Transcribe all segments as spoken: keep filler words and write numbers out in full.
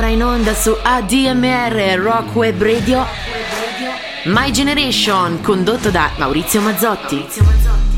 ora in onda su A D M R Rock Web Radio My Generation, condotto da Maurizio Mazzotti.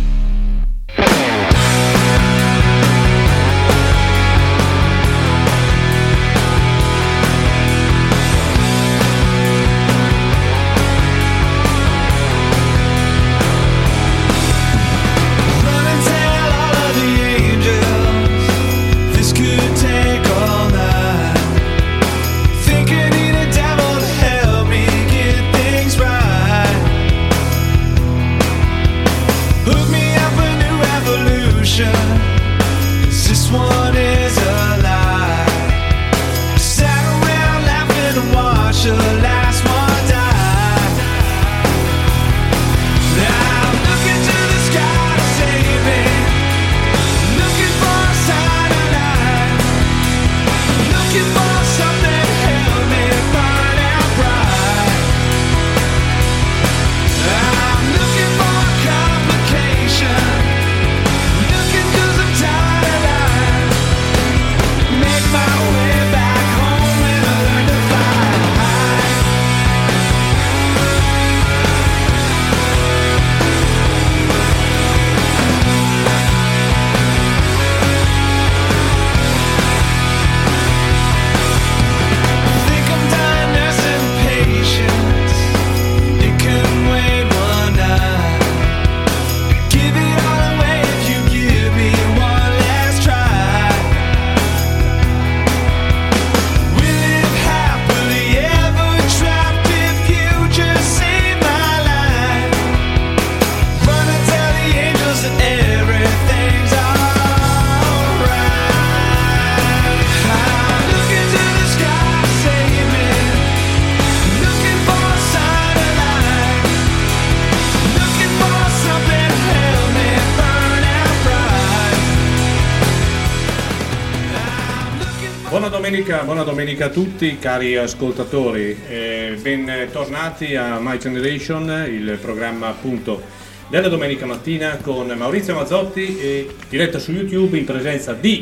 Buona domenica, buona domenica a tutti cari ascoltatori, eh, bentornati a My Generation, il programma appunto della domenica mattina con Maurizio Mazzotti e diretta su YouTube in presenza di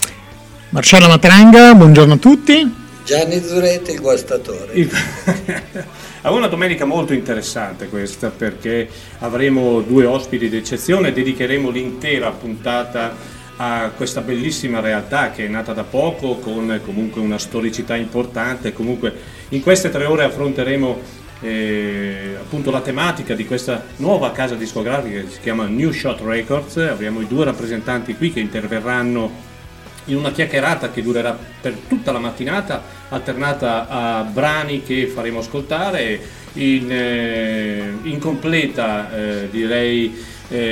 Marcello Matranga, buongiorno a tutti. Gianni Zuretti, il guastatore. È una domenica molto interessante questa perché avremo due ospiti d'eccezione, dedicheremo l'intera puntata a questa bellissima realtà che è nata da poco con comunque una storicità importante. Comunque in queste tre ore affronteremo eh, appunto la tematica di questa nuova casa discografica che si chiama New Shot Records. Avremo i due rappresentanti qui che interverranno in una chiacchierata che durerà per tutta la mattinata, alternata a brani che faremo ascoltare in, eh, in completa eh, direi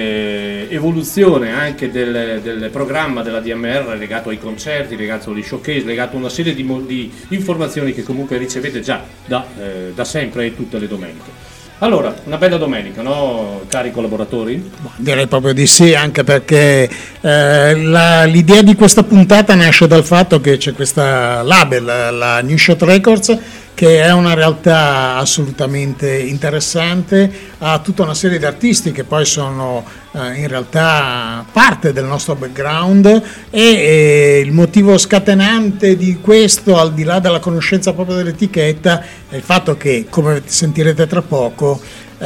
Eh, evoluzione anche del, del programma della D M R legato ai concerti, legato agli showcase, legato a una serie di, di informazioni che comunque ricevete già da, eh, da sempre e tutte le domeniche. Allora, una bella domenica, no, cari collaboratori? Direi proprio di sì, anche perché eh, la, l'idea di questa puntata nasce dal fatto che c'è questa label, la New Shot Records, che è una realtà assolutamente interessante, ha tutta una serie di artisti che poi sono eh, in realtà parte del nostro background e, e il motivo scatenante di questo, al di là della conoscenza proprio dell'etichetta, è il fatto che, come sentirete tra poco,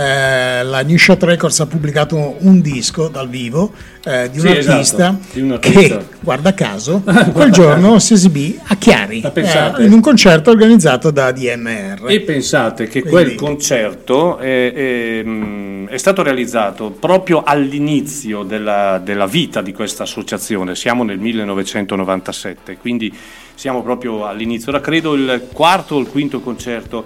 Eh, la New Shot Records ha pubblicato un disco dal vivo eh, di, un sì, artista esatto, di un artista che, guarda caso, quel giorno si esibì a Chiari eh, in un concerto organizzato da D M R. E pensate che Quindi, quel concerto è, è, è stato realizzato proprio all'inizio della, della vita di questa associazione. Siamo nel millenovecentonovantasette, quindi siamo proprio all'inizio. Era credo il quarto o il quinto concerto,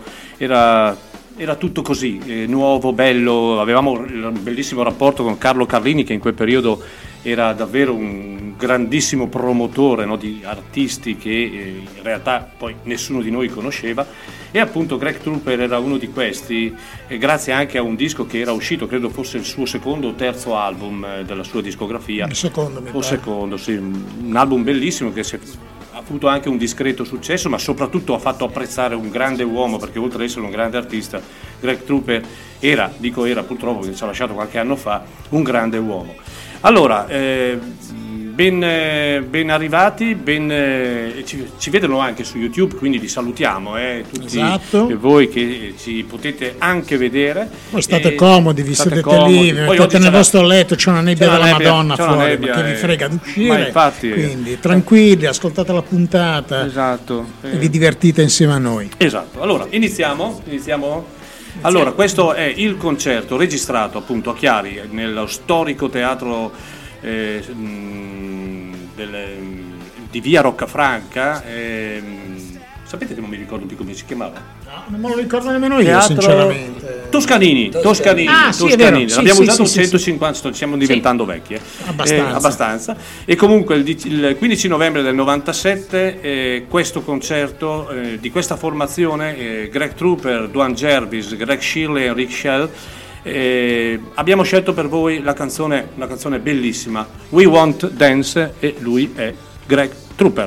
era Era tutto così, eh, nuovo, bello. Avevamo un bellissimo rapporto con Carlo Carlini, che in quel periodo era davvero un grandissimo promotore, no, di artisti che eh, in realtà poi nessuno di noi conosceva, e appunto Greg Trooper era uno di questi, eh, grazie anche a un disco che era uscito, credo fosse il suo secondo o terzo album eh, della sua discografia. Il secondo, mi o pare. secondo, sì, un album bellissimo che si è ha avuto anche un discreto successo, ma soprattutto ha fatto apprezzare un grande uomo, perché oltre ad essere un grande artista, Greg Trooper era, dico era purtroppo, che ci ha lasciato qualche anno fa, un grande uomo. Allora, eh, ben, ben arrivati, ben, eh, ci, ci vedono anche su YouTube, quindi vi salutiamo, eh, tutti esatto. voi che ci potete anche vedere. Voi state e comodi, vi state sedete comodi. lì, vi mettete nel vostro letto, c'è una nebbia c'è una della nebbia, Madonna c'è una fuori, nebbia, ma che vi eh, frega di ma uscire, infatti, quindi tranquilli, ascoltate la puntata, esatto, e vi divertite insieme a noi. Esatto, allora iniziamo, iniziamo. Allora, questo è il concerto registrato appunto a Chiari, nello storico teatro eh, del, di via Roccafranca. Eh, sapete che non mi ricordo più come si chiamava? No, non me lo ricordo nemmeno io, Teatro sinceramente. Toscanini, Toscanini, Ah, sì, è Toscanini. vero. Sì, L'abbiamo sì, usato sì, sì, centocinquanta, stiamo diventando vecchi. Eh. Abbastanza. Eh, abbastanza. E comunque il, il quindici novembre del novantasette eh, questo concerto eh, di questa formazione, eh, Greg Trooper, Duane Jervis, Greg Shirley e Rick Shell, eh, abbiamo scelto per voi la canzone, una canzone bellissima, We Want Dance, e lui è Greg Trooper.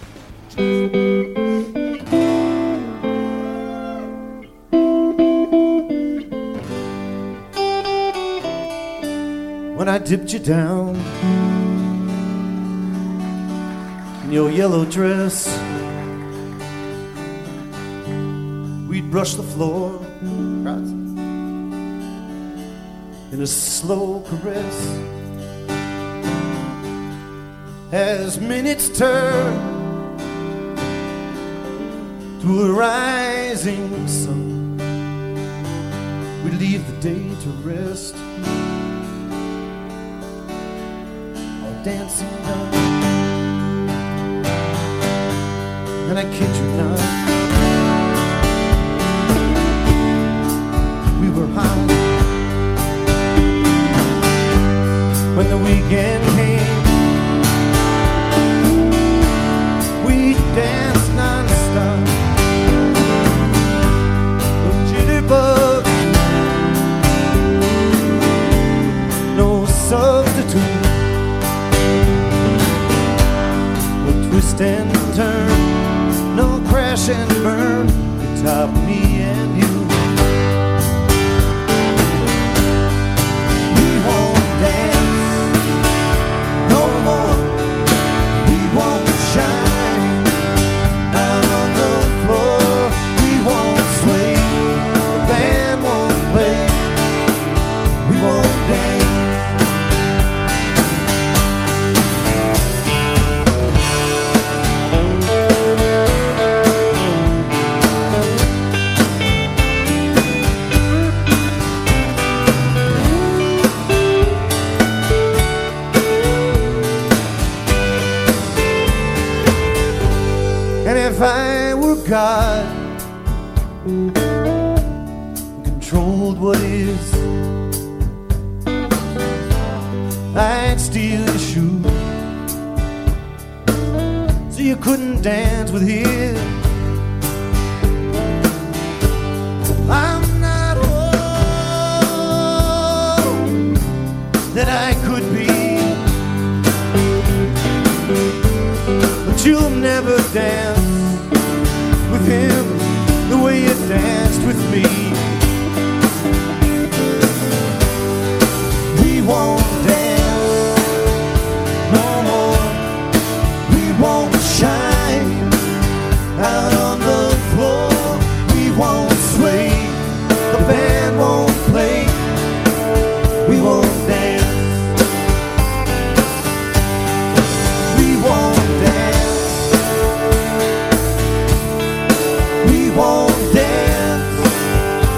When I dipped you down in your yellow dress, we'd brush the floor in a slow caress. As minutes turn to a rising sun, we leave the day to rest, dancing done. And I kid you not, we were high when the weekend came. We danced non-stop, no jitterbug, no substitute. Twist and turn, no crash and burn, atop me and you. We won't dance no more, we won't shine out on the floor, we won't sway, the band won't play, we won't dance. If I were God, controlled what is, I'd steal your shoe so you couldn't dance with his. I'm not all that I could be, but you'll never dance with him the way you danced with me. We won't dance no more, we won't shine out on the floor, we won't sway, the band won't play, we won't dance, we won't dance. We won't dance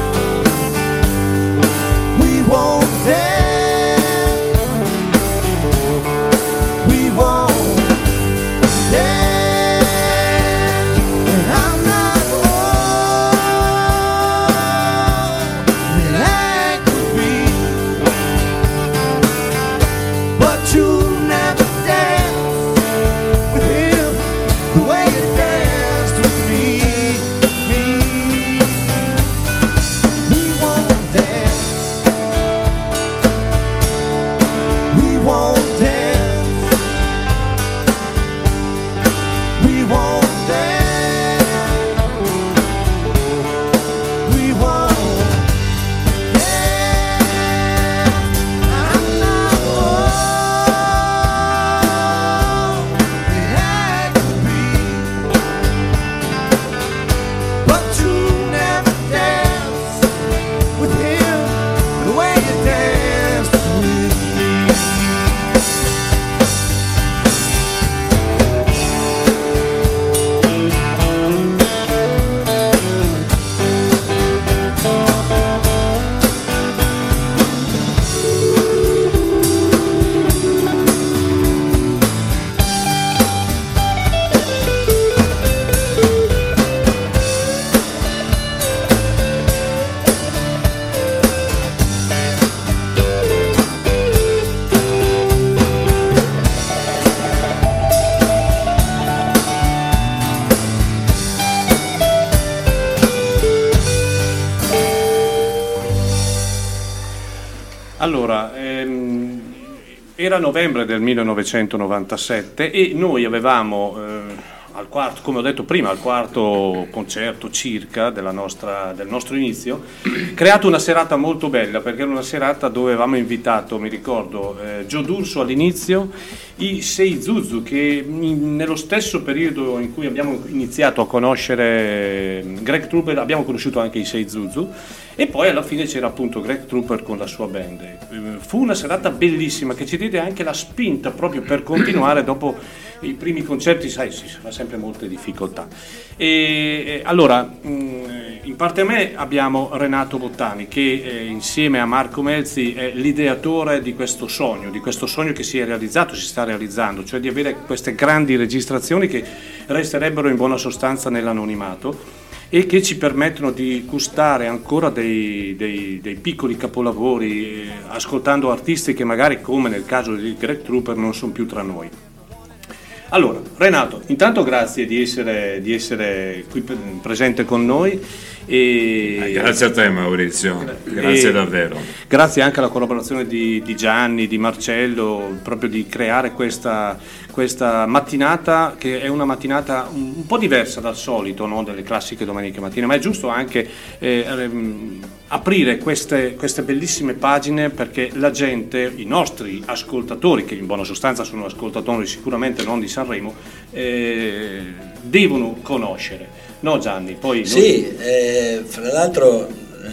Allora, ehm, era novembre del millenovecentonovantasette e noi avevamo, eh, al quarto, come ho detto prima, al quarto concerto circa della nostra, del nostro inizio, creato una serata molto bella, perché era una serata dove avevamo invitato, mi ricordo, eh, Joe D'Urso all'inizio, i Sei Zuzu, che in, nello stesso periodo in cui abbiamo iniziato a conoscere Greg Trooper abbiamo conosciuto anche i Sei Zuzu, e poi alla fine c'era appunto Greg Trooper con la sua band. Fu una serata bellissima che ci diede anche la spinta proprio per continuare dopo i primi concerti, sai, si fa sempre molte difficoltà. E, e allora, mh, in parte a me abbiamo Renato Bottani, che eh, insieme a Marco Melzi è l'ideatore di questo sogno, di questo sogno che si è realizzato, si sta realizzando, cioè di avere queste grandi registrazioni che resterebbero in buona sostanza nell'anonimato e che ci permettono di gustare ancora dei, dei, dei piccoli capolavori, eh, ascoltando artisti che magari, come nel caso di Greg Trooper, non sono più tra noi. Allora, Renato, intanto grazie di essere, di essere qui presente con noi. E, eh, grazie a te Maurizio, grazie davvero. Grazie anche alla collaborazione di, di Gianni, di Marcello, proprio di creare questa, questa mattinata, che è una mattinata un, un po' diversa dal solito, no? Delle classiche domeniche mattine, ma è giusto anche eh, ehm, aprire queste, queste bellissime pagine, perché la gente, i nostri ascoltatori, che in buona sostanza sono ascoltatori sicuramente non di Sanremo, eh, devono conoscere. No Gianni, poi... Sì, noi... eh, fra l'altro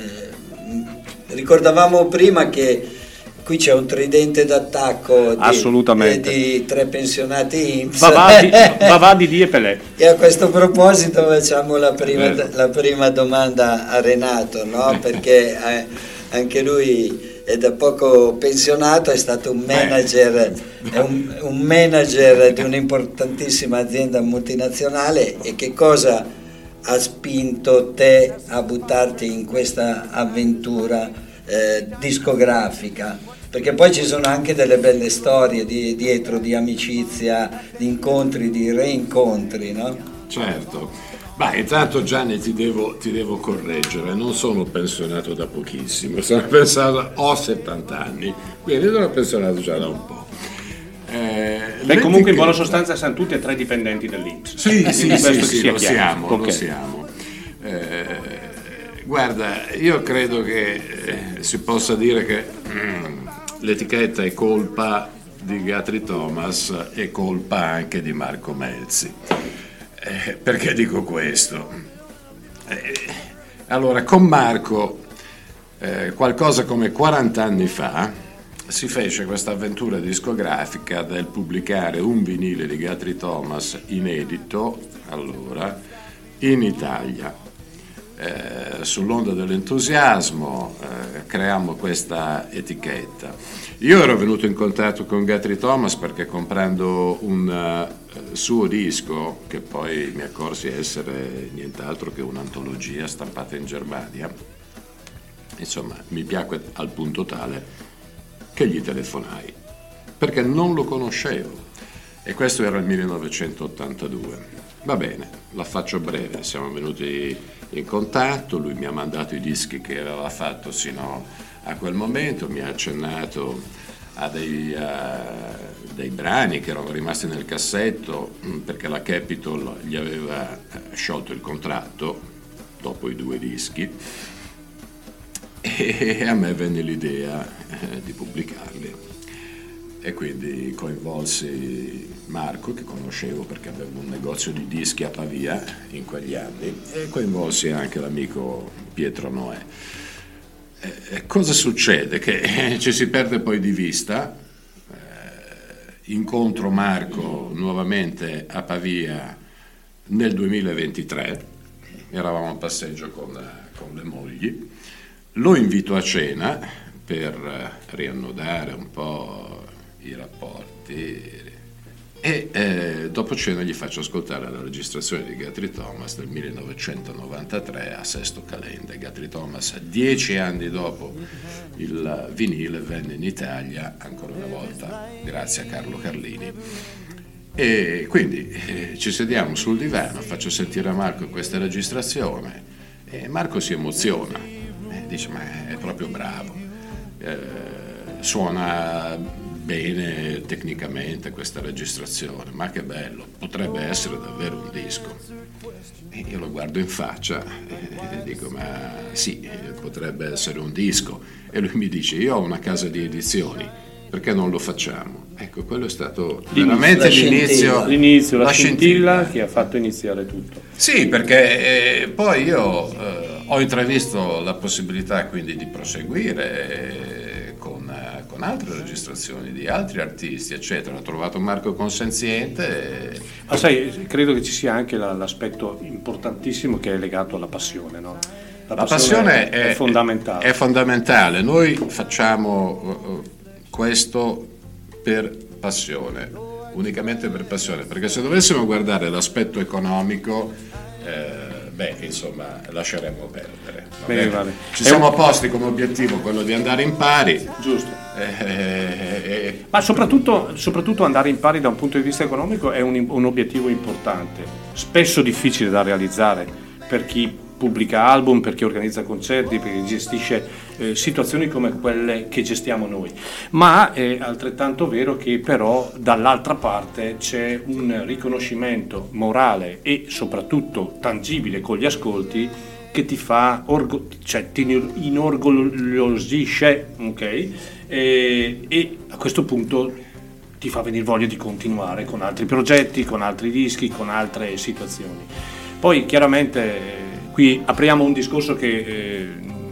eh, ricordavamo prima che qui c'è un tridente d'attacco di, Assolutamente. di, di tre pensionati I N P S. Vavadi, Vavadi Di e Pelé. E a questo proposito facciamo la prima, la prima domanda a Renato, no? Perché eh, anche lui è da poco pensionato, è stato un manager, è un, un manager di un'importantissima azienda multinazionale. E che cosa ha spinto te a buttarti in questa avventura eh, discografica? Perché poi ci sono anche delle belle storie di, dietro, di amicizia, di incontri, di reincontri, no? Certo. Beh, intanto Gianni ti devo, ti devo correggere, non sono pensionato da pochissimo, sono pensato, ho settanta anni, quindi sono pensionato già da un po'. Eh, Beh, comunque in buona sostanza siamo tutti e tre dipendenti dell'I N P S. Sì, sì, sì, sì, lo siamo, okay. lo siamo. Eh, guarda, io credo che eh, si possa dire che mm, l'etichetta è colpa di Guthrie Thomas e colpa anche di Marco Melzi. Eh, perché dico questo? Eh, allora, con Marco, eh, qualcosa come quaranta anni fa, si fece questa avventura discografica del pubblicare un vinile di Guthrie Thomas inedito, allora, in Italia. Eh, sull'onda dell'entusiasmo eh, creammo questa etichetta. Io ero venuto in contatto con Guthrie Thomas perché comprando un uh, suo disco, che poi mi accorsi essere nient'altro che un'antologia stampata in Germania, insomma mi piacque al punto tale che gli telefonai, perché non lo conoscevo, e questo era il millenovecentottantadue. Va bene, la faccio breve, siamo venuti in contatto, lui mi ha mandato i dischi che aveva fatto sino a quel momento, mi ha accennato a dei, uh, dei brani che erano rimasti nel cassetto perché la Capitol gli aveva sciolto il contratto dopo i due dischi, e a me venne l'idea eh, di pubblicarli, e quindi coinvolsi Marco, che conoscevo perché avevo un negozio di dischi a Pavia in quegli anni, e coinvolsi anche l'amico Pietro Noè. Eh, cosa succede? Che eh, ci si perde poi di vista, eh, incontro Marco nuovamente a Pavia nel duemilaventitré, eravamo a passeggio con, con le mogli, lo invito a cena per riannodare un po' i rapporti e eh, dopo cena gli faccio ascoltare la registrazione di Guthrie Thomas del millenovecentonovantatré a Sesto Calenda. Guthrie Thomas, dieci anni dopo il vinile, venne in Italia ancora una volta grazie a Carlo Carlini, e quindi eh, ci sediamo sul divano, faccio sentire a Marco questa registrazione e Marco si emoziona. Dice, ma è proprio bravo. Eh, suona bene tecnicamente questa registrazione, ma che bello, potrebbe essere davvero un disco. E io lo guardo in faccia e dico, ma sì, potrebbe essere un disco. E lui mi dice, io ho una casa di edizioni, perché non lo facciamo? Ecco, quello è stato veramente l'inizio, l'inizio, la, la scintilla, scintilla che ha fatto iniziare tutto. Sì, perché eh, poi io eh, ho intravisto la possibilità quindi di proseguire eh, con, eh, con altre registrazioni di altri artisti, eccetera. Ho trovato Marco consenziente. E... Ma sai, credo che ci sia anche la, l'aspetto importantissimo che è legato alla passione, no? La, la passione, passione è, è fondamentale. È fondamentale. Noi facciamo questo per passione, unicamente per passione, perché se dovessimo guardare l'aspetto economico, eh, beh, insomma, lasceremmo perdere. Bene, vale. Ci siamo un... posti come obiettivo quello di andare in pari. Giusto. Eh, eh, eh. Ma soprattutto, soprattutto andare in pari da un punto di vista economico è un, un obiettivo importante, spesso difficile da realizzare per chi pubblica album, per chi organizza concerti, per chi gestisce eh, situazioni come quelle che gestiamo noi, ma è altrettanto vero che però dall'altra parte c'è un riconoscimento morale e soprattutto tangibile con gli ascolti che ti fa, orgo- cioè ti inorgogliosisce, ok? E, e a questo punto ti fa venire voglia di continuare con altri progetti, con altri dischi, con altre situazioni. Poi chiaramente qui apriamo un discorso che eh,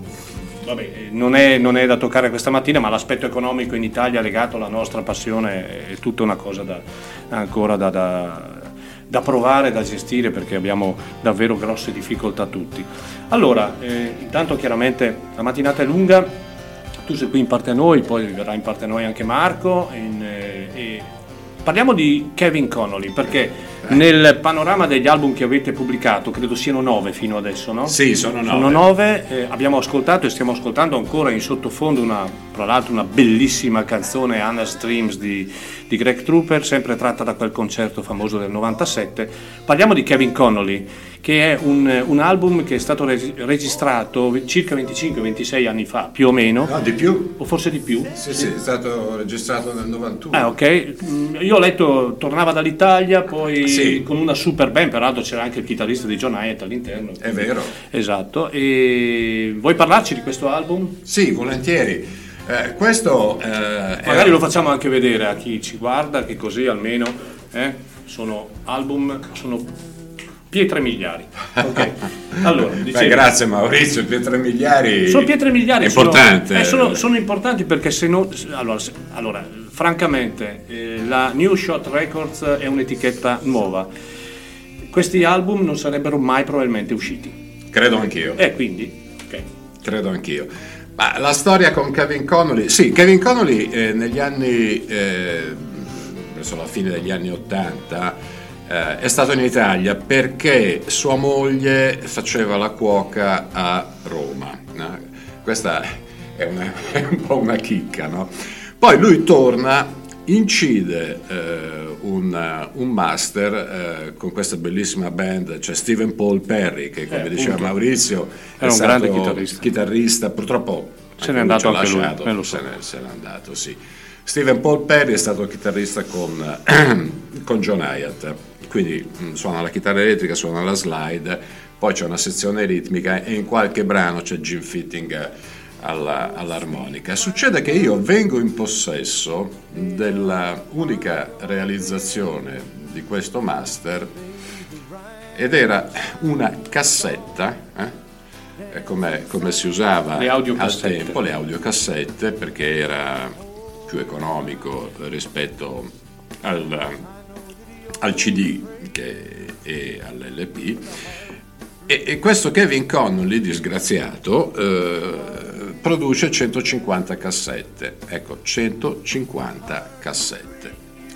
vabbè, non, è, non è da toccare questa mattina, ma l'aspetto economico in Italia legato alla nostra passione è tutta una cosa da, ancora da, da, da provare, da gestire, perché abbiamo davvero grosse difficoltà tutti. Allora, eh, intanto chiaramente la mattinata è lunga, tu sei qui in parte a noi, poi verrà in parte a noi anche Marco, in, eh, e parliamo di Kevin Connolly, perché nel panorama degli album che avete pubblicato, credo siano nove fino adesso, no? Sì, sono nove. Sono nove, eh, abbiamo ascoltato e stiamo ascoltando ancora in sottofondo una, tra l'altro una bellissima canzone, Anna's Dreams di, di Greg Trooper, sempre tratta da quel concerto famoso del novantasette. Parliamo di Kevin Connolly, che è un, un album che è stato reg- registrato circa venticinque ventisei anni fa, più o meno. No, di più. O forse di più? Sì, sì, è stato registrato nel novantuno. Ah, ok. Io ho letto, tornava dall'Italia, poi sì, con una super band, peraltro c'era anche il chitarrista di John Hyatt all'interno. È vero. Esatto. E vuoi parlarci di questo album? Sì, volentieri. Eh, questo eh, magari è... lo facciamo anche vedere a chi ci guarda, che così almeno eh, sono album, sono pietre miliari. Ok. Allora, beh, grazie Maurizio, pietre miliari. Sono pietre miliari. Importante. Sono, eh, sono, sono importanti perché se no, allora, se, allora francamente, eh, la New Shot Records è un'etichetta nuova. Questi album non sarebbero mai probabilmente usciti. Credo anch'io. E eh, quindi, ok. Credo anch'io. Ma la storia con Kevin Connolly, sì, Kevin Connolly eh, negli anni, eh, verso la fine degli anni Ottanta, eh, è stato in Italia perché sua moglie faceva la cuoca a Roma. No? Questa è, una, è un po' una chicca, no? Poi lui torna, incide eh, un, un master eh, con questa bellissima band, cioè Steven Paul Perry, che come eh, diceva appunto, Maurizio è un grande chitarrista. chitarrista purtroppo se n'è andato anche lasciato, lui, lo so. se, n'è, se n'è andato, sì. Steven Paul Perry è stato chitarrista con, con John Hyatt, quindi mh, suona la chitarra elettrica, suona la slide, poi c'è una sezione ritmica e in qualche brano c'è Jim Fitting Alla, all'armonica. Succede che io vengo in possesso della unica realizzazione di questo master ed era una cassetta, eh? come, come si usava al tempo, le audiocassette, perché era più economico rispetto al, al C D che, e all'L P. E, e questo Kevin Connolly, disgraziato, eh, produce centocinquanta cassette, ecco, centocinquanta cassette,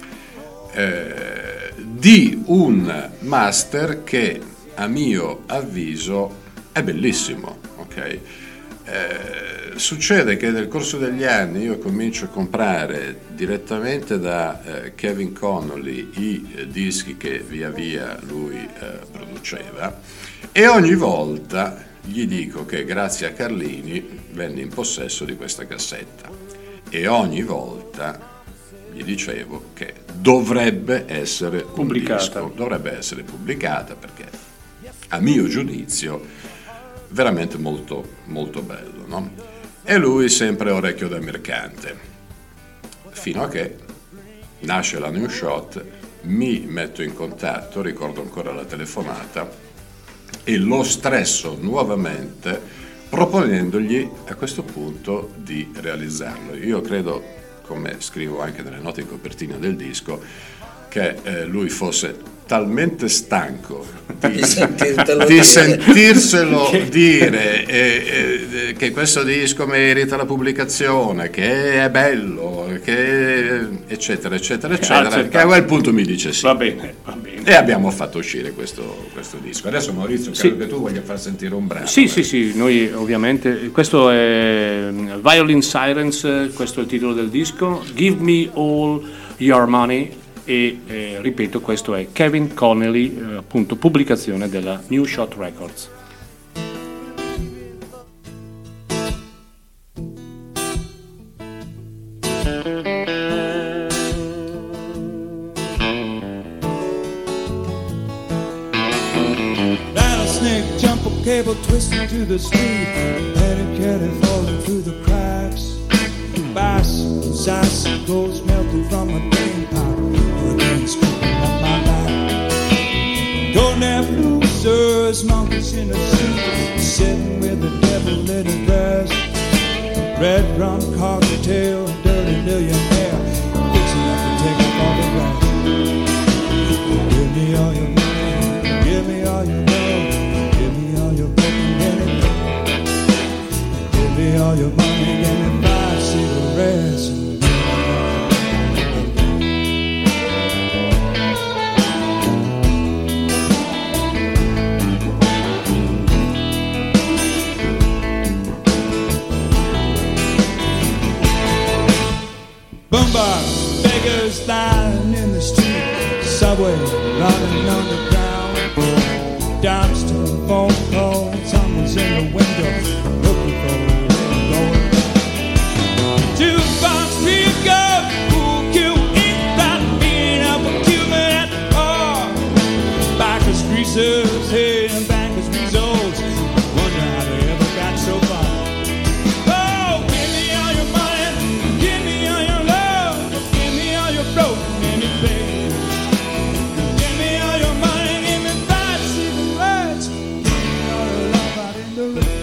eh, di un master che a mio avviso è bellissimo, ok? Eh, succede che nel corso degli anni io comincio a comprare direttamente da eh, Kevin Connolly i eh, dischi che via via lui eh, produceva e ogni volta gli dico che grazie a Carlini venne in possesso di questa cassetta e ogni volta gli dicevo che dovrebbe essere pubblicata. un disco, dovrebbe essere pubblicata perché a mio giudizio veramente molto molto bello, no? E lui sempre orecchio da mercante, fino a che nasce la New Shot, mi metto in contatto, ricordo ancora la telefonata, e lo stresso nuovamente proponendogli a questo punto di realizzarlo. Io credo, come scrivo anche nelle note in copertina del disco, che eh, lui fosse talmente stanco di, di sentirtelo di dire, sentirselo dire eh, eh, che questo disco merita la pubblicazione, che è bello, che eccetera eccetera eccetera, che a quel punto mi dice sì. Va bene, va bene. E abbiamo fatto uscire questo, questo disco. Adesso Maurizio, credo Sì. che tu voglia far sentire un brano. Sì, eh. sì, sì, noi ovviamente, questo è Violin Sirens, questo è il titolo del disco, Give Me All Your Money, e eh, ripeto, questo è Kevin Connelly, eh, appunto pubblicazione della New Shot Records. Rattlesnake, jump a cable, twisting to the street. Petty catty falling through the cracks. Bicycles, icicles melting from a drain pipe. Hurricanes sweeping up my back. Don't have losers, monkeys in a suit, sitting with the devil in a dress. Red rum cocktail, dirty millionaire, fixing up to take up all the rest. Give me all your money, give me all your love, give me all your broken head. Give me all your money, give me five cigarettes. Boombox, beggars lying in the street, subway running underground, dance to a phone call, someone's in the window looking for where I'm going. Jukebox, real good, who killed it, that being up a Cuban at the bar. Bikers, greasers, hey, and bankers, results. Wonder how they ever got so far. Oh, give me all your money, give me all your love, give me all your broken anything. Give me all your money, give me five cigarettes, give me all your love out in the rain.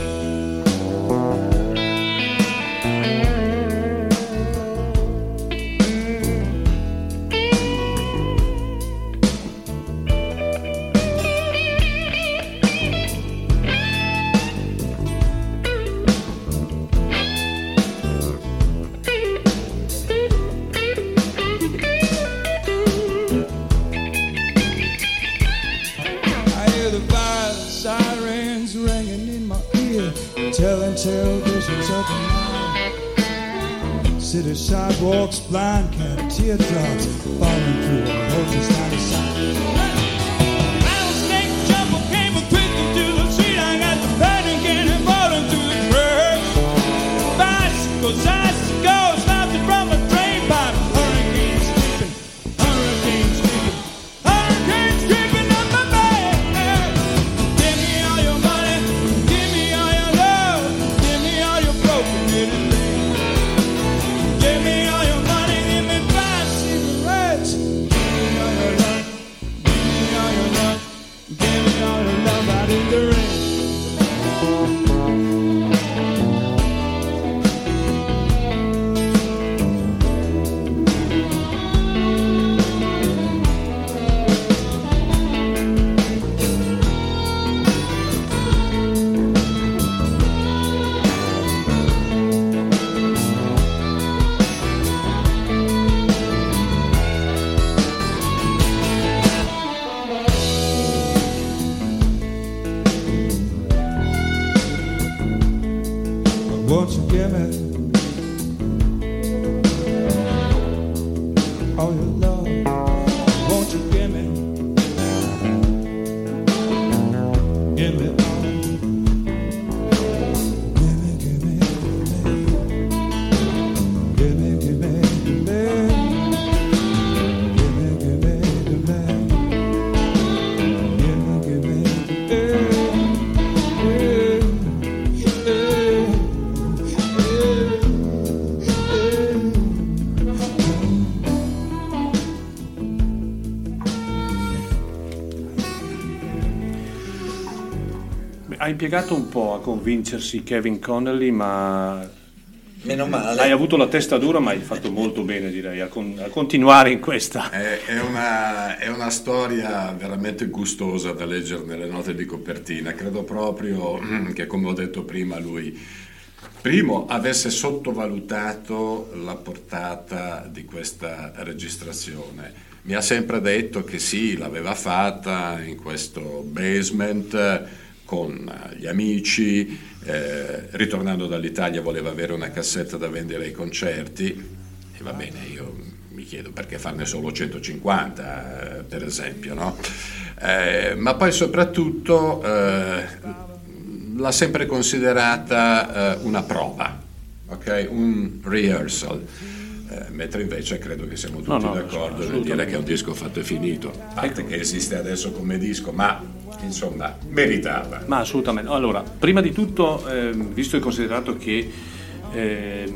I hear the fire sirens ringing in my ear, telling tale visions of the night. City sidewalks, blind cat, teardrops falling through a horse's night of sight. Rattlesnake, jump a cable, twisting to the street. I got the panic and falling through the cracks. Bicycles, icicles, mounted from a drain pipe. Hurricanes creeping, hurricanes creeping, hurricanes creeping up my back. Give me all your money, give me all your love, give me all your broken little things. Give me all your money, give me five cigarettes. Give me all your love, give me all your love, give me all your love out in the rain. Won't you give me all your love? Won't you give me, give me all? Give me, give me, give me, give me ha impiegato un po' a convincersi Kevin Connelly, ma meno male. Hai avuto la testa dura, ma hai fatto molto bene, direi, a, con, a continuare in questa. È, è, una, è una storia veramente gustosa da leggere nelle note di copertina. Credo proprio che, come ho detto prima, lui primo avesse sottovalutato la portata di questa registrazione. Mi ha sempre detto che sì, l'aveva fatta in questo basement con gli amici, eh, ritornando dall'Italia voleva avere una cassetta da vendere ai concerti, e va bene, io mi chiedo perché farne solo centocinquanta, eh, per esempio, no? Eh, ma poi soprattutto eh, l'ha sempre considerata eh, una prova, ok? Un rehearsal. Eh, mentre invece credo che siamo tutti no, no, d'accordo nel dire che è un disco fatto e finito, a parte che esiste adesso come disco, ma insomma meritava. Ma assolutamente. Allora, prima di tutto, eh, visto e considerato che eh,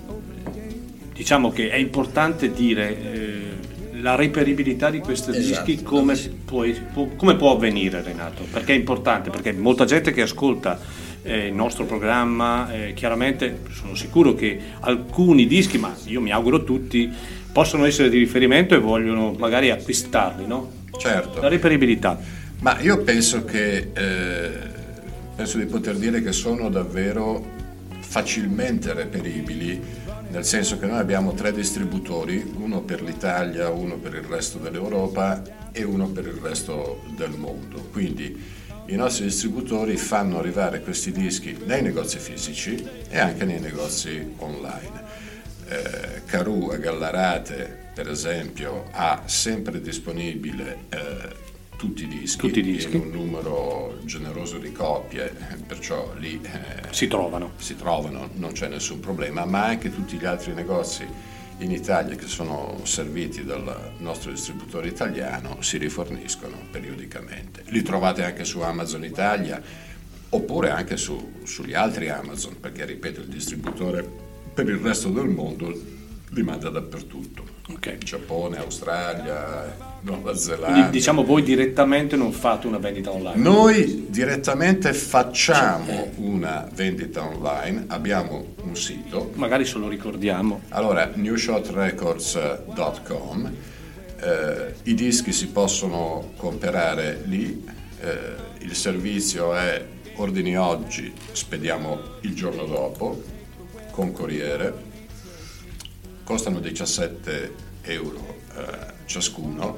diciamo che è importante dire eh, la reperibilità di questi esatto. dischi come può, come può avvenire, Renato, perché è importante, perché molta gente che ascolta Eh, il nostro programma, eh, chiaramente sono sicuro che alcuni dischi, ma io mi auguro tutti, possono essere di riferimento e vogliono magari acquistarli, no? Certo. La reperibilità. Ma io penso che eh, penso di poter dire che sono davvero facilmente reperibili, nel senso che noi abbiamo tre distributori, uno per l'Italia, uno per il resto dell'Europa e uno per il resto del mondo. Quindi i nostri distributori fanno arrivare questi dischi nei negozi fisici e anche nei negozi online. Eh, Caru a Gallarate, per esempio, ha sempre disponibile eh, tutti i dischi, tutti i dischi in un numero generoso di copie, perciò lì eh, si trovano. si trovano, non c'è nessun problema, ma anche tutti gli altri negozi in Italia che sono serviti dal nostro distributore italiano si riforniscono periodicamente. Li trovate anche su Amazon Italia oppure anche su, sugli altri Amazon, perché ripeto, il distributore per il resto del mondo li manda dappertutto. Okay. Giappone, Australia, Nuova Zelanda. Quindi diciamo voi direttamente non fate una vendita online? Noi direttamente facciamo una vendita online, abbiamo un sito. Magari se lo ricordiamo. Allora, new shot records dot com, eh, i dischi si possono comprare lì, eh, il servizio è ordini oggi, spediamo il giorno dopo, con corriere. Costano diciassette euro eh, ciascuno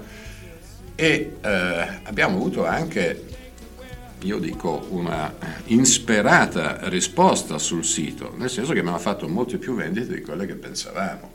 e eh, abbiamo avuto anche, io dico, una insperata risposta sul sito, nel senso che abbiamo fatto molte più vendite di quelle che pensavamo.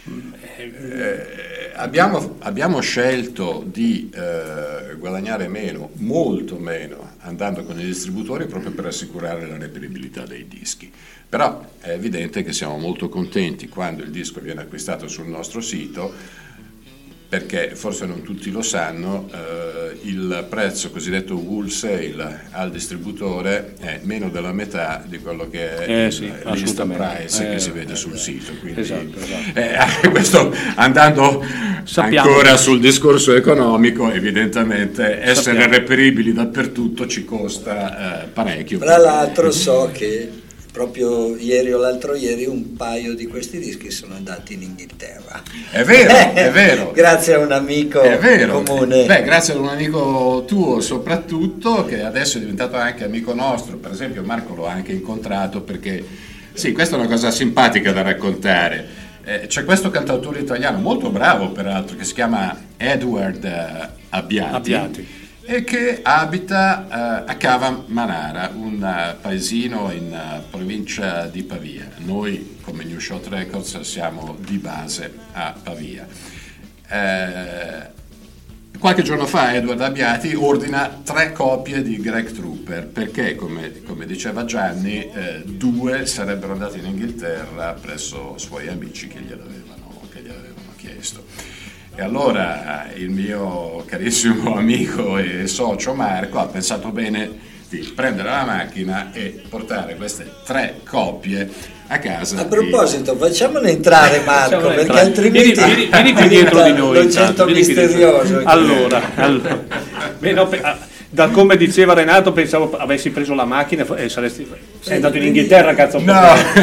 Eh, abbiamo, abbiamo scelto di eh, guadagnare meno, molto meno, andando con i distributori proprio per assicurare la reperibilità dei dischi. Però è evidente che siamo molto contenti quando il disco viene acquistato sul nostro sito, perché forse non tutti lo sanno, eh, il prezzo cosiddetto wholesale al distributore è meno della metà di quello che è eh il sì, list price eh, che si vede sul sito. Quindi esatto, esatto. Eh, questo andando Sappiamo ancora che... sul discorso economico, evidentemente essere Sappiamo. reperibili dappertutto ci costa eh, parecchio. Tra l'altro so che proprio ieri o l'altro ieri un paio di questi dischi sono andati in Inghilterra. È vero, è vero. Grazie a un amico è vero. comune. Beh, grazie ad un amico tuo soprattutto, che adesso è diventato anche amico nostro. Per esempio Marco l'ho anche incontrato perché, sì, questa è una cosa simpatica da raccontare. Eh, c'è questo cantautore italiano, molto bravo peraltro, che si chiama Edward eh, Abbiati. Abbiati. E che abita uh, a Cava Manara, un uh, paesino in uh, provincia di Pavia. Noi come New Shot Records siamo di base a Pavia. Eh, qualche giorno fa Edward Abbiati ordina tre copie di Greg Trooper perché, come, come diceva Gianni, eh, due sarebbero andati in Inghilterra presso suoi amici che gliel'avevano, che gliel'avevano chiesto. E allora il mio carissimo amico e socio Marco ha pensato bene di prendere la macchina e portare queste tre copie a casa. A proposito, di... facciamone entrare Marco, perché entrare. altrimenti vieni, vieni, vieni qui dietro di noi, l'oggetto misterioso. Allora, allora. Beh, no, da come diceva Renato pensavo avessi preso la macchina e saresti sei andato in Inghilterra, cazzo. No,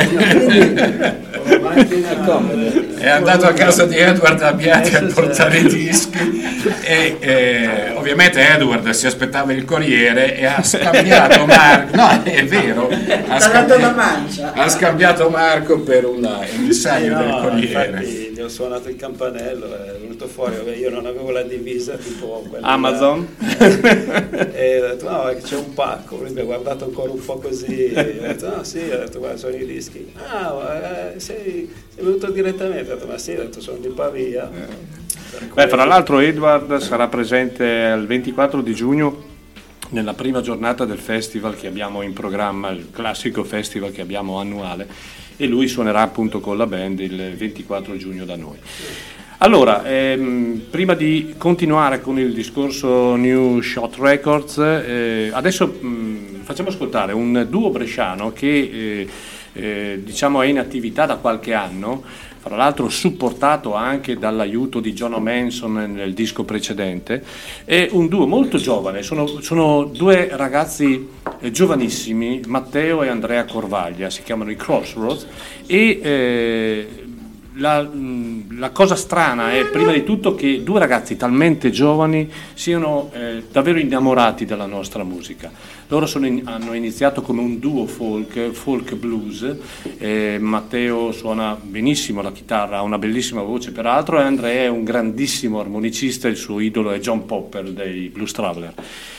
è andato a casa di Edward Abbiati a portare i dischi e eh, ovviamente Edward si aspettava il Corriere e ha scambiato Marco, no è vero, ha scambiato, ha scambiato Marco per una emissario no, del Corriere. Infatti gli ho suonato il campanello, è venuto fuori, io non avevo la divisa tipo quella Amazon e ho detto no, c'è un pacco, lui mi ha guardato ancora un po' così e ho detto no sì, ho detto guarda sono i dischi, ah eh, sei, sei venuto direttamente, ho detto ma sì, ho detto sono di Pavia. Beh, fra l'altro Edward sarà presente il ventiquattro di giugno nella prima giornata del festival che abbiamo in programma, il classico festival che abbiamo annuale, e lui suonerà appunto con la band il ventiquattro giugno da noi. Allora, ehm, prima di continuare con il discorso New Shot Records, eh, adesso mh, facciamo ascoltare un duo bresciano che eh, eh, diciamo è in attività da qualche anno, fra l'altro supportato anche dall'aiuto di John Manson nel disco precedente. È un duo molto giovane, sono, sono due ragazzi eh, giovanissimi, Matteo e Andrea Corvaglia, si chiamano i Crossroads, e eh, la, la cosa strana è prima di tutto che due ragazzi talmente giovani siano eh, davvero innamorati della nostra musica. Loro sono in, hanno iniziato come un duo folk, folk blues, eh, Matteo suona benissimo la chitarra, ha una bellissima voce peraltro, e Andrea è un grandissimo armonicista, il suo idolo è John Popper dei Blues Traveler.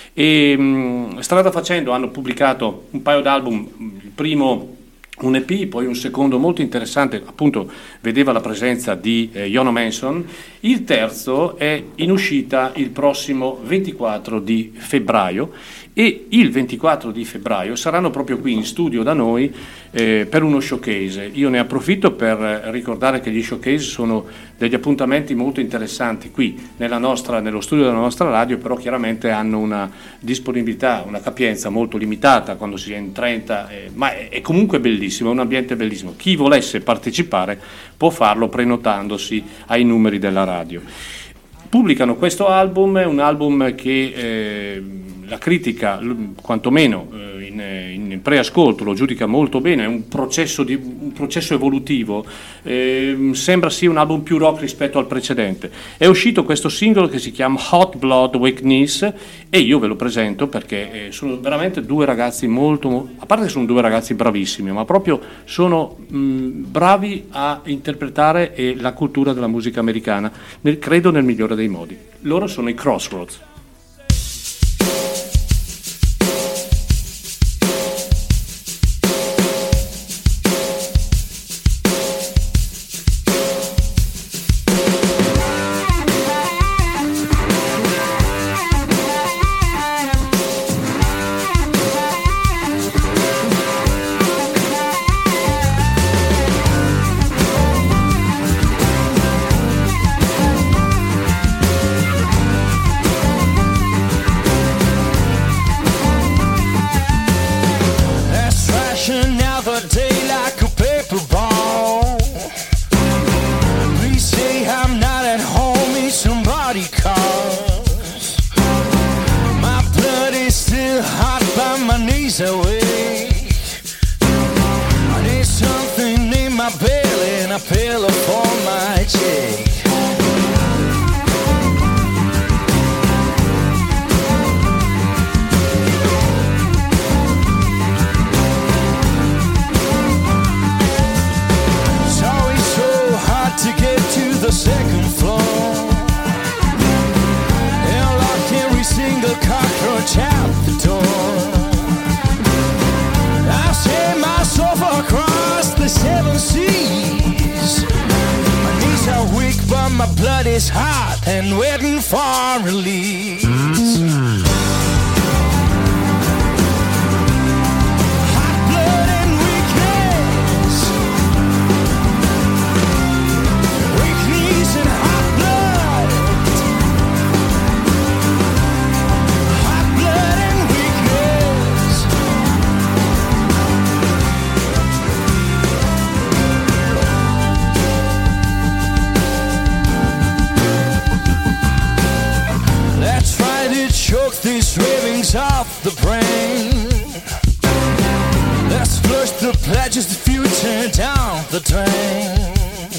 E mh, strada facendo hanno pubblicato un paio d'album, il primo un E P, poi un secondo molto interessante, appunto vedeva la presenza di eh, Jono Manson. Il terzo è in uscita il prossimo ventiquattro di febbraio, e il ventiquattro di febbraio saranno proprio qui in studio da noi eh, per uno showcase. Io ne approfitto per ricordare che gli showcase sono degli appuntamenti molto interessanti qui nella nostra, nello studio della nostra radio, però chiaramente hanno una disponibilità, una capienza molto limitata quando si è in trenta, eh, ma è, è comunque bellissimo, è un ambiente bellissimo. Chi volesse partecipare può farlo prenotandosi ai numeri della radio. Pubblicano questo album, è un album che eh, la critica, quantomeno eh, in, in preascolto, lo giudica molto bene, è un processo, di, un processo evolutivo, eh, sembra sia un album più rock rispetto al precedente. È uscito questo singolo che si chiama Hot Blood Weakness e io ve lo presento perché eh, sono veramente due ragazzi molto, a parte che sono due ragazzi bravissimi, ma proprio sono mh, bravi a interpretare eh, la cultura della musica americana, nel, credo nel migliore dei modi. Loro sono i Crossroads. Try off the brain. Let's flush the pledges, the future down the drain.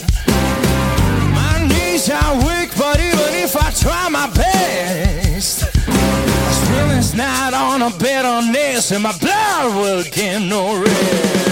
My knees are weak, but even if I try my best, I spend this night on a bed on this, and my blood will get no rest.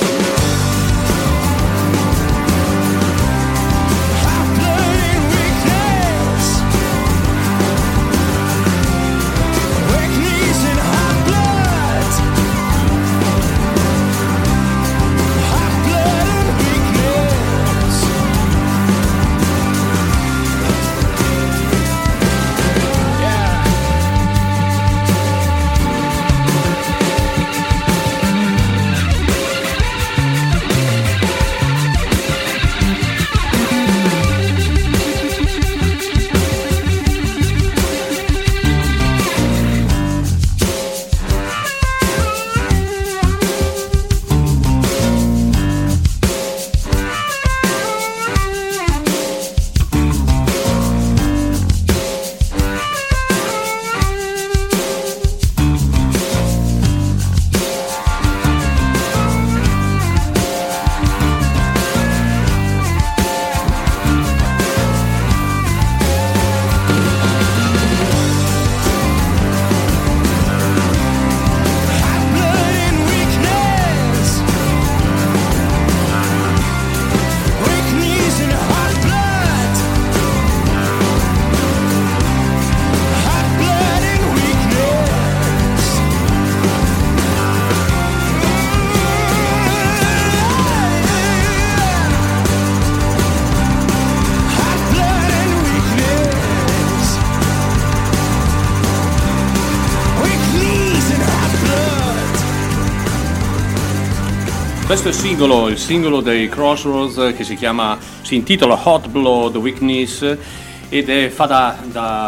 Questo è il singolo, il singolo dei Crossroads che si chiama, si intitola Hot Blood Weakness ed è, fa da,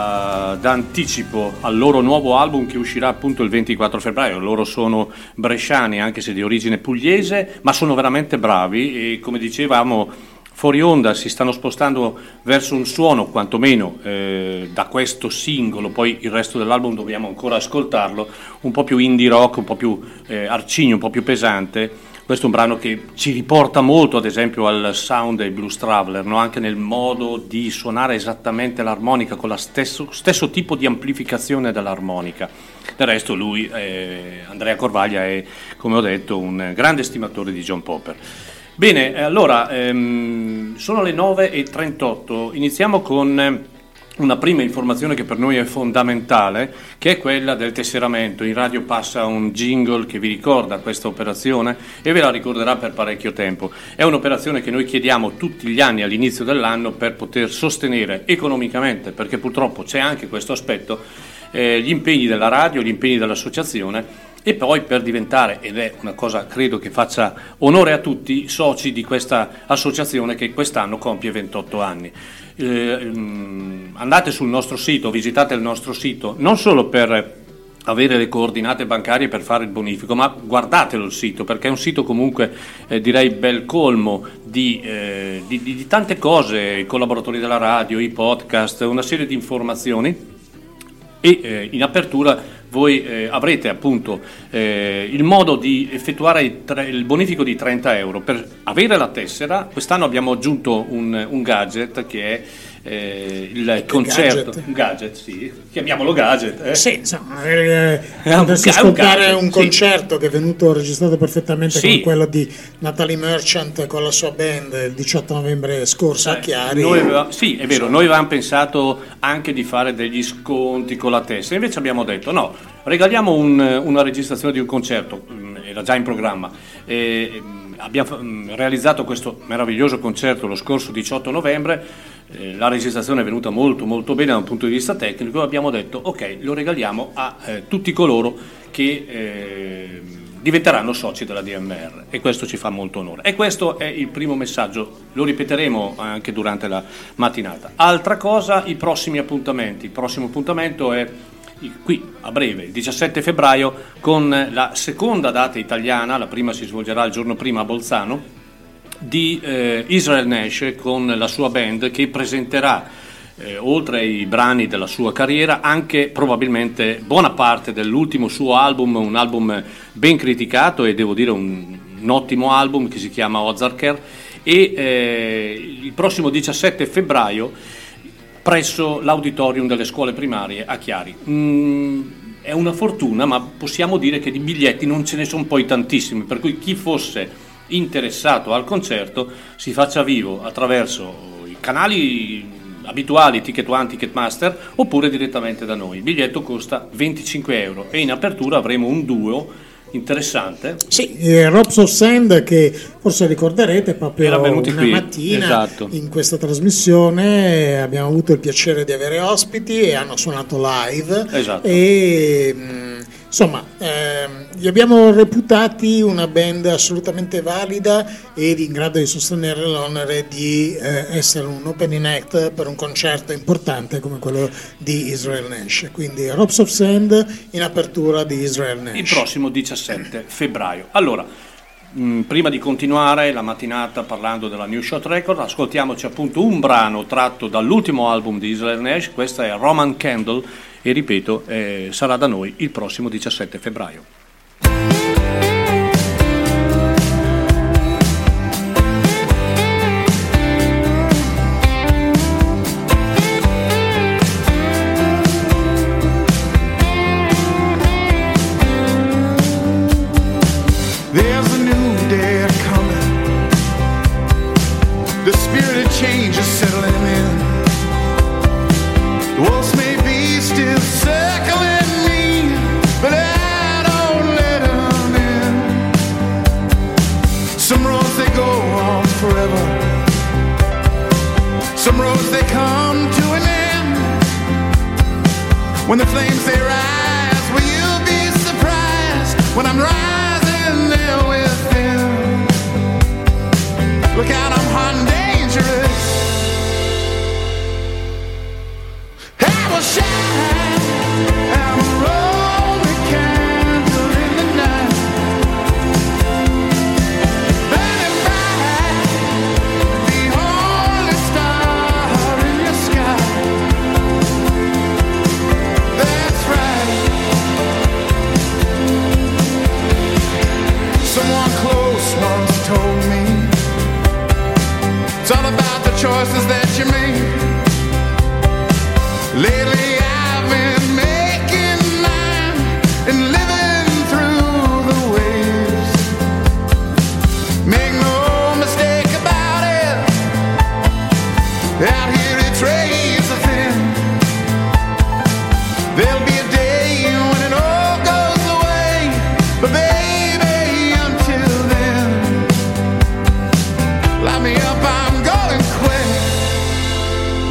da, da anticipo al loro nuovo album che uscirà appunto il ventiquattro febbraio. Loro sono bresciani anche se di origine pugliese, ma sono veramente bravi e come dicevamo fuori onda si stanno spostando verso un suono quantomeno eh, da questo singolo, poi il resto dell'album dobbiamo ancora ascoltarlo, un po' più indie rock, un po' più eh, arcigno, un po' più pesante. Questo è un brano che ci riporta molto ad esempio al sound dei Blues Traveler, no? Anche nel modo di suonare esattamente l'armonica con lo stesso, stesso tipo di amplificazione dell'armonica. Del resto lui, eh, Andrea Corvaglia, è come ho detto un grande stimatore di John Popper. Bene, allora ehm, sono le nove e trentotto, iniziamo con una prima informazione che per noi è fondamentale, che è quella del tesseramento. In radio passa un jingle che vi ricorda questa operazione e ve la ricorderà per parecchio tempo. È un'operazione che noi chiediamo tutti gli anni all'inizio dell'anno per poter sostenere economicamente, perché purtroppo c'è anche questo aspetto, eh, gli impegni della radio, gli impegni dell'associazione, e poi per diventare, ed è una cosa credo che faccia onore a tutti, soci di questa associazione che quest'anno compie ventotto anni. Eh, andate sul nostro sito, visitate il nostro sito, non solo per avere le coordinate bancarie per fare il bonifico, ma guardatelo il sito, perché è un sito comunque eh, direi bel colmo di, eh, di, di, di tante cose, i collaboratori della radio, i podcast, una serie di informazioni. E eh, in apertura voi eh, avrete appunto eh, il modo di effettuare il, tre, il bonifico di trenta euro. Per avere la tessera quest'anno abbiamo aggiunto un, un gadget che è eh, il concerto, gadget. un gadget, sì, chiamiamolo gadget. Eh. Sì, insomma, eh, potersi ascoltare un, gadget, un concerto sì. Che è venuto registrato perfettamente sì. Con quello di Natalie Merchant con la sua band il diciotto novembre scorso eh, a Chiari. Noi aveva, sì, è vero, noi avevamo pensato anche di fare degli sconti con la tessera, invece abbiamo detto no, regaliamo un, una registrazione di un concerto, era già in programma. E, abbiamo realizzato questo meraviglioso concerto lo scorso diciotto novembre, eh, la registrazione è venuta molto molto bene da un punto di vista tecnico, abbiamo detto ok, lo regaliamo a eh, tutti coloro che eh, diventeranno soci della D M R e questo ci fa molto onore. E questo è il primo messaggio, lo ripeteremo anche durante la mattinata. Altra cosa, i prossimi appuntamenti. Il prossimo appuntamento è qui a breve, il diciassette febbraio, con la seconda data italiana, la prima si svolgerà il giorno prima a Bolzano, di eh, Israel Nash con la sua band che presenterà eh, oltre ai brani della sua carriera, anche probabilmente buona parte dell'ultimo suo album, un album ben criticato e devo dire un, un ottimo album che si chiama Ozarker, e eh, il prossimo diciassette febbraio presso l'auditorium delle scuole primarie a Chiari. Mm, è una fortuna, ma possiamo dire che di biglietti non ce ne sono poi tantissimi, per cui chi fosse interessato al concerto si faccia vivo attraverso i canali abituali, Ticket One, Ticketmaster, oppure direttamente da noi. Il biglietto costa venticinque euro e in apertura avremo un duo interessante. Sì, eh, Ropes of Sand, che forse ricorderete proprio Era venuti una qui, mattina, esatto, in questa trasmissione abbiamo avuto il piacere di avere ospiti e hanno suonato live, esatto, e mh, insomma ehm, li abbiamo reputati una band assolutamente valida ed in grado di sostenere l'onere di eh, essere un opening act per un concerto importante come quello di Israel Nash. Quindi Ropes of Sand in apertura di Israel Nash il prossimo diciassette febbraio. Allora, mh, prima di continuare la mattinata parlando della New Shot Record, ascoltiamoci appunto un brano tratto dall'ultimo album di Israel Nash. Questa è Roman Candle e ripeto, eh, sarà da noi il prossimo diciassette febbraio. There's a new day coming. The spirit of change is settling in. The wolves may be still circling me, but I don't let them in. Some roads they go on forever. Some roads they come to an end. When the flames they rise, will you be surprised when I'm rising there with them? Look out, I'm hot and dangerous. I will shine, I'm a Roman candle in the night, burning bright, the only star in your sky. That's right. Someone close once told me it's all about the choices that you make. Lately I've been making mine and living through the waves. Make no mistake about it, out here it's razor thin. There'll be a day when it all goes away, but baby, until then, light me up, I'm going quick.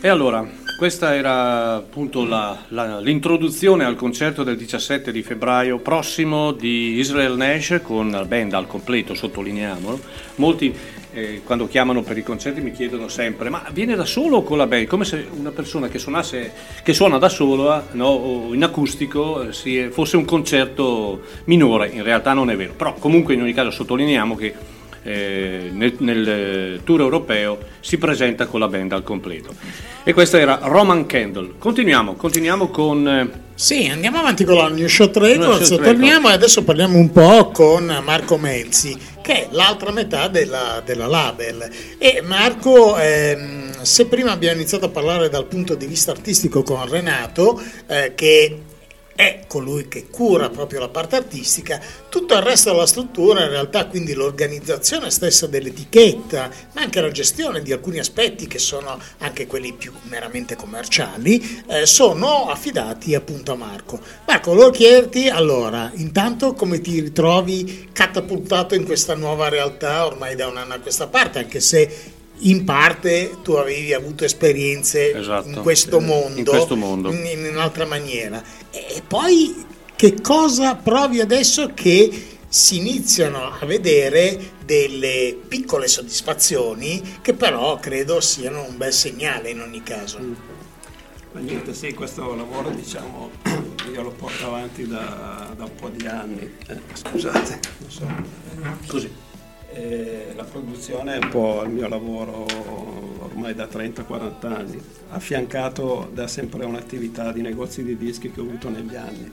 allora, questa era appunto la, la, l'introduzione al concerto del diciassette di febbraio prossimo di Israel Nash con la band al completo, sottolineiamolo. Molti eh, quando chiamano per i concerti mi chiedono sempre: ma viene da solo o con la band? Come se una persona che suonasse, che suona da sola, no, o in acustico, si, fosse un concerto minore. In realtà non è vero, però comunque in ogni caso sottolineiamo che Eh, nel, nel tour europeo si presenta con la band al completo. E questo era Roman Candle. Continuiamo, continuiamo con eh, sì, andiamo avanti con la New Shot Records, Shot torniamo e adesso parliamo un po' con Marco Melzi, che è l'altra metà della, della label. E Marco, ehm, se prima abbiamo iniziato a parlare dal punto di vista artistico con Renato, eh, che è colui che cura proprio la parte artistica, tutto il resto della struttura, in realtà, quindi l'organizzazione stessa dell'etichetta, ma anche la gestione di alcuni aspetti che sono anche quelli più meramente commerciali, eh, sono affidati appunto a Marco. Marco, volevo chiederti allora, intanto come ti ritrovi catapultato in questa nuova realtà ormai da un anno a questa parte, anche se in parte tu avevi avuto esperienze esatto, in questo mondo, in, questo mondo. in, in un'altra maniera. E poi che cosa provi adesso che si iniziano a vedere delle piccole soddisfazioni che però credo siano un bel segnale in ogni caso? Ma niente, sì, questo lavoro diciamo io lo porto avanti da, da un po' di anni. Eh, scusate, non so. Così. E la produzione è un po' il mio lavoro ormai da trenta quaranta anni, affiancato da sempre un'attività di negozi di dischi che ho avuto negli anni.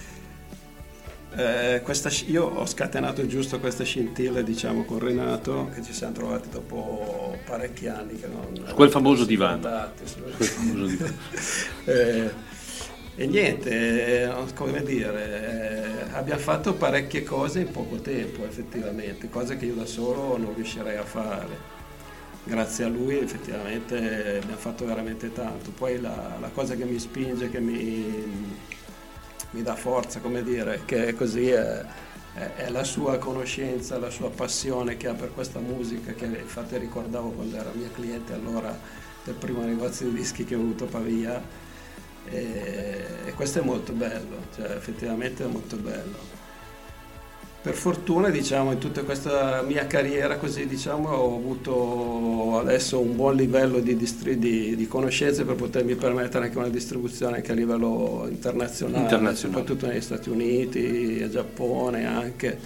Eh, questa, io ho scatenato giusto questa scintilla diciamo con Renato, che ci siamo trovati dopo parecchi anni che non quel famoso divano, quel famoso divano. eh, E niente, come dire, eh, abbiamo fatto parecchie cose in poco tempo effettivamente, cose che io da solo non riuscirei a fare. Grazie a lui effettivamente abbiamo fatto veramente tanto. Poi la, la cosa che mi spinge, che mi, mi dà forza, come dire, che così è, è, è la sua conoscenza, la sua passione che ha per questa musica, che infatti ricordavo quando era mia cliente allora del primo negozio di dischi che ho avuto a Pavia. E questo è molto bello, cioè effettivamente è molto bello. Per fortuna diciamo in tutta questa mia carriera così diciamo ho avuto adesso un buon livello di, distri- di, di conoscenze per potermi permettere anche una distribuzione anche a livello internazionale, internazionale. Soprattutto negli Stati Uniti, in Giappone anche,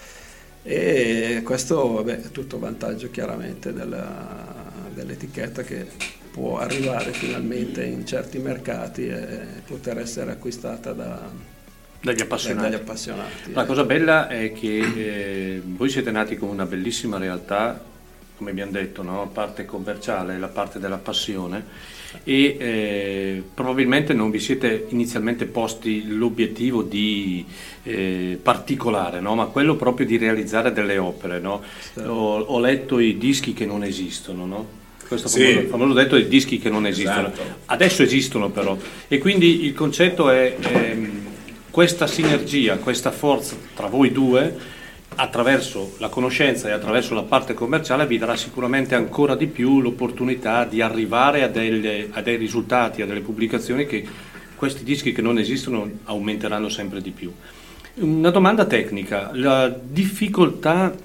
e questo vabbè, è tutto vantaggio chiaramente della, dell'etichetta che può arrivare finalmente in certi mercati e poter essere acquistata da, dagli, appassionati. dagli appassionati. La cosa bella è che eh, voi siete nati con una bellissima realtà, come abbiamo detto, no? La parte commerciale, la parte della passione, e eh, probabilmente non vi siete inizialmente posti l'obiettivo di eh, particolare, no? Ma quello proprio di realizzare delle opere, no? Sì. Ho, ho letto i dischi che non esistono, no? Questo famoso, sì. famoso detto dei dischi che non esistono, esatto. Adesso esistono però, e quindi il concetto è ehm, questa sinergia, questa forza tra voi due attraverso la conoscenza e attraverso la parte commerciale vi darà sicuramente ancora di più l'opportunità di arrivare a, delle, a dei risultati, a delle pubblicazioni che questi dischi che non esistono aumenteranno sempre di più. Una domanda tecnica: la difficoltà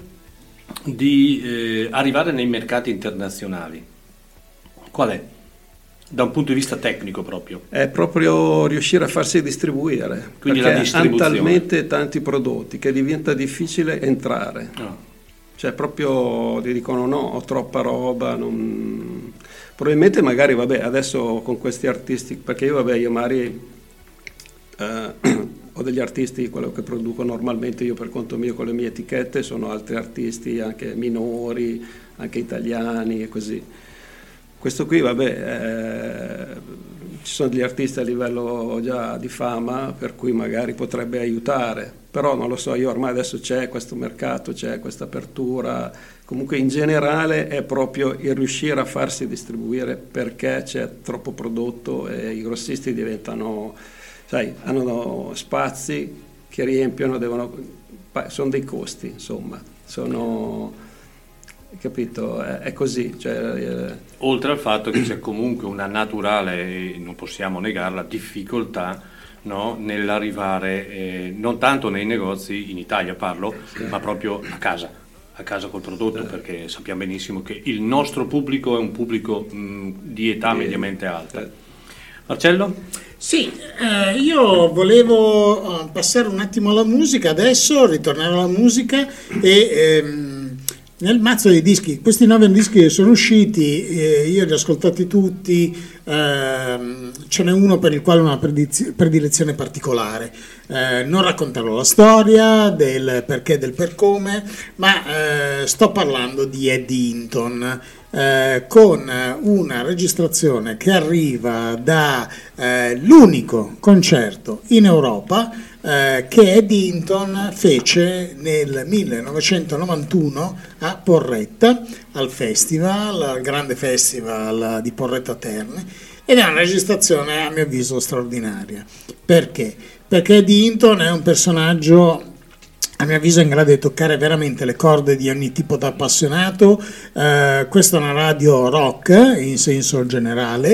di eh, arrivare nei mercati internazionali qual è? Da un punto di vista tecnico proprio? È proprio riuscire a farsi distribuire. Quindi perché la distribuzione. hanno talmente tanti prodotti che diventa difficile entrare. No. Cioè proprio ti dicono no, ho troppa roba, non... probabilmente magari vabbè adesso con questi artisti, perché io vabbè io magari eh, ho degli artisti, quello che produco normalmente io per conto mio con le mie etichette, sono altri artisti anche minori, anche italiani e così. Questo qui, vabbè, eh, ci sono degli artisti a livello già di fama, per cui magari potrebbe aiutare, però non lo so, io ormai adesso c'è questo mercato, c'è questa apertura, comunque in generale è proprio il riuscire a farsi distribuire perché c'è troppo prodotto e i grossisti diventano, sai, hanno spazi che riempiono, devono, sono dei costi, insomma, sono... capito? È, è così. Cioè, eh... Oltre al fatto che c'è comunque una naturale, e non possiamo negarla, difficoltà, no, nell'arrivare, eh, non tanto nei negozi, in Italia parlo, ma proprio a casa, a casa col prodotto, perché sappiamo benissimo che il nostro pubblico è un pubblico mh, di età mediamente alta. Marcello? Sì, eh, io volevo uh, passare un attimo alla musica adesso, ritornare alla musica e ehm, nel mazzo dei dischi, questi nove dischi che sono usciti, eh, io li ho ascoltati tutti, ehm, ce n'è uno per il quale ho una prediz- predilezione particolare. Eh, non racconterò la storia del perché e del per come, ma eh, sto parlando di Eddie Hinton. Eh, con una registrazione che arriva da eh, l'unico concerto in Europa eh, che Eddie Hinton fece nel millenovecentonovantuno a Porretta, al festival, al grande festival di Porretta Terme, ed è una registrazione a mio avviso straordinaria. Perché? Perché Eddie Hinton è un personaggio a mio avviso è in grado di toccare veramente le corde di ogni tipo da appassionato. Eh, questa è una radio rock in senso generale,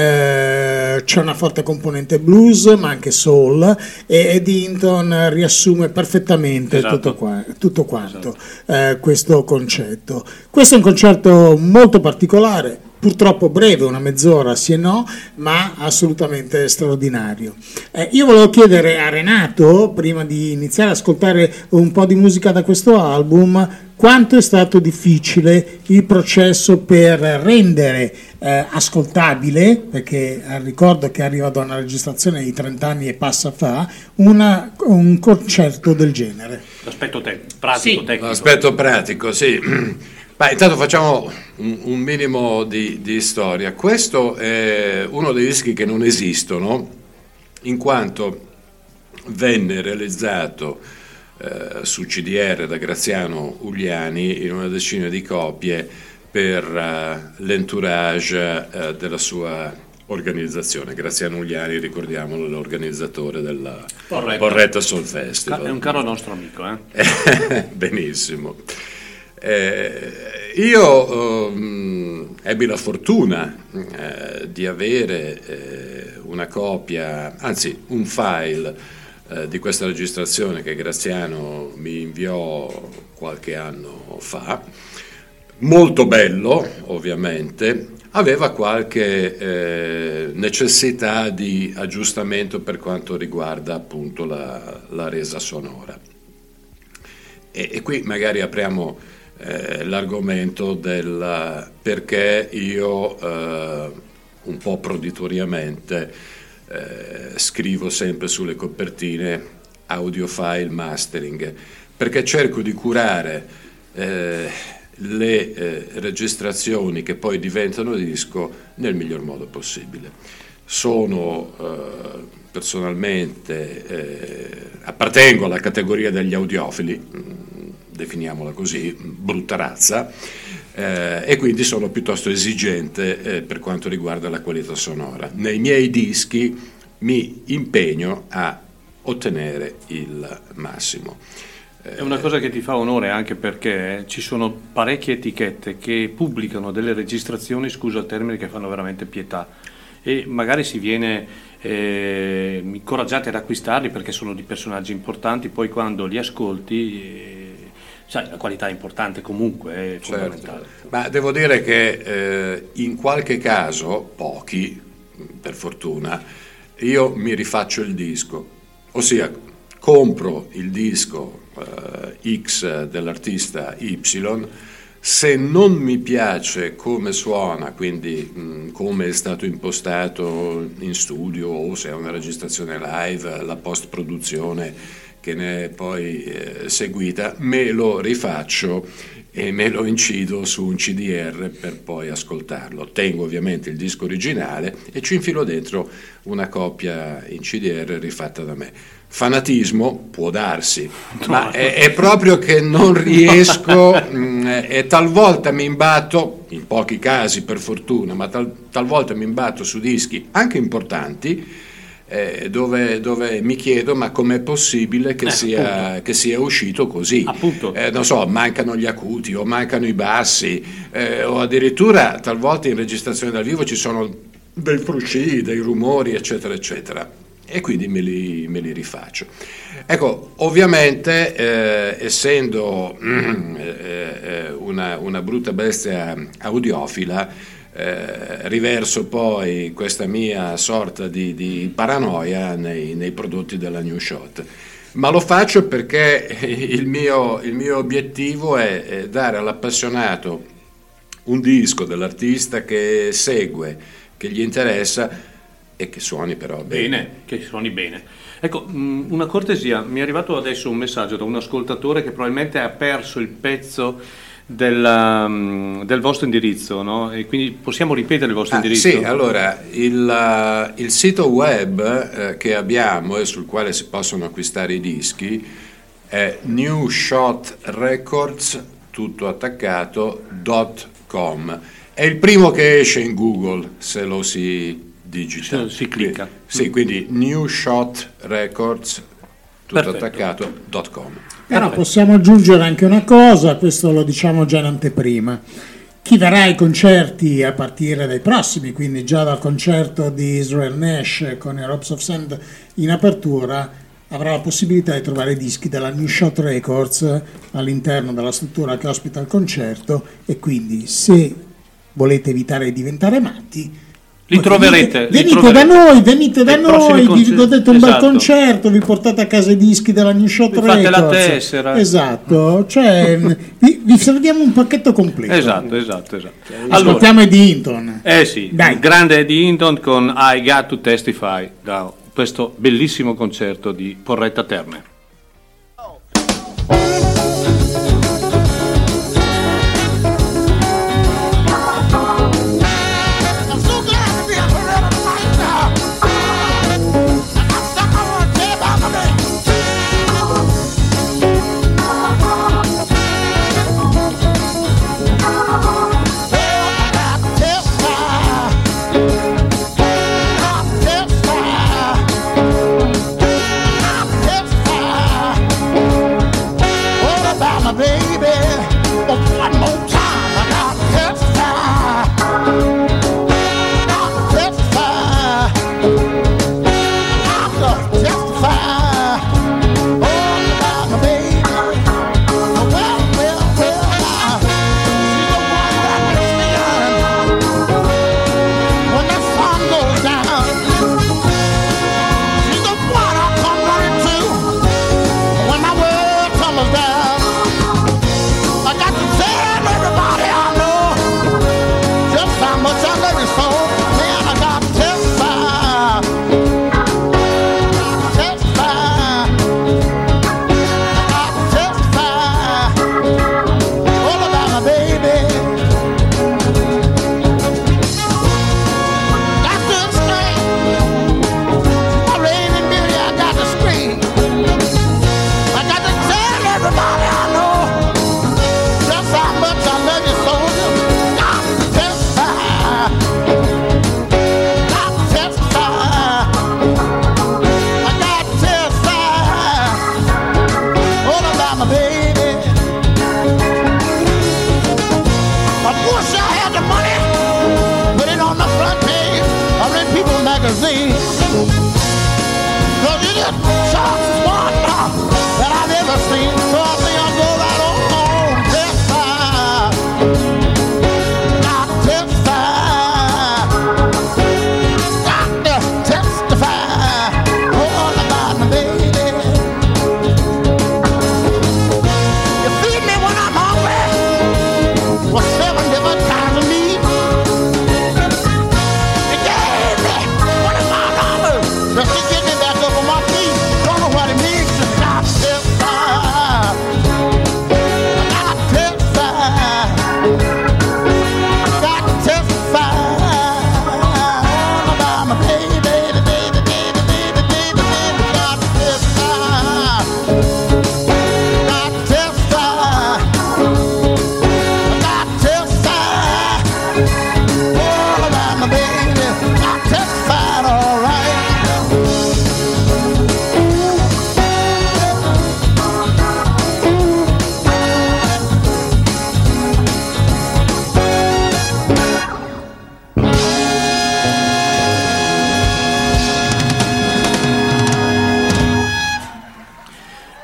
eh, c'è una forte componente blues ma anche soul, e Eddie Hinton riassume perfettamente esatto. tutto, qua, tutto quanto esatto. eh, questo concetto. Questo è un concerto molto particolare, purtroppo breve, una mezz'ora sì e no, ma assolutamente straordinario. Eh, io volevo chiedere a Renato, prima di iniziare ad ascoltare un po' di musica da questo album, quanto è stato difficile il processo per rendere eh, ascoltabile, perché eh, ricordo che arriva da una registrazione di trenta anni e passa fa, una, un concerto del genere. L'aspetto te- pratico, sì, tecnico. L'aspetto pratico, sì. Beh, intanto facciamo un, un minimo di, di storia. Questo è uno dei dischi che non esistono, in quanto venne realizzato eh, su C D R da Graziano Ugliani in una decina di copie per uh, l'entourage uh, della sua organizzazione. Graziano Ugliani, ricordiamolo, l'organizzatore della Porretta, Porretta Soul Festival. È un caro nostro amico, eh? Benissimo. Eh, io um, ebbi la fortuna eh, di avere eh, una copia, anzi un file eh, di questa registrazione che Graziano mi inviò qualche anno fa, molto bello ovviamente, aveva qualche eh, necessità di aggiustamento per quanto riguarda appunto la, la resa sonora. E, e qui magari apriamo Eh, l'argomento del perché io eh, un po' proditoriamente eh, scrivo sempre sulle copertine audiofile mastering, perché cerco di curare eh, le eh, registrazioni che poi diventano disco nel miglior modo possibile. Sono eh, personalmente eh, appartengo alla categoria degli audiofili, definiamola così, brutta razza, eh, e quindi sono piuttosto esigente eh, per quanto riguarda la qualità sonora. Nei miei dischi mi impegno a ottenere il massimo. È una cosa che ti fa onore, anche perché ci sono parecchie etichette che pubblicano delle registrazioni, scusa il termine, che fanno veramente pietà, e magari si viene eh, incoraggiati ad acquistarli perché sono di personaggi importanti, poi quando li ascolti eh, sai, la qualità è importante comunque, è fondamentale. Certo. Ma devo dire che eh, in qualche caso, pochi per fortuna, io mi rifaccio il disco, ossia compro il disco eh, X dell'artista Y, se non mi piace come suona, quindi mh, come è stato impostato in studio, o se è una registrazione live, la post-produzione che ne è poi eh, seguita, me lo rifaccio e me lo incido su un C D R per poi ascoltarlo. Tengo ovviamente il disco originale e ci infilo dentro una copia in C D R rifatta da me. Fanatismo può darsi, ma è, è proprio che non riesco mh, e talvolta mi imbatto, in pochi casi per fortuna, ma tal, talvolta mi imbatto su dischi anche importanti eh, dove, dove mi chiedo ma com'è possibile che, Eh, sia, che sia uscito così. Appunto. Eh, non so, mancano gli acuti o mancano i bassi, eh, o addirittura talvolta in registrazione dal vivo ci sono dei frusci, dei rumori, eccetera, eccetera. E quindi me li, me li rifaccio. Ecco, ovviamente, eh, essendo mm, eh, una, una brutta bestia audiofila, eh, riverso poi questa mia sorta di, di paranoia nei, nei prodotti della New Shot. Ma lo faccio perché il mio, il mio obiettivo è, è dare all'appassionato un disco dell'artista che segue, che gli interessa e che suoni però bene. Bene, che suoni bene. Ecco, mh, una cortesia, mi è arrivato adesso un messaggio da un ascoltatore che probabilmente ha perso il pezzo del, um, del vostro indirizzo, no? E quindi possiamo ripetere il vostro Ah, indirizzo? sì, allora, il, uh, il sito web eh, che abbiamo e sul quale si possono acquistare i dischi è new shot records, tutto attaccato, dot com. È il primo che esce in Google se lo si digita. Si, si clicca. Sì, quindi new shot records, tutto Perfetto. attaccato, dot com. Però possiamo aggiungere anche una cosa, questo lo diciamo già in anteprima. Chi verrà ai concerti a partire dai prossimi, quindi già dal concerto di Israel Nash con i Ropes of Sand in apertura, avrà la possibilità di trovare dischi della New Shot Records all'interno della struttura che ospita il concerto, e quindi se volete evitare di diventare matti, Li troverete. Venite, li venite troverete. da noi, venite da Ai prossimi noi, vi concerti. godete un bel Esatto. concerto, vi portate a casa i dischi della New Shot Vi Records. fate la tessera. Esatto, cioè vi, vi serviamo un pacchetto completo. Esatto, esatto, esatto. Allora, Ascoltiamo Eddie Hinton. eh sì, Dai. il grande Eddie Hinton con I Got to Testify da questo bellissimo concerto di Porretta Terme. I'm so glad to be up here tonight now. I'm stuck on one day about my baby. Well, I got to testify. Got to testify. Got to testify.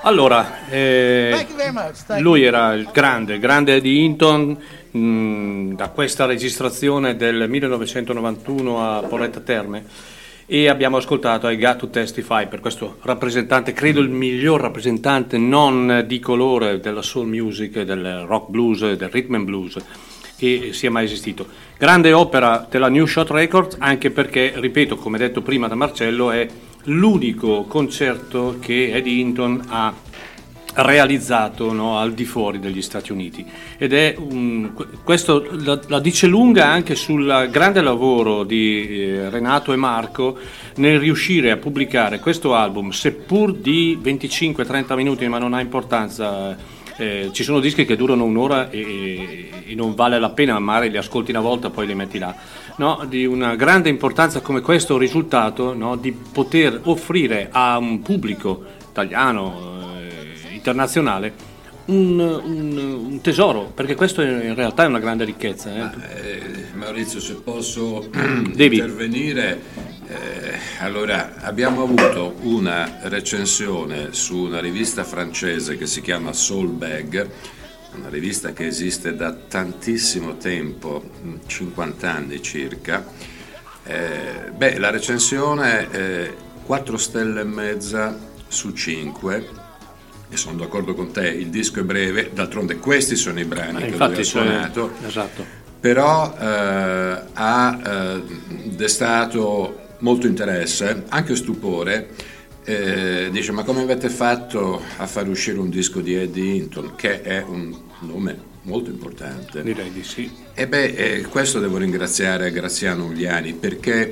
Allora, eh, lui era il grande, grande Eddie Hinton, mh, da questa registrazione del millenovecentonovantuno a Porretta Terme, e abbiamo ascoltato I Got to Testify, per questo rappresentante, credo il miglior rappresentante non di colore della soul music, del rock blues, del rhythm and blues che sia mai esistito. Grande opera della New Shot Records, anche perché, ripeto, come detto prima da Marcello, è l'unico concerto che Eddie Hinton ha realizzato, no, al di fuori degli Stati Uniti, ed è un, questo la, la dice lunga anche sul grande lavoro di eh, Renato e Marco nel riuscire a pubblicare questo album, seppur di venticinque trenta minuti, ma non ha importanza. Eh, ci sono dischi che durano un'ora e, e non vale la pena, magari li ascolti una volta poi li metti là, no? Di una grande importanza come questo risultato, no? Di poter offrire a un pubblico italiano, eh, internazionale, un, un, un tesoro, perché questo in realtà è una grande ricchezza. eh. Ma, eh, Maurizio, se posso Devi. intervenire, eh, allora abbiamo avuto una recensione su una rivista francese che si chiama Soul Bag, una rivista che esiste da tantissimo tempo, cinquanta anni circa. Eh, beh, la recensione è quattro stelle e mezza su cinque. E sono d'accordo con te, il disco è breve, d'altronde questi sono i brani Eh, che infatti, lui ha suonato, cioè, esatto. però eh, ha eh, destato molto interesse, anche stupore. Eh, dice: ma come avete fatto a far uscire un disco di Eddie Hinton, che è un nome molto importante? Direi di sì. E beh, eh, questo devo ringraziare Graziano Ugliani, perché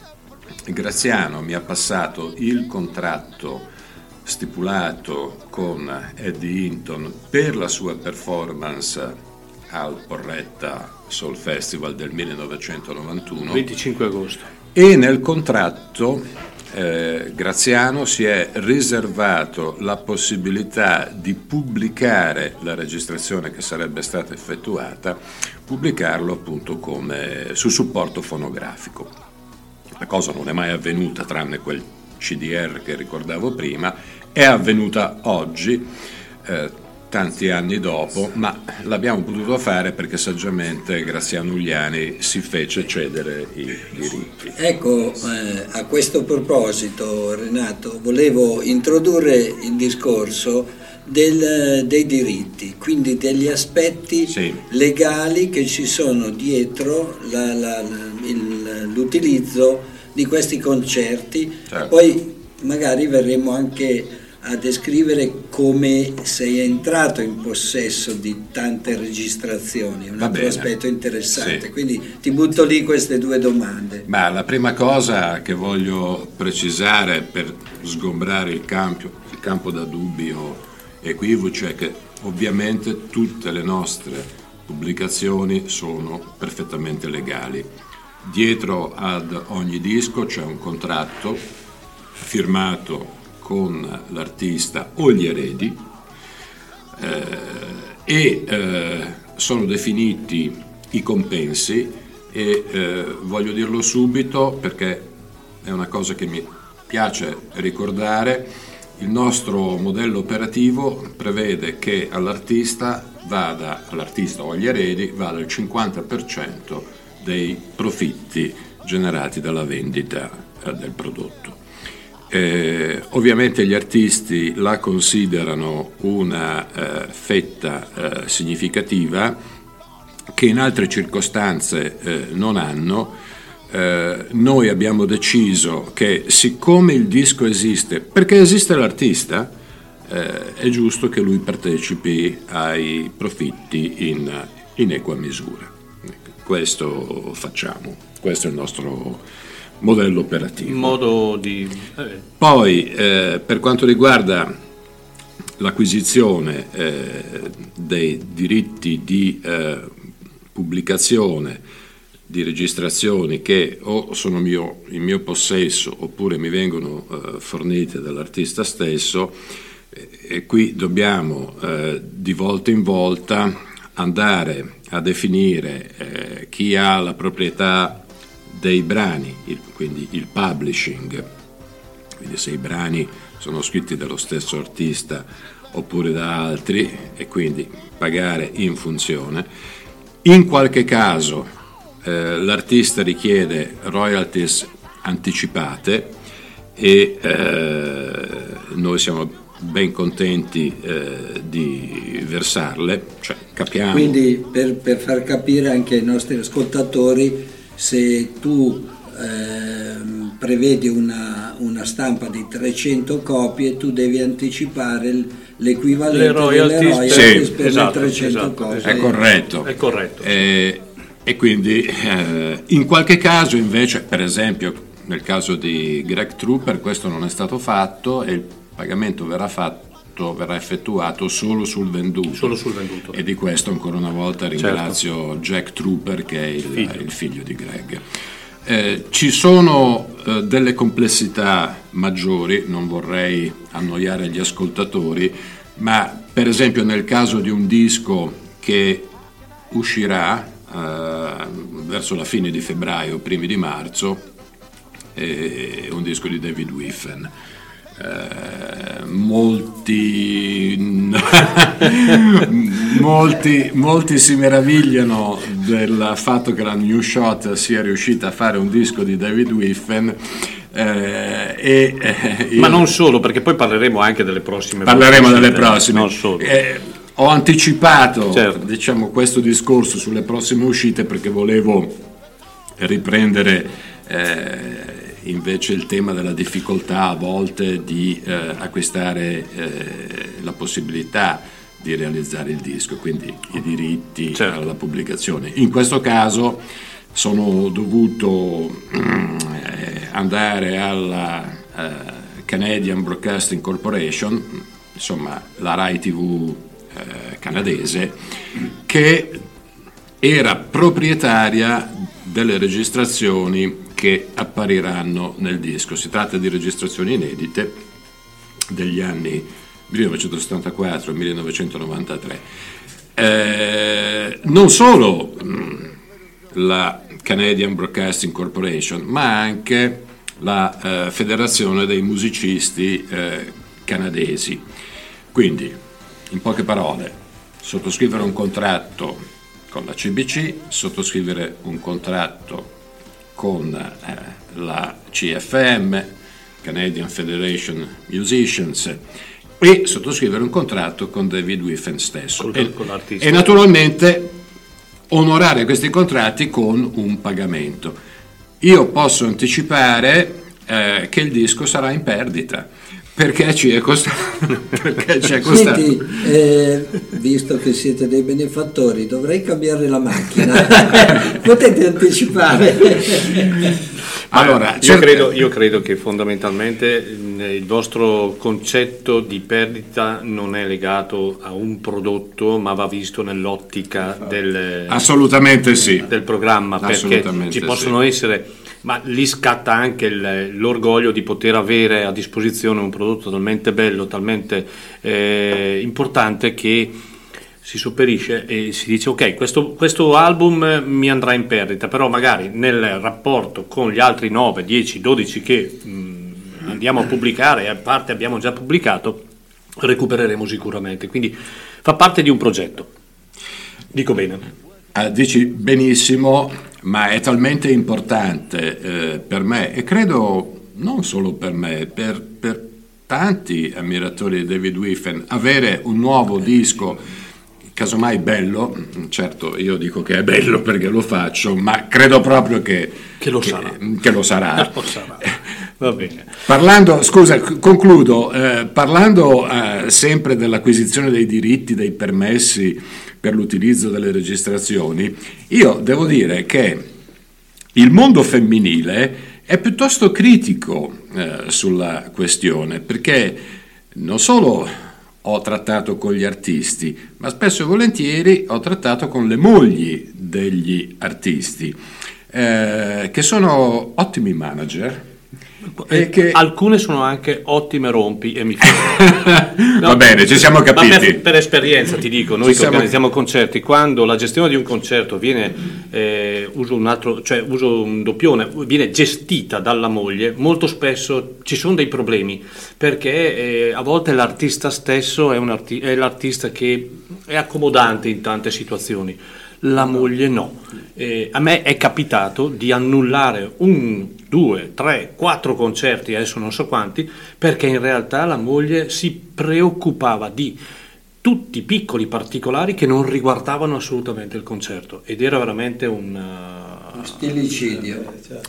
Graziano mi ha passato il contratto stipulato con Eddie Hinton per la sua performance al Porretta Soul Festival del millenovecentonovantuno, venticinque agosto, e nel contratto eh, Graziano si è riservato la possibilità di pubblicare la registrazione che sarebbe stata effettuata, pubblicarlo appunto come su supporto fonografico. La cosa non è mai avvenuta, tranne quel C D R che ricordavo prima. È avvenuta oggi, eh, tanti anni dopo, ma l'abbiamo potuto fare perché saggiamente Graziano Ugliani si fece cedere i diritti. Ecco, eh, a questo proposito, Renato, volevo introdurre il discorso del, dei diritti, quindi degli aspetti Sì. legali che ci sono dietro la, la, la, il, l'utilizzo di questi concerti. Certo. Poi magari verremo anche a descrivere come sei entrato in possesso di tante registrazioni, un Va altro bene. aspetto interessante, Sì. quindi ti butto lì queste due domande. Ma la prima cosa che voglio precisare per sgombrare il campo, il campo da dubbi o equivoci è che ovviamente tutte le nostre pubblicazioni sono perfettamente legali. Dietro ad ogni disco c'è un contratto firmato con l'artista o gli eredi eh, e eh, sono definiti i compensi e eh, voglio dirlo subito perché è una cosa che mi piace ricordare. Il nostro modello operativo prevede che all'artista vada, all'artista o agli eredi vada il cinquanta per cento dei profitti generati dalla vendita eh, del prodotto. Eh, ovviamente gli artisti la considerano una eh, fetta eh, significativa che in altre circostanze eh, non hanno. Eh, noi abbiamo deciso che siccome il disco esiste, perché esiste l'artista, eh, è giusto che lui partecipi ai profitti in, in equa misura. Questo facciamo, questo è il nostro modello operativo. Modo di... eh. Poi eh, per quanto riguarda l'acquisizione eh, dei diritti di eh, pubblicazione di registrazioni che o sono mio, in mio possesso oppure mi vengono eh, fornite dall'artista stesso, eh, e qui dobbiamo eh, di volta in volta andare a definire eh, chi ha la proprietà dei brani, il, quindi il publishing, quindi se i brani sono scritti dallo stesso artista oppure da altri, e quindi pagare in funzione. In qualche caso eh, l'artista richiede royalties anticipate e eh, noi siamo ben contenti eh, di versarle, cioè capiamo. Quindi per, per far capire anche ai nostri ascoltatori, se tu eh, prevedi una, una stampa di trecento copie, tu devi anticipare il, l'equivalente Le royalties, delle royalties sì, per esatto, le trecento esatto, copie. È corretto. È corretto. Eh, e quindi eh, in qualche caso invece, per esempio nel caso di Greg Trooper, questo non è stato fatto e il pagamento verrà fatto, verrà effettuato solo sul venduto. Solo sul venduto. E di questo ancora una volta ringrazio certo. Jack Trooper, che è il figlio, il figlio di Greg. Eh, ci sono eh, delle complessità maggiori, non vorrei annoiare gli ascoltatori, ma per esempio nel caso di un disco che uscirà eh, verso la fine di febbraio, primi di marzo, eh, un disco di David Wiffen. Eh, molti, molti molti si meravigliano del fatto che la New Shot sia riuscita a fare un disco di David Wiffen, eh, e, eh, ma non solo, perché poi parleremo anche delle prossime parleremo delle prossime non solo. Eh, ho anticipato certo. diciamo questo discorso sulle prossime uscite perché volevo riprendere eh, invece il tema della difficoltà a volte di eh, acquistare eh, la possibilità di realizzare il disco, quindi i diritti certo. alla pubblicazione. In questo caso sono dovuto eh, andare alla eh, Canadian Broadcasting Corporation, insomma la Rai tivù eh, canadese, che era proprietaria delle registrazioni che appariranno nel disco. Si tratta di registrazioni inedite degli anni millenovecentosettantaquattro e millenovecentonovantatré. Eh, non solo mh, la Canadian Broadcasting Corporation, ma anche la eh, Federazione dei musicisti eh, canadesi. Quindi, in poche parole, sottoscrivere un contratto con la C B C, sottoscrivere un contratto con eh, la C F M, Canadian Federation Musicians, e sottoscrivere un contratto con David Wiffen stesso. Con, e, con e naturalmente onorare questi contratti con un pagamento. Io posso anticipare eh, che il disco sarà in perdita, perché ci è costato. Perché ci è costato. Senti, eh, visto che siete dei benefattori, dovrei cambiare la macchina. Potete anticipare. Allora, io, certo. credo, io credo che fondamentalmente il vostro concetto di perdita non è legato a un prodotto, ma va visto nell'ottica del, assolutamente sì. del programma, perché ci possono sì. essere, ma lì scatta anche il, l'orgoglio di poter avere a disposizione un prodotto talmente bello, talmente eh, importante, che si sopperisce e si dice ok, questo, questo album mi andrà in perdita, però magari nel rapporto con gli altri nove, dieci, dodici che mh, andiamo a pubblicare, e a parte abbiamo già pubblicato, recupereremo sicuramente, quindi fa parte di un progetto. Dico bene? Ah, dici benissimo, ma è talmente importante eh, per me, e credo non solo per me, per, per tanti ammiratori di David Wiffen, avere un nuovo disco, casomai bello, certo io dico che è bello perché lo faccio, ma credo proprio che, che lo che, sarà. Che lo sarà. Lo sarà. Va bene. Parlando, scusa, concludo, eh, parlando eh, sempre dell'acquisizione dei diritti, dei permessi per l'utilizzo delle registrazioni, io devo dire che il mondo femminile è piuttosto critico eh, sulla questione, perché non solo ho trattato con gli artisti, ma spesso e volentieri ho trattato con le mogli degli artisti, eh, che sono ottimi manager E che... Alcune sono anche ottime rompi e mi no, va bene, ci siamo capiti. Ma per, per esperienza ti dico, noi ci che siamo... organizziamo concerti, quando la gestione di un concerto viene eh, uso un altro, cioè uso un doppione, viene gestita dalla moglie, molto spesso ci sono dei problemi, perché eh, a volte l'artista stesso è, un arti- è l'artista che è accomodante in tante situazioni. La moglie no. Eh, a me è capitato di annullare un, due, tre, quattro concerti, adesso non so quanti, perché in realtà la moglie si preoccupava di tutti i piccoli particolari che non riguardavano assolutamente il concerto, ed era veramente un... Uh, stillicidio.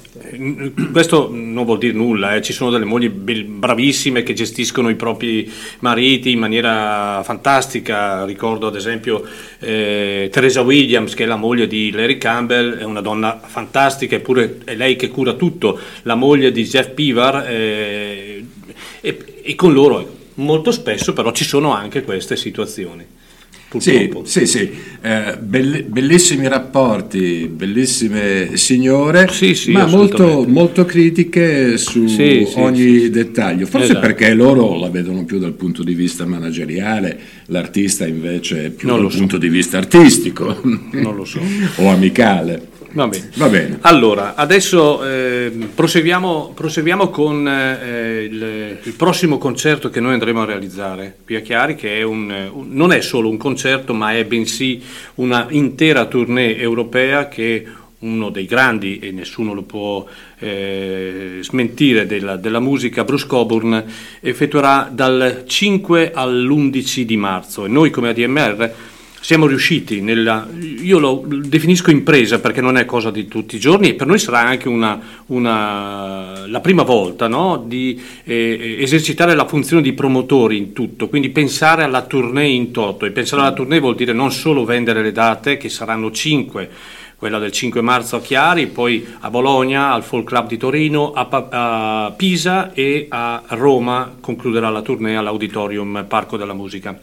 Questo non vuol dire nulla, eh. Ci sono delle mogli bravissime che gestiscono i propri mariti in maniera fantastica. Ricordo ad esempio eh, Teresa Williams, che è la moglie di Larry Campbell, è una donna fantastica, eppure è lei che cura tutto. La moglie di Jeff Pivar eh, e, e con loro molto spesso però ci sono anche queste situazioni. Sì, sì, sì. Eh, belli, bellissimi rapporti, bellissime signore, sì, sì, ma molto, molto critiche su sì, sì, ogni sì, dettaglio, forse esatto. Perché loro la vedono più dal punto di vista manageriale, l'artista invece più non dal so. punto di vista artistico, non lo so, o amicale. Va bene. Va bene. Allora, adesso eh, proseguiamo, proseguiamo con eh, il, il prossimo concerto che noi andremo a realizzare qui a Chiari, che è un, un, non è solo un concerto, ma è bensì una intera tournée europea che uno dei grandi, e nessuno lo può eh, smentire, della, della musica, Bruce Cockburn, effettuerà dal cinque all'undici di marzo, e noi come A D M R siamo riusciti nella, io lo definisco impresa perché non è cosa di tutti i giorni, e per noi sarà anche una, una, la prima volta, no? Di eh, esercitare la funzione di promotori in tutto, quindi pensare alla tournée in toto, e pensare alla tournée vuol dire non solo vendere le date, che saranno cinque, quella del cinque marzo a Chiari, poi a Bologna, al Folk Club di Torino, a, pa- a Pisa, e a Roma concluderà la tournée all'Auditorium Parco della Musica.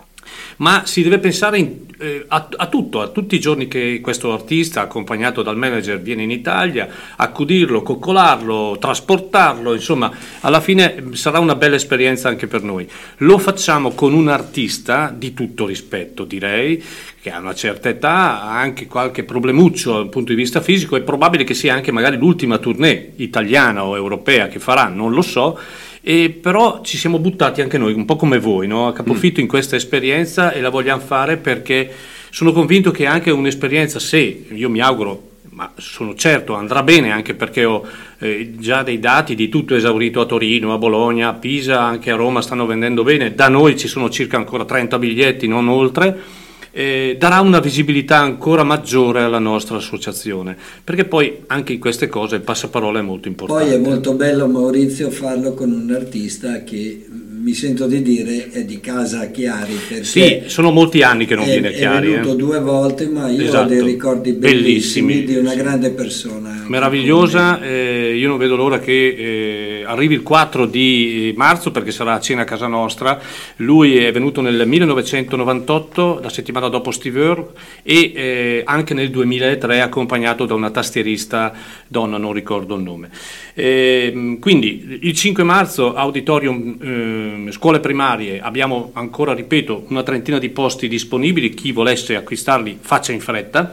Ma si deve pensare in, eh, a, a tutto, a tutti i giorni che questo artista, accompagnato dal manager, viene in Italia, accudirlo, coccolarlo, trasportarlo, insomma, alla fine sarà una bella esperienza anche per noi. Lo facciamo con un artista di tutto rispetto, direi, che ha una certa età, ha anche qualche problemuccio dal punto di vista fisico, è probabile che sia anche magari l'ultima tournée italiana o europea che farà, non lo so. E però ci siamo buttati anche noi, un po' come voi, no? A capofitto in questa esperienza, e la vogliamo fare perché sono convinto che anche un'esperienza, se io mi auguro, ma sono certo andrà bene, anche perché ho eh, già dei dati di tutto esaurito a Torino, a Bologna, a Pisa, anche a Roma stanno vendendo bene, da noi ci sono circa ancora trenta biglietti, non oltre. Eh, darà una visibilità ancora maggiore alla nostra associazione, perché poi anche in queste cose il passaparola è molto importante. Poi è molto bello, Maurizio, farlo con un artista che mi sento di dire è di casa a Chiari, perché sì, sono molti anni che non è, viene a Chiari, è venuto eh. due volte, ma io esatto. ho dei ricordi bellissimi, bellissimi di una grande persona, meravigliosa. Eh, io non vedo l'ora che eh, arrivi il quattro di marzo, perché sarà a cena a casa nostra. Lui è venuto nel millenovecentonovantotto, la settimana dopo Steve Earle, e eh, anche nel duemilatré accompagnato da una tastierista donna, non ricordo il nome. Eh, quindi il cinque marzo, auditorium eh, scuole primarie, abbiamo ancora, ripeto, una trentina di posti disponibili, chi volesse acquistarli faccia in fretta,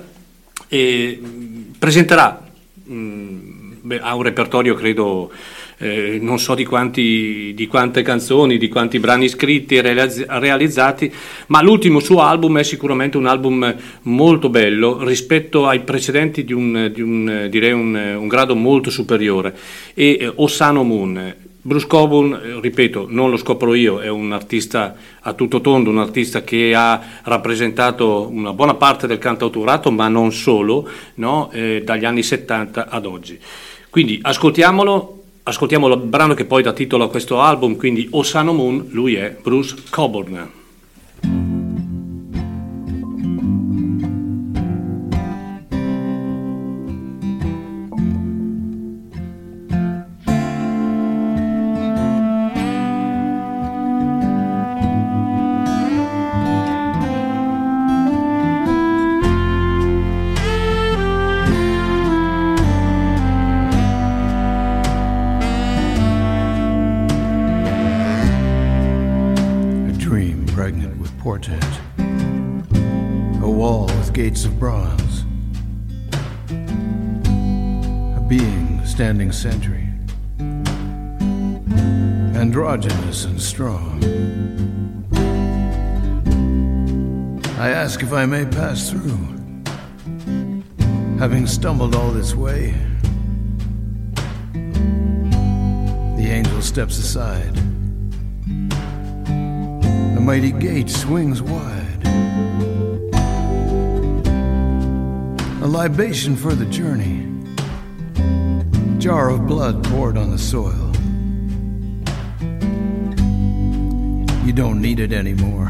e presenterà mh, beh, ha un repertorio, credo, eh, non so di quanti, di quante canzoni, di quanti brani scritti e realizz- realizzati, ma l'ultimo suo album è sicuramente un album molto bello rispetto ai precedenti, di un, di un direi un, un grado molto superiore. E eh, Ossano Moon, Bruce Cockburn, ripeto, non lo scopro io, è un artista a tutto tondo, un artista che ha rappresentato una buona parte del cantautorato, ma non solo, no? eh, dagli anni settanta ad oggi. Quindi ascoltiamolo, ascoltiamo il brano che poi dà titolo a questo album, quindi Ossano Moon, lui è Bruce Cockburn. pregnant with portent. A wall with gates of bronze. A being standing sentry. Androgynous and strong. I ask if I may pass through. Having stumbled all this way, the angel steps aside. The mighty gate swings wide. A libation for the journey. Jar of blood poured on the soil. You don't need it anymore.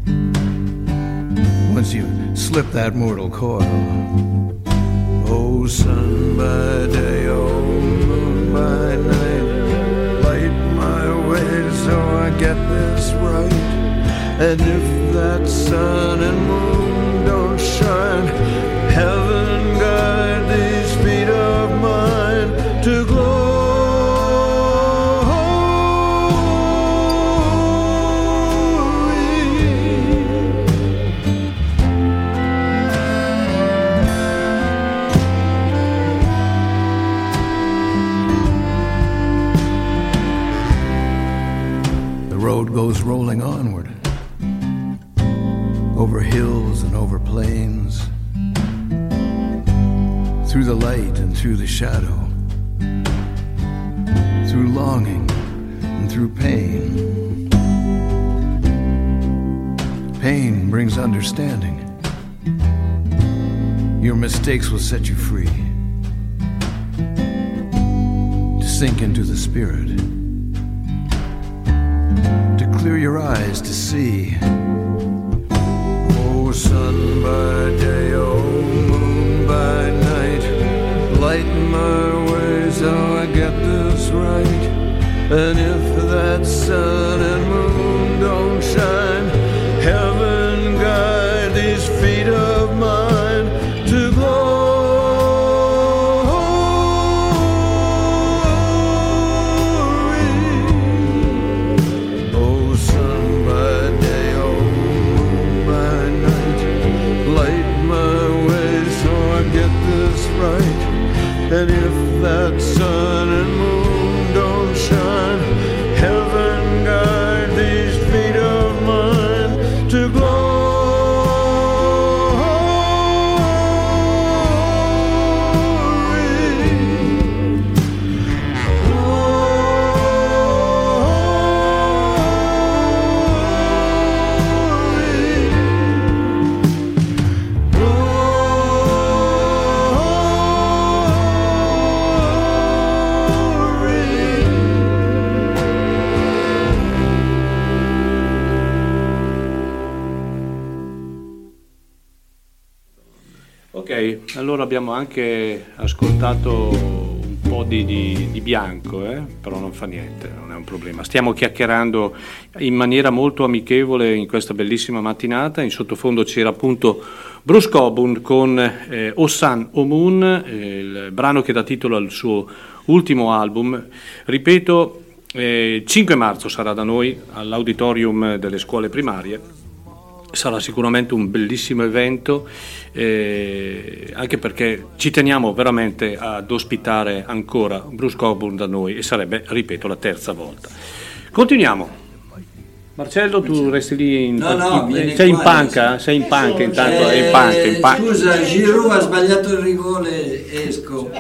Once you slip that mortal coil. Oh, sun by day, oh, moon by night, light my way so I get this right. And if that sun and moon don't shine, heaven guide these feet of mine to glory. Goes rolling onward, over hills and over plains, through the light and through the shadow, through longing and through pain. Pain brings understanding. Your mistakes will set you free, to sink into the spirit, clear your eyes to see. Oh, sun by day, oh, moon by night, light my way so I get this right. And if that sun and moon don't shine, heaven guide these feet of mine to glory. And if that sun and moon don't shine, heaven guide these feet of mine to glory. Allora abbiamo anche ascoltato un po' di, di, di Bianco, eh? Però non fa niente, non è un problema. Stiamo chiacchierando in maniera molto amichevole in questa bellissima mattinata. In sottofondo c'era appunto Bruce Cockburn con eh, O Sun O Moon, eh, il brano che dà titolo al suo ultimo album. Ripeto, eh, cinque marzo sarà da noi all'auditorium delle scuole primarie. Sarà sicuramente un bellissimo evento, eh, anche perché ci teniamo veramente ad ospitare ancora Bruce Cockburn da noi e sarebbe, ripeto, la terza volta. Continuiamo. Marcello, tu resti lì in, no, no, in, sei in panca? Sei in panca intanto, è in panca, in panca. Scusa, Giroud ha sbagliato il rigore, esco.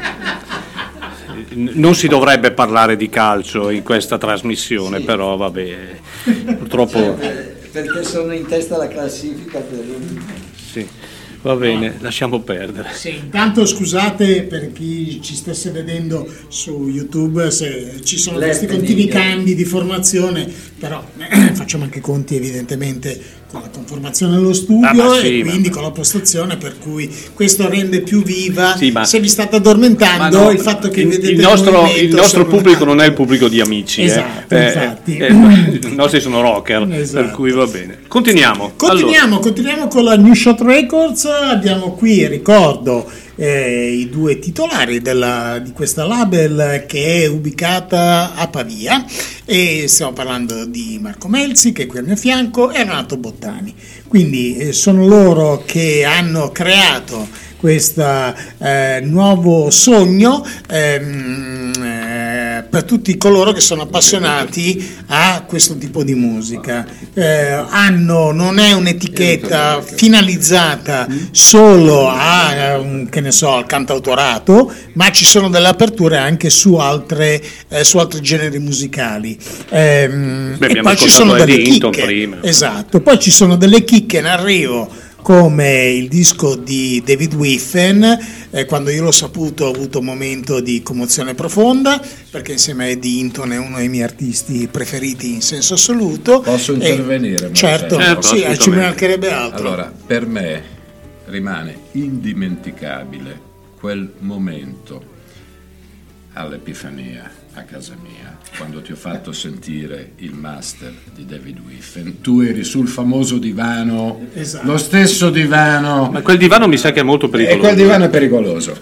Non si dovrebbe parlare di calcio in questa trasmissione, sì. Però vabbè, purtroppo... Cioè, perché sono in testa alla classifica per... Sì, va bene, lasciamo perdere. Sì, intanto scusate per chi ci stesse vedendo su YouTube se ci sono questi continui cambi di formazione, però eh, facciamo anche conti evidentemente con la conformazione dello studio ah, sì, e quindi ma... con la postazione, per cui questo rende più viva. Sì, ma... se vi state addormentando, no, il fatto che il, vedete il nostro, il il nostro pubblico tanto. Non è il pubblico di Amici, esatto, eh. infatti. Eh, eh, i nostri sono rocker, esatto. Per cui va bene. Continuiamo. Continuiamo, allora. continuiamo con la New Shot Records. Abbiamo qui, ricordo, eh, i due titolari della, di questa label, che è ubicata a Pavia, e stiamo parlando di Marco Melzi, che è qui al mio fianco, e Renato Bottani. Quindi eh, sono loro che hanno creato questo eh, nuovo sogno ehm, eh, per tutti coloro che sono appassionati a questo tipo di musica. Eh, hanno, non è un'etichetta finalizzata solo a, um, che ne so, al cantautorato, ma ci sono delle aperture anche su altre eh, su altri generi musicali. Ehm, Beh, e poi ci sono delle chicche, prima. esatto, poi ci sono delle chicche in arrivo, come il disco di David Wiffen. Eh, quando io l'ho saputo ho avuto un momento di commozione profonda, perché insieme a Eddie Hinton è uno dei miei artisti preferiti in senso assoluto. Posso intervenire? E, certo, certo, sì, ci mancherebbe altro. Allora, per me rimane indimenticabile quel momento all'Epifania a casa mia, quando ti ho fatto sentire il master di David Wiffen. Tu eri sul famoso divano, esatto. Lo stesso divano. Ma quel divano mi sa che è molto pericoloso. E quel divano è pericoloso.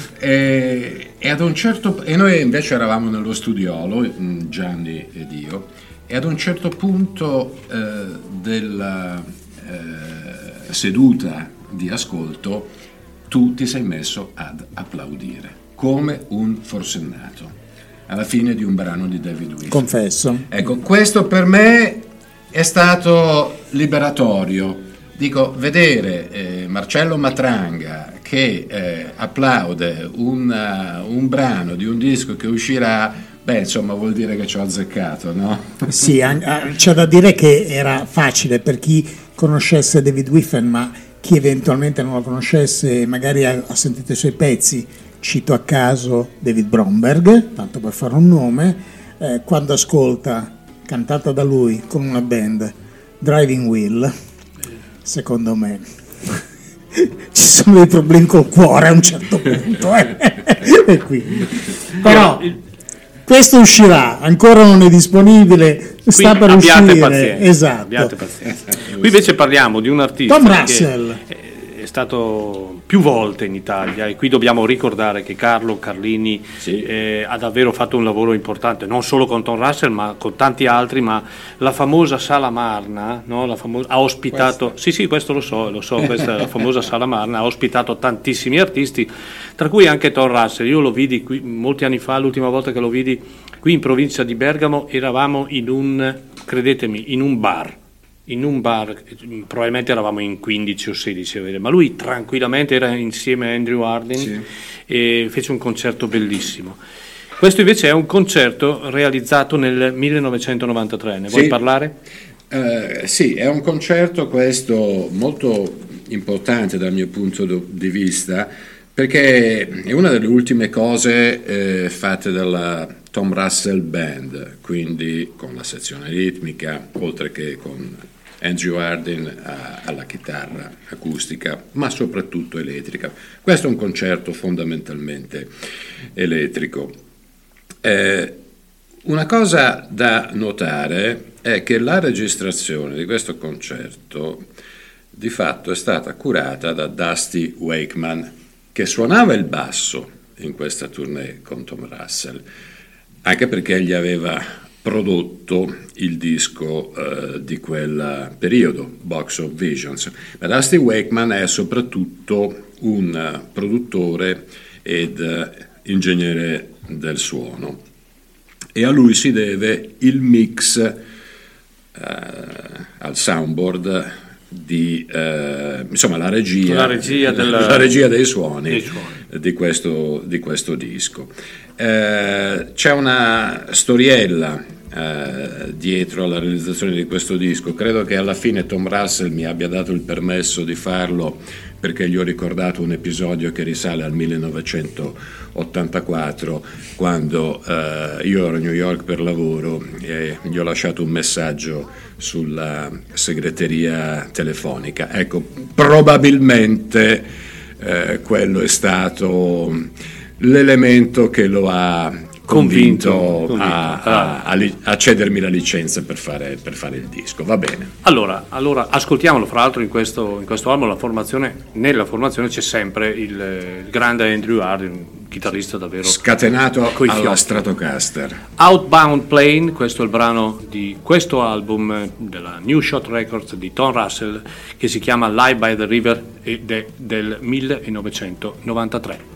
E, e ad un certo e noi invece eravamo nello studiolo, Gianni ed io, e ad un certo punto eh, della eh, seduta di ascolto tu ti sei messo ad applaudire come un forsennato alla fine di un brano di David Wiffen. Confesso. Ecco, questo per me è stato liberatorio. Dico, vedere eh, Marcello Matranga che eh, applaude un, uh, un brano di un disco che uscirà, beh, insomma, vuol dire che ci ho azzeccato, no? Sì, an- c'è da dire che era facile per chi conoscesse David Wiffen, ma chi eventualmente non lo conoscesse, magari ha, ha sentito i suoi pezzi. Cito a caso David Bromberg, tanto per fare un nome, eh, quando ascolta, cantata da lui con una band, Driving Wheel, secondo me ci sono dei problemi col cuore a un certo punto, eh? E quindi. Però questo uscirà, ancora non è disponibile, sta per uscire. Pazienza, esatto. Abbiate pazienza. Qui invece parliamo di un artista Tom Russell, che è stato più volte in Italia, e qui dobbiamo ricordare che Carlo Carlini sì. eh, ha davvero fatto un lavoro importante, non solo con Tom Russell ma con tanti altri, ma la famosa Sala Marna, no? la famo- ha ospitato, questo. sì sì questo lo so, lo so questa è la famosa Sala Marna, ha ospitato tantissimi artisti, tra cui anche Tom Russell. Io lo vidi qui molti anni fa, l'ultima volta che lo vidi qui in provincia di Bergamo, eravamo in un, credetemi, in un bar, in un bar, probabilmente eravamo in quindici o sedici, ma lui tranquillamente era insieme a Andrew Hardin, sì. E fece un concerto bellissimo. Questo invece è un concerto realizzato nel millenovecentonovantatré, ne vuoi sì. parlare? Uh, sì, è un concerto questo molto importante dal mio punto di vista, perché è una delle ultime cose eh, fatte dalla Tom Russell Band, quindi con la sezione ritmica, oltre che con Andrew Hardin a, alla chitarra acustica, ma soprattutto elettrica. Questo è un concerto fondamentalmente elettrico. Eh, una cosa da notare è che la registrazione di questo concerto di fatto è stata curata da Dusty Wakeman, che suonava il basso in questa tournée con Tom Russell, anche perché gli aveva prodotto il disco uh, di quel periodo, Box of Visions. Ma Dusty Wakeman è soprattutto un uh, produttore ed uh, ingegnere del suono, e a lui si deve il mix uh, al soundboard di uh, insomma la regia, la regia, della, la regia dei suoni, dei suoni. Di, questo, di questo disco. Uh, c'è una storiella Uh, dietro alla realizzazione di questo disco. Credo che alla fine Tom Russell mi abbia dato il permesso di farlo, perché gli ho ricordato un episodio che risale al millenovecentottantaquattro, quando uh, io ero a New York per lavoro e gli ho lasciato un messaggio sulla segreteria telefonica. Ecco, probabilmente uh, quello è stato l'elemento che lo ha convinto, Convinto, convinto. A, a, a, li- a cedermi la licenza per fare, per fare il disco, va bene. Allora, allora ascoltiamolo. Fra l'altro in questo, in questo album la formazione, nella formazione c'è sempre il, il grande Andrew Harding, un chitarrista davvero Scatenato coi alla fiocchi. Stratocaster. Outbound Plane, questo è il brano di questo album eh, della New Shot Records di Tom Russell, che si chiama Live by the River ed è del millenovecentonovantatré.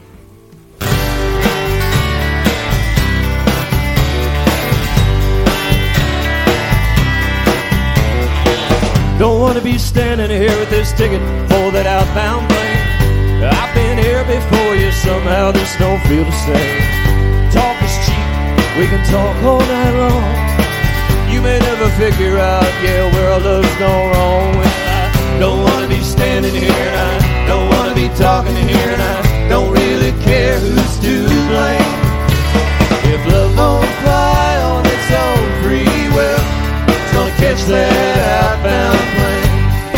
Don't want to be standing here with this ticket for that outbound plane. I've been here before you, somehow this don't feel the same. Talk is cheap, we can talk all night long. You may never figure out, yeah, where our love's gone wrong. Well, I don't want to be standing here, and I don't want to be talking here, and I don't really care who's to blame. If love won't fly on its own free will, it's gonna catch that outbound plane.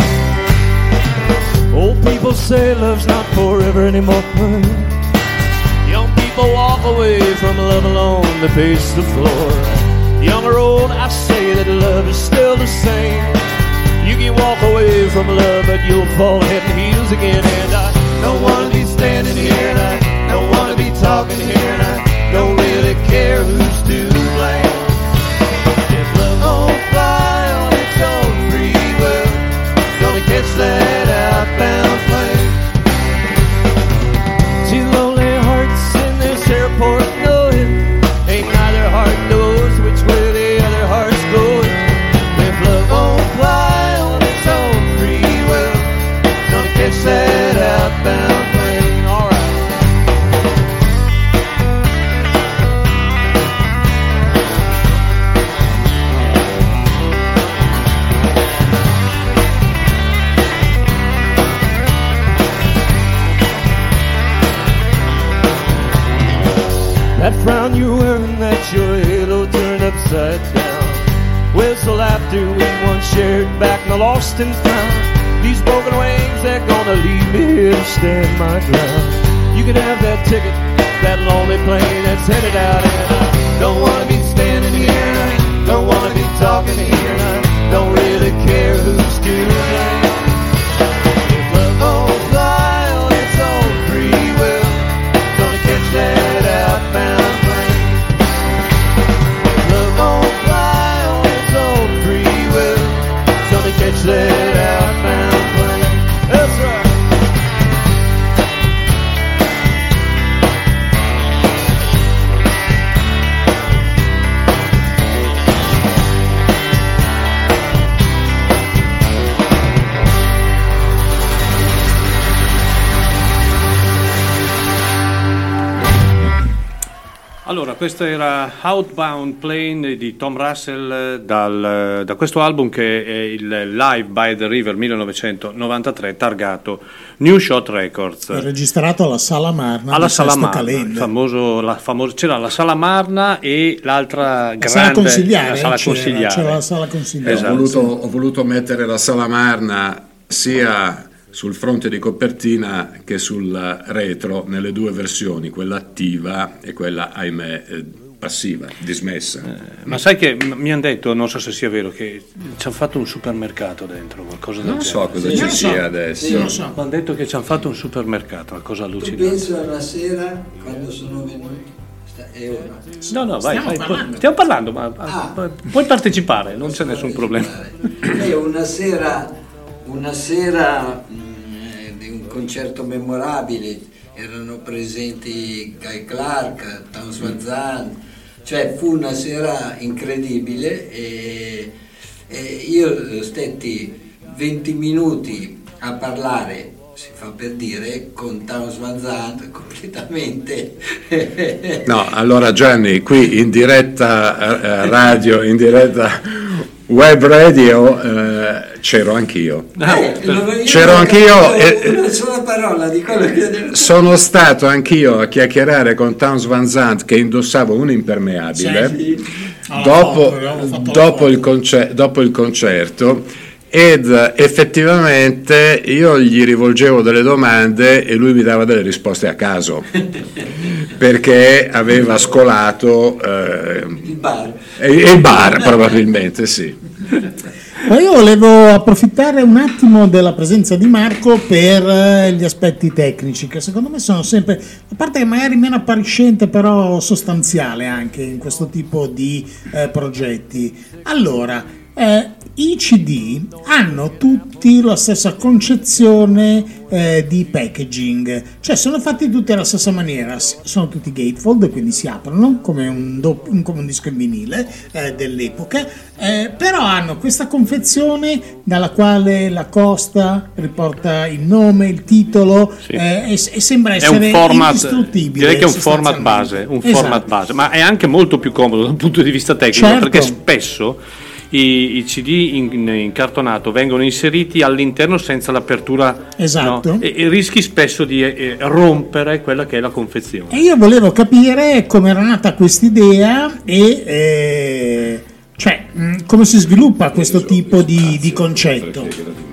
Old people say love's not forever anymore. Young people walk away from love alone to pace the floor. Young or old, I say that love is still the same. You can walk away from love, but you'll fall head and heels again. And I don't want to be standing here, and I don't want to be talking here, and I don't really care who's to blame. If love won't fly on its own free will, it's gonna catch that outbound plane. Two lonely hearts in this airport going, ain't neither heart knows which way the other heart's going. If love won't fly on its own free will, it's gonna catch that outbound plane. Alright. That frown you're wearing, that's your halo turned upside down. Whistle after we once shared back in the lost and found. These broken wings, they're gonna leave me here to stand my ground. You can have that ticket, that lonely plane that's headed out. And I don't wanna be standing here, and I don't wanna be talking here, and I don't really care who's to blame. If love won't fly on its own free will, it's gonna catch that outbound plane. If love won't fly on its own free will, it's gonna catch that outbound plane. That's right. Allora, questo era Outbound Plane di Tom Russell dal, da questo album che è il Live by the River millenovecentonovantatré, targato New Shot Records. È registrato alla Sala Marna. Alla di Sala Sesto Marna, Calende. il famoso, la famosa, c'era la Sala Marna e l'altra La grande Sala Consigliare, la Sala c'era, Consigliare. c'era la Sala Consigliare. Esatto. Ho, voluto, ho voluto mettere la Sala Marna sia sul fronte di copertina che sul retro, nelle due versioni, quella attiva e quella, ahimè, eh, passiva, dismessa. Eh, ma sai che m- mi hanno detto, non so se sia vero, che ci hanno fatto un supermercato dentro, qualcosa del Non so genere. cosa Sì, ci lo so. sia adesso. Sì, lo so. Mi hanno detto che ci hanno fatto un supermercato, una cosa Tu allucinante. penso alla sera quando sono venuti. Sta- è ora. No, no, vai, Stiamo vai, parlando. pu- stiamo parlando, ma Ah. puoi partecipare, non c'è nessun problema. Beh, una sera, una sera mh, di un concerto memorabile, erano presenti Guy Clark, Townes Van Zandt, cioè fu una sera incredibile e, e io stetti venti minuti a parlare, si fa per dire, con Townes Van Zandt completamente. No, allora Gianni, qui in diretta eh, radio, in diretta web radio, eh, c'ero anch'io. Eh, non- io C'ero non ho anch'io capito e- una sola parola di quello che ha detto. Sono stato anch'io a chiacchierare con Townes Van Zandt che indossava un impermeabile Sì. Ah, dopo, foto, abbiamo fatto la dopo, foto. il concer- dopo il concerto ed effettivamente io gli rivolgevo delle domande e lui mi dava delle risposte a caso perché aveva scolato eh, il bar e il bar probabilmente, sì. Ma io volevo approfittare un attimo della presenza di Marco per gli aspetti tecnici, che secondo me sono sempre, a parte che magari meno appariscente, però sostanziale anche in questo tipo di eh, progetti. Allora, eh, i C D hanno tutti la stessa concezione eh, di packaging, cioè sono fatti tutti alla stessa maniera, sono tutti gatefold, quindi si aprono come un, do- come un disco in vinile eh, dell'epoca, eh, però hanno questa confezione dalla quale la costa riporta il nome, il titolo, Sì. eh, e, e sembra È essere un format, indistruttibile. direi che è un format base, un Esatto. format base, ma è anche molto più comodo dal punto di vista tecnico, Certo. perché spesso i, i C D in, in cartonato vengono inseriti all'interno senza l'apertura, Esatto. no? e, e rischi spesso di eh, rompere quella che è la confezione. E io volevo capire come era nata quest'idea e eh, cioè mh, come si sviluppa questo tipo di, di concetto.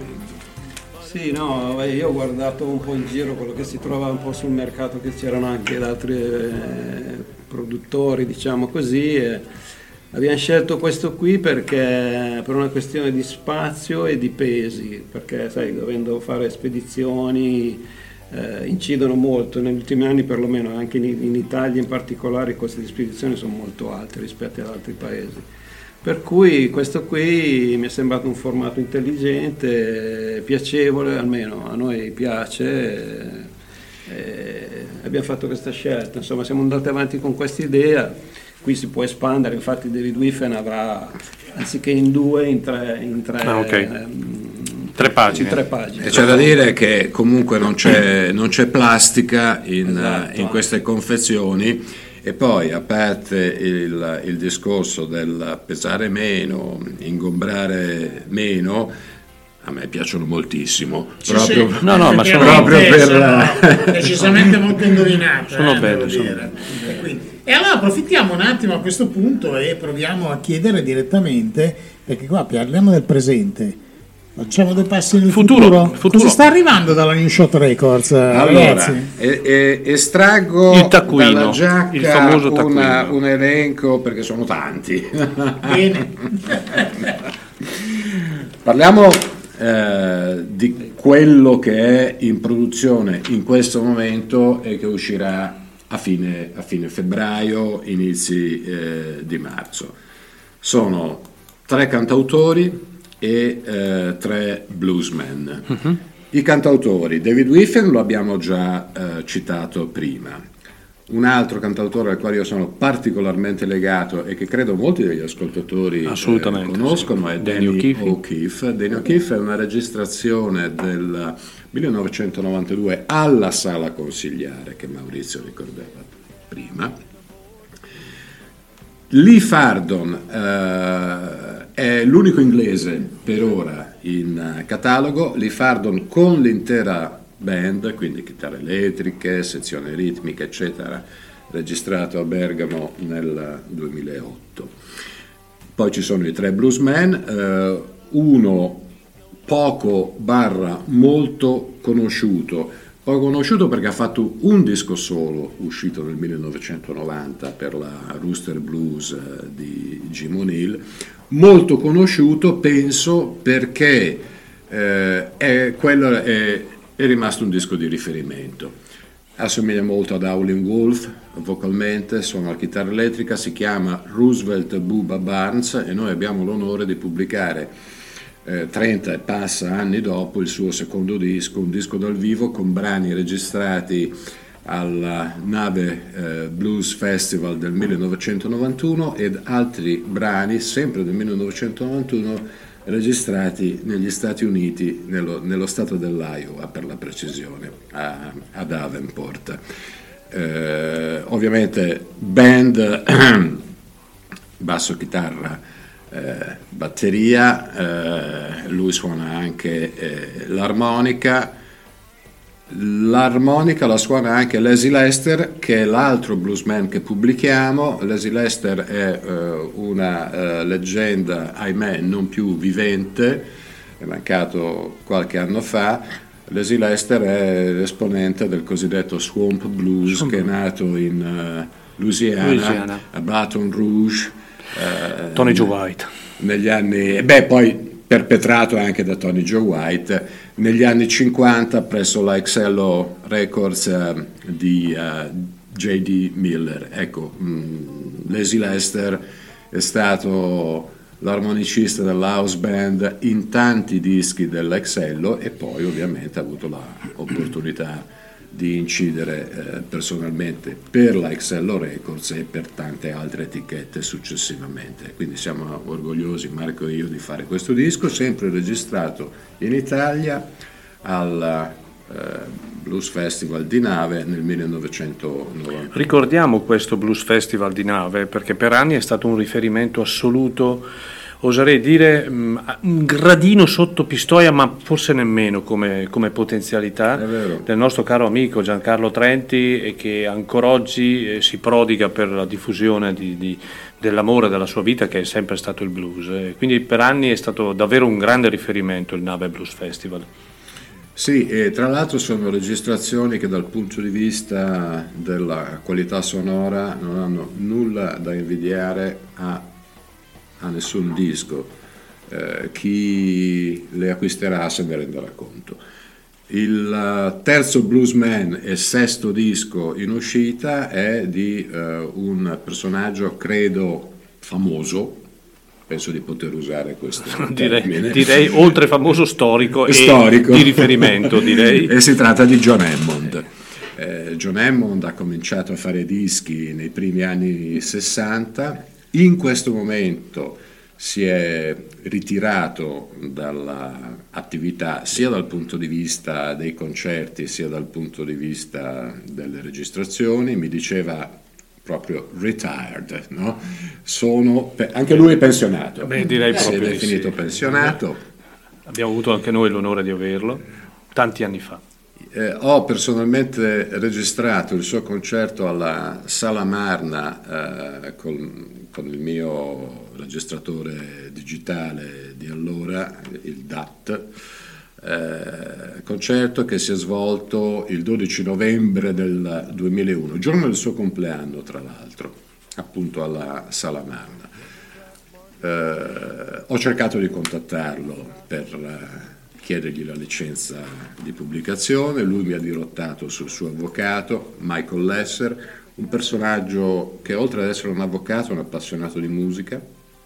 Sì, no, beh, io ho guardato un po' in giro quello che si trova un po' sul mercato, che c'erano anche da altri eh, produttori, diciamo così, e abbiamo scelto questo qui perché per una questione di spazio e di pesi, perché sai, dovendo fare spedizioni eh, incidono molto, negli ultimi anni perlomeno, anche in, in Italia in particolare i costi di spedizione sono molto alti rispetto ad altri paesi. Per cui questo qui mi è sembrato un formato intelligente, piacevole, almeno a noi piace, e abbiamo fatto questa scelta, insomma siamo andati avanti con questa idea. Qui si può espandere, infatti David Wiffen avrà, anziché in due, in tre, in tre, Ah, okay. ehm, Tre pagine. in tre pagine. E c'è da dire che comunque non c'è, non c'è plastica in, Esatto. in queste confezioni, e poi a parte il, il discorso del pesare meno, ingombrare meno, a me piacciono moltissimo, Sì, proprio, sì. No, no, ma sono- proprio per sono la... decisamente molto indovinate. Sono eh, belle, devo sono dire. E, quindi- e allora approfittiamo un attimo a questo punto e proviamo a chiedere direttamente, perché qua parliamo del presente. Facciamo due passi nel Futuro, futuro. futuro. Cosa sta arrivando dalla New Shot Records, eh, Allora, ragazzi? e- e- estraggo Il taccuino, dalla giacca il famoso una- taccuino. un elenco, perché sono tanti. Bene. Parliamo eh, di quello che è in produzione in questo momento e che uscirà a fine, a fine febbraio, inizi eh, di marzo. Sono tre cantautori e eh, tre bluesmen. Uh-huh. I cantautori, David Wiffen lo abbiamo già eh, citato prima. Un altro cantautore al quale io sono particolarmente legato e che credo molti degli ascoltatori eh, Assolutamente, conoscono sì. è Danny Danny O'Keefe. O'Keefe. Danny O'Keefe è una registrazione del millenovecentonovantadue alla Sala Consigliare, che Maurizio ricordava prima. Lee Fardon eh, è l'unico inglese per ora in catalogo. Lee Fardon con l'intera band, quindi chitarre elettriche, sezione ritmica, eccetera, registrato a Bergamo nel duemilaotto. Poi ci sono i tre bluesmen, eh, uno poco barra molto conosciuto, poco conosciuto perché ha fatto un disco solo uscito nel millenovecentonovanta per la Rooster Blues eh, di Jim O'Neill, molto conosciuto penso perché eh, è, quello è, è rimasto un disco di riferimento. Assomiglia molto ad Howlin' Wolf vocalmente, suona la chitarra elettrica, si chiama Roosevelt Bubba Barnes e noi abbiamo l'onore di pubblicare eh, trenta e passa anni dopo il suo secondo disco, un disco dal vivo con brani registrati alla Nave eh, Blues Festival del millenovecentonovantuno ed altri brani sempre del millenovecentonovantuno registrati negli Stati Uniti, nello, nello stato dell'Iowa per la precisione, a, a Davenport. Eh, ovviamente band, basso, chitarra, eh, batteria, eh, lui suona anche eh, l'armonica. L'armonica la suona anche Leslie Lester, che è l'altro bluesman che pubblichiamo. Leslie Lester è uh, una uh, leggenda, ahimè, non più vivente, è mancato qualche anno fa. Leslie Lester è l'esponente del cosiddetto Swamp Blues, che è nato in uh, Louisiana, Louisiana, a Baton Rouge, uh, Tony Joe White. Negli anni, beh, poi perpetrato anche da Tony Joe White, negli anni cinquanta presso la Excello Records uh, di uh, J D Miller. Ecco, mh, Leslie Lester è stato l'armonicista dell'house band in tanti dischi dell'Excello e poi ovviamente ha avuto l'opportunità di incidere eh, personalmente per la Excello Records e per tante altre etichette successivamente. Quindi siamo orgogliosi, Marco e io, di fare questo disco, sempre registrato in Italia al eh, Blues Festival di Nave nel millenovecentonovantuno. Ricordiamo questo Blues Festival di Nave perché per anni è stato un riferimento assoluto, oserei dire un gradino sotto Pistoia, ma forse nemmeno come, come potenzialità del nostro caro amico Giancarlo Trenti, e che ancora oggi eh, si prodiga per la diffusione di, di, dell'amore della sua vita, che è sempre stato il blues. E quindi per anni è stato davvero un grande riferimento il Nave Blues Festival. Sì, e tra l'altro sono registrazioni che dal punto di vista della qualità sonora non hanno nulla da invidiare a, a nessun disco. Eh, chi le acquisterà se ne renderà conto. Il terzo Bluesman e sesto disco in uscita è di eh, un personaggio, credo, famoso. Penso di poter usare questo direi, direi oltre famoso storico e storico. Di riferimento, direi. E si tratta di John Hammond. Eh, John Hammond ha cominciato a fare dischi nei primi anni sessanta, in questo momento si è ritirato dall'attività sia dal punto di vista dei concerti sia dal punto di vista delle registrazioni. Mi diceva proprio retired, no? Sono, anche lui è pensionato. Beh, direi si proprio è definito sì. pensionato. Abbiamo avuto anche noi l'onore di averlo tanti anni fa. Eh, ho personalmente registrato il suo concerto alla Sala Marna eh, con, con il mio registratore digitale di allora, il D A T. Eh, concerto che si è svolto il dodici novembre del duemilauno, giorno del suo compleanno tra l'altro, appunto alla Sala Marna. Eh, ho cercato di contattarlo per eh, chiedergli la licenza di pubblicazione, lui mi ha dirottato sul suo avvocato Michael Lesser, un personaggio che oltre ad essere un avvocato è un appassionato di musica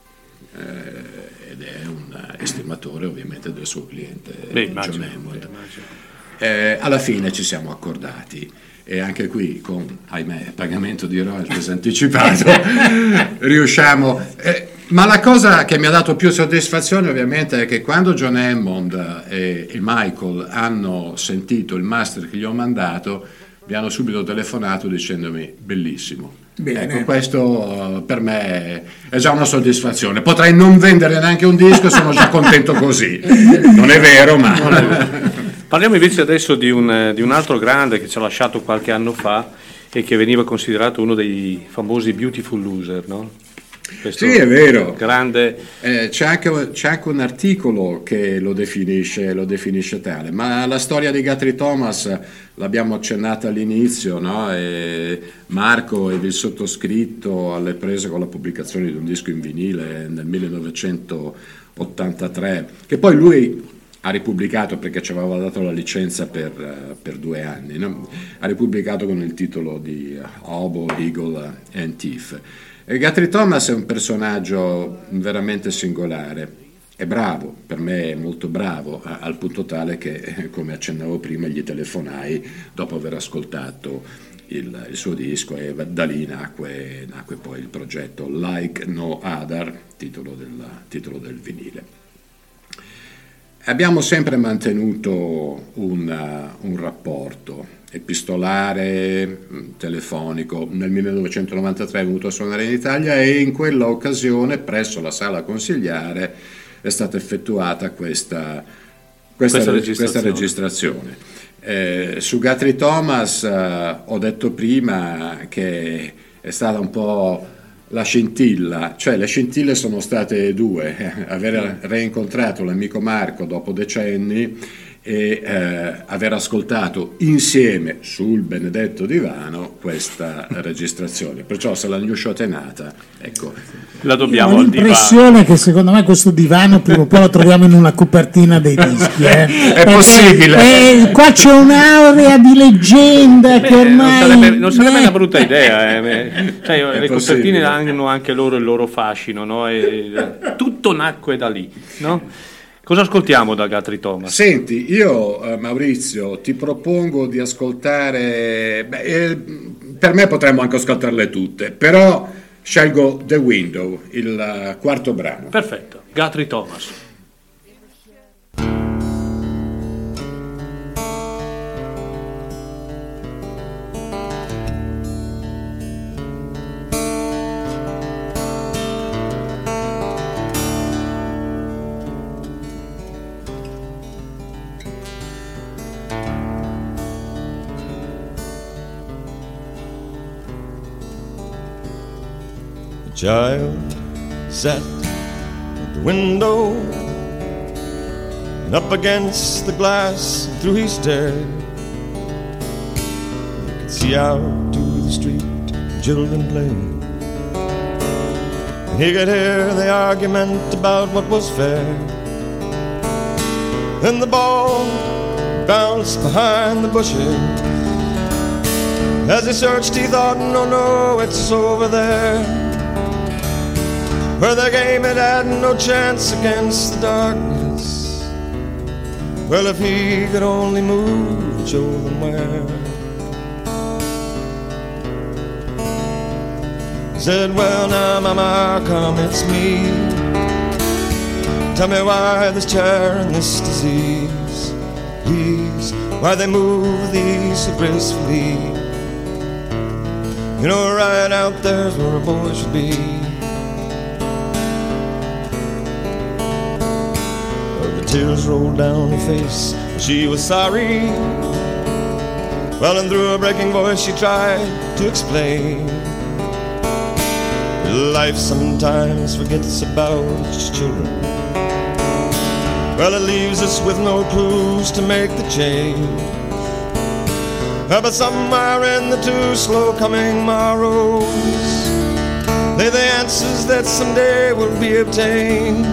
eh, ed è un estimatore ovviamente del suo cliente. Beh, immagino, John Hammond. Eh, alla fine ci siamo accordati e anche qui con, ahimè, pagamento di royalties anticipato riusciamo eh, ma la cosa che mi ha dato più soddisfazione ovviamente è che quando John Hammond e, e Michael hanno sentito il master che gli ho mandato mi hanno subito telefonato dicendomi bellissimo. Bene. Ecco, questo uh, per me è già una soddisfazione. Potrei non vendere neanche un disco, sono già contento così. Non è vero, ma... Non è vero. Parliamo invece adesso di un, di un altro grande che ci ha lasciato qualche anno fa e che veniva considerato uno dei famosi Beautiful Loser, no? Questo sì, è vero. Grande... Eh, c'è, anche, c'è anche un articolo che lo definisce, lo definisce tale, ma la storia di Guthrie Thomas l'abbiamo accennata all'inizio, no? E Marco ed il sottoscritto alle prese con la pubblicazione di un disco in vinile nel millenovecentottantatré, che poi lui ha ripubblicato perché ci aveva dato la licenza per, per due anni, no? Ha ripubblicato con il titolo di Hobo, Eagle and Thief. E Guthrie Thomas è un personaggio veramente singolare, è bravo, per me è molto bravo, al punto tale che, come accennavo prima, gli telefonai dopo aver ascoltato il, il suo disco e da lì nacque, nacque poi il progetto Like No Other, titolo del, titolo del vinile. Abbiamo sempre mantenuto un, un rapporto epistolare, telefonico. Nel millenovecentonovantatré è venuto a suonare in Italia e in quella occasione presso la Sala Consigliare è stata effettuata questa, questa, questa registrazione. Questa registrazione. Eh, su Guthrie Thomas eh, ho detto prima che è stata un po' la scintilla, cioè le scintille sono state due, eh, aver reincontrato l'amico Marco dopo decenni e eh, aver ascoltato insieme sul benedetto divano questa registrazione, perciò se la new shot è nata, ecco, la dobbiamo ho al l'impressione divano. che secondo me questo divano prima o poi lo troviamo in una copertina dei dischi, eh. È possibile. Eh, qua c'è un'aurea di leggenda che ormai non sarebbe, non sarebbe eh. una brutta idea, eh. Sai, le possibile. copertine hanno anche loro il loro fascino, no? E tutto nacque da lì, no? Cosa ascoltiamo da Guthrie Thomas? Senti, io eh, Maurizio ti propongo di ascoltare, beh, eh, per me potremmo anche ascoltarle tutte, però scelgo The Window, il uh, quarto brano. Perfetto, Guthrie Thomas. Child sat at the window, and up against the glass through he stared. You could see out to the street, children playing, and he could hear the argument about what was fair. Then the ball bounced behind the bushes. As he searched, he thought, no, no, it's over there, where the game had had no chance against the darkness. Well, if he could only move and show them where. He said, well, now, mama, come, it's me. Tell me why this chair and this disease, please, why they move these so gracefully. You know, right out there's where a boy should be. Tears rolled down her face, she was sorry. Well, and through a breaking voice she tried to explain. Life sometimes forgets about its children. Well, it leaves us with no clues to make the change. But somewhere in the two slow coming morrows lay the answers that someday will be obtained.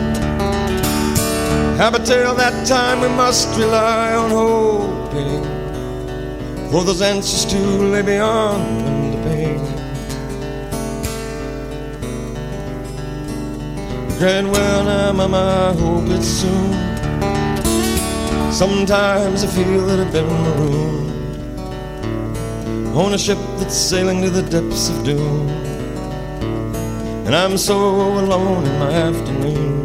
But till that time we must rely on hoping for those answers to lay beyond the pain. Great, well now, mama, I hope it's soon. Sometimes I feel that I've been marooned on a ship that's sailing to the depths of doom, and I'm so alone in my afternoon.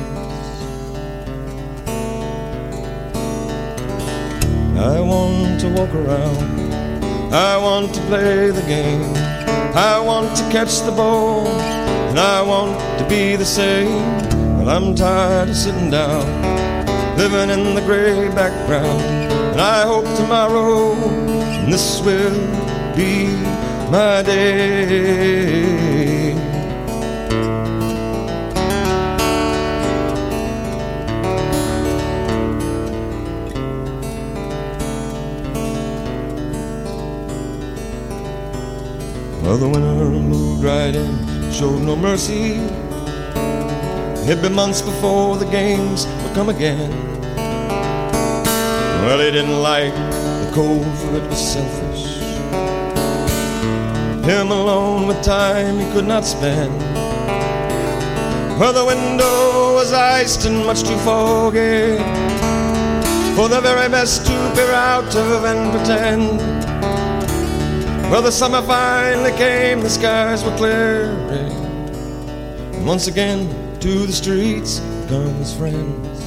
I want to walk around, I want to play the game, I want to catch the ball, and I want to be the same. Well, I'm tired of sitting down, living in the gray background, and I hope tomorrow this will be my day. Well, the winter moved right in, showed no mercy. It'd be months before the games would come again. Well, he didn't like the cold, for it was selfish. Him alone with time he could not spend. Well, the window was iced and much too foggy for the very best to peer out of and pretend. Well, the summer finally came, the skies were clearing, and once again to the streets come his friends.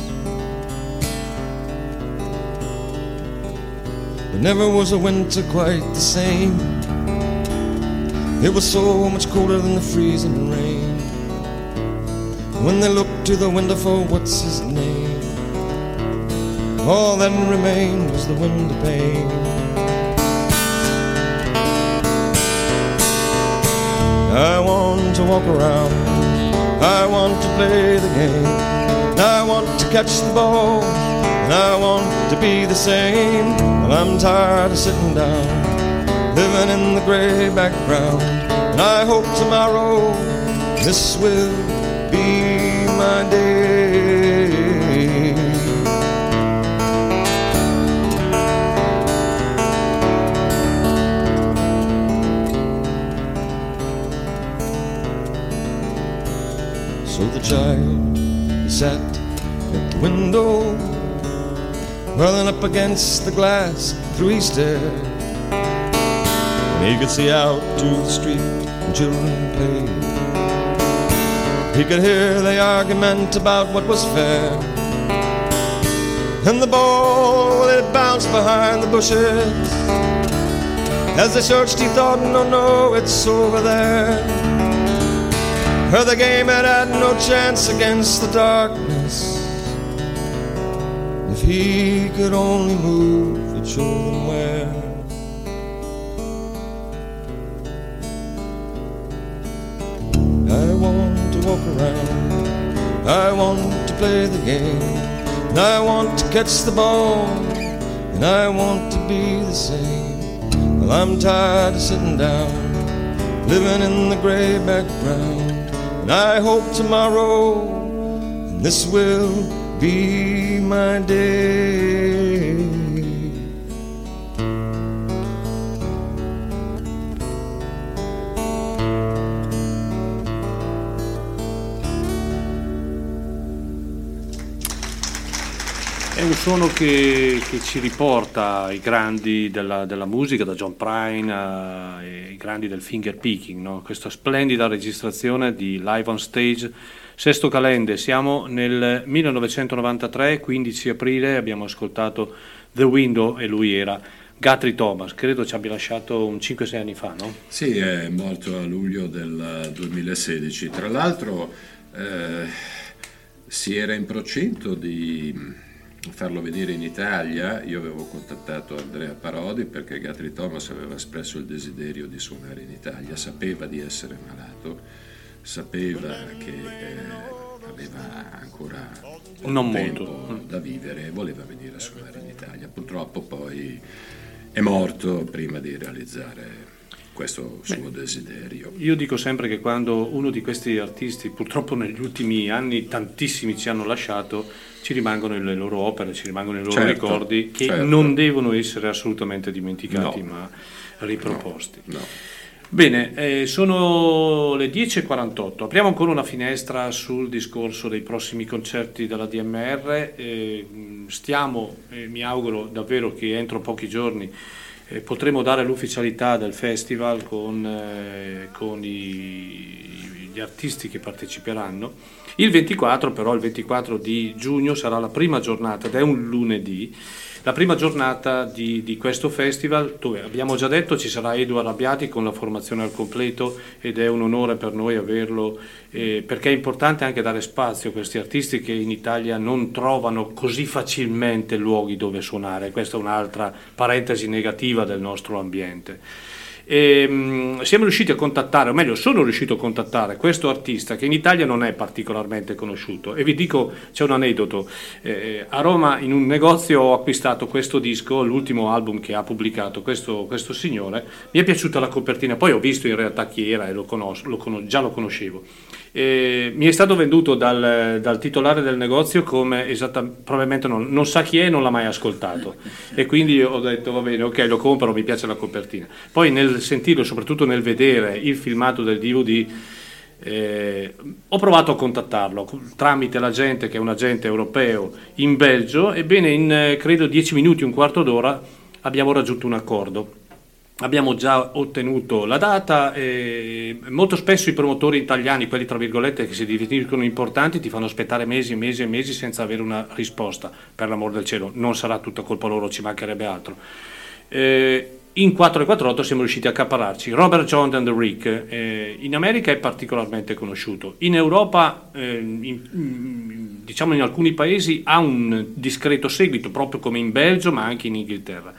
But never was a winter quite the same. It was so much colder than the freezing rain. When they looked to the window for what's his name, all that remained was the window pane. I want to walk around. I want to play the game. I want to catch the ball. And I want to be the same. Well, I'm tired of sitting down, living in the gray background. And I hope tomorrow this will be my day. So the child, he sat at the window, whirling up against the glass through he stared. And he could see out to the street and children play. He could hear the argument about what was fair. And the ball, well, it bounced behind the bushes. As they searched, he thought, no, no, it's over there. Her the game had had no chance against the darkness. If he could only move the children where. I want to walk around, I want to play the game, and I want to catch the ball, and I want to be the same. Well, I'm tired of sitting down, living in the gray background. And I hope tomorrow this will be my day. È un suono che, che ci riporta ai grandi della, della musica, da John Prine ai grandi del finger picking, no? Questa splendida registrazione di Live on Stage, Sesto Calende. Siamo nel millenovecentonovantatré, quindici aprile, abbiamo ascoltato The Window e lui era Guthrie Thomas, credo ci abbia lasciato un cinque sei anni fa, no? Sì, è morto a luglio del duemilasedici. Tra l'altro eh, si era in procinto di farlo vedere in Italia. Io avevo contattato Andrea Parodi perché Guthrie Thomas aveva espresso il desiderio di suonare in Italia, sapeva di essere malato, sapeva che eh, aveva ancora non tempo molto da vivere e voleva venire a suonare in Italia. Purtroppo poi è morto prima di realizzare questo suo Beh, desiderio. Io dico sempre che quando uno di questi artisti, purtroppo negli ultimi anni tantissimi ci hanno lasciato, ci rimangono le loro opere, ci rimangono i loro certo, ricordi che certo. non devono essere assolutamente dimenticati, no. ma riproposti. No, no. Bene, eh, sono le dieci e quarantotto, apriamo ancora una finestra sul discorso dei prossimi concerti della D M R. Eh, stiamo, eh, mi auguro davvero che entro pochi giorni Eh, potremo dare l'ufficialità del festival con, eh, con i, gli artisti che parteciperanno. Il ventiquattro però, il ventiquattro di giugno sarà la prima giornata, ed è un lunedì, la prima giornata di, di questo festival, dove abbiamo già detto ci sarà Edo Arrabbiati con la formazione al completo, ed è un onore per noi averlo, eh, perché è importante anche dare spazio a questi artisti che in Italia non trovano così facilmente luoghi dove suonare. Questa è un'altra parentesi negativa del nostro ambiente. E, um, siamo riusciti a contattare, o meglio sono riuscito a contattare questo artista che in Italia non è particolarmente conosciuto, e vi dico, c'è un aneddoto. Eh, a Roma in un negozio ho acquistato questo disco, l'ultimo album che ha pubblicato questo, questo signore. Mi è piaciuta la copertina, poi ho visto in realtà chi era e lo conosco, lo con- già lo conoscevo. Eh, mi è stato venduto dal, dal titolare del negozio come esatta, probabilmente non, non sa chi è, non l'ha mai ascoltato, e quindi ho detto va bene, ok, lo compro, mi piace la copertina. Poi nel sentirlo, soprattutto nel vedere il filmato del D V D, eh, ho provato a contattarlo tramite l'agente, che è un agente europeo in Belgio. Ebbene, in eh, credo dieci minuti, un quarto d'ora abbiamo raggiunto un accordo. Abbiamo già ottenuto la data, e molto spesso i promotori italiani, quelli tra virgolette che si definiscono importanti, ti fanno aspettare mesi e mesi e mesi senza avere una risposta. Per l'amor del cielo, non sarà tutta colpa loro, ci mancherebbe altro. Eh, in quattro e quarantotto siamo riusciti a accaparrarci Robert John and the Rick. Eh, in America è particolarmente conosciuto, in Europa, eh, in, diciamo in alcuni paesi ha un discreto seguito, proprio come in Belgio ma anche in Inghilterra.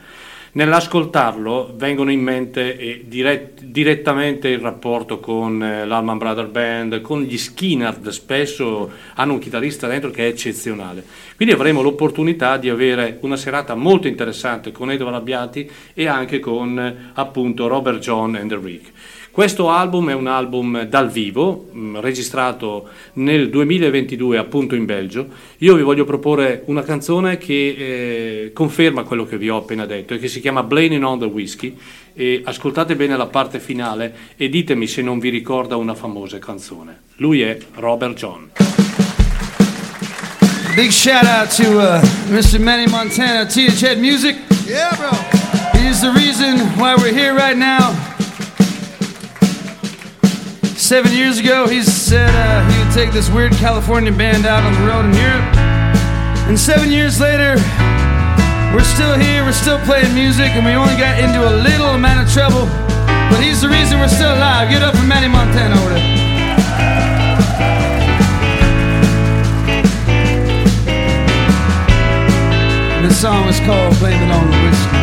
Nell'ascoltarlo vengono in mente eh, dirett- direttamente il rapporto con eh, l'Allman Brothers Band, con gli Skynyrd. Spesso hanno un chitarrista dentro che è eccezionale, quindi avremo l'opportunità di avere una serata molto interessante con Edward Abbiati e anche con eh, appunto Robert John and the Rick. Questo album è un album dal vivo, mh, registrato nel duemilaventidue appunto in Belgio. Io vi voglio proporre una canzone che eh, conferma quello che vi ho appena detto e che si chiama Blaming on the Whiskey, e ascoltate bene la parte finale e ditemi se non vi ricorda una famosa canzone. Lui è Robert John. Big shout out to uh, Mister Manny Montana, T H Head Music. Yeah, bro. He's the reason why we're here right now. Seven years ago, he said uh, he would take this weird California band out on the road in Europe. And seven years later, we're still here, we're still playing music, and we only got into a little amount of trouble. But he's the reason we're still alive. Get up for Manny Montana over there. And the song is called Blame It on the Whiskey.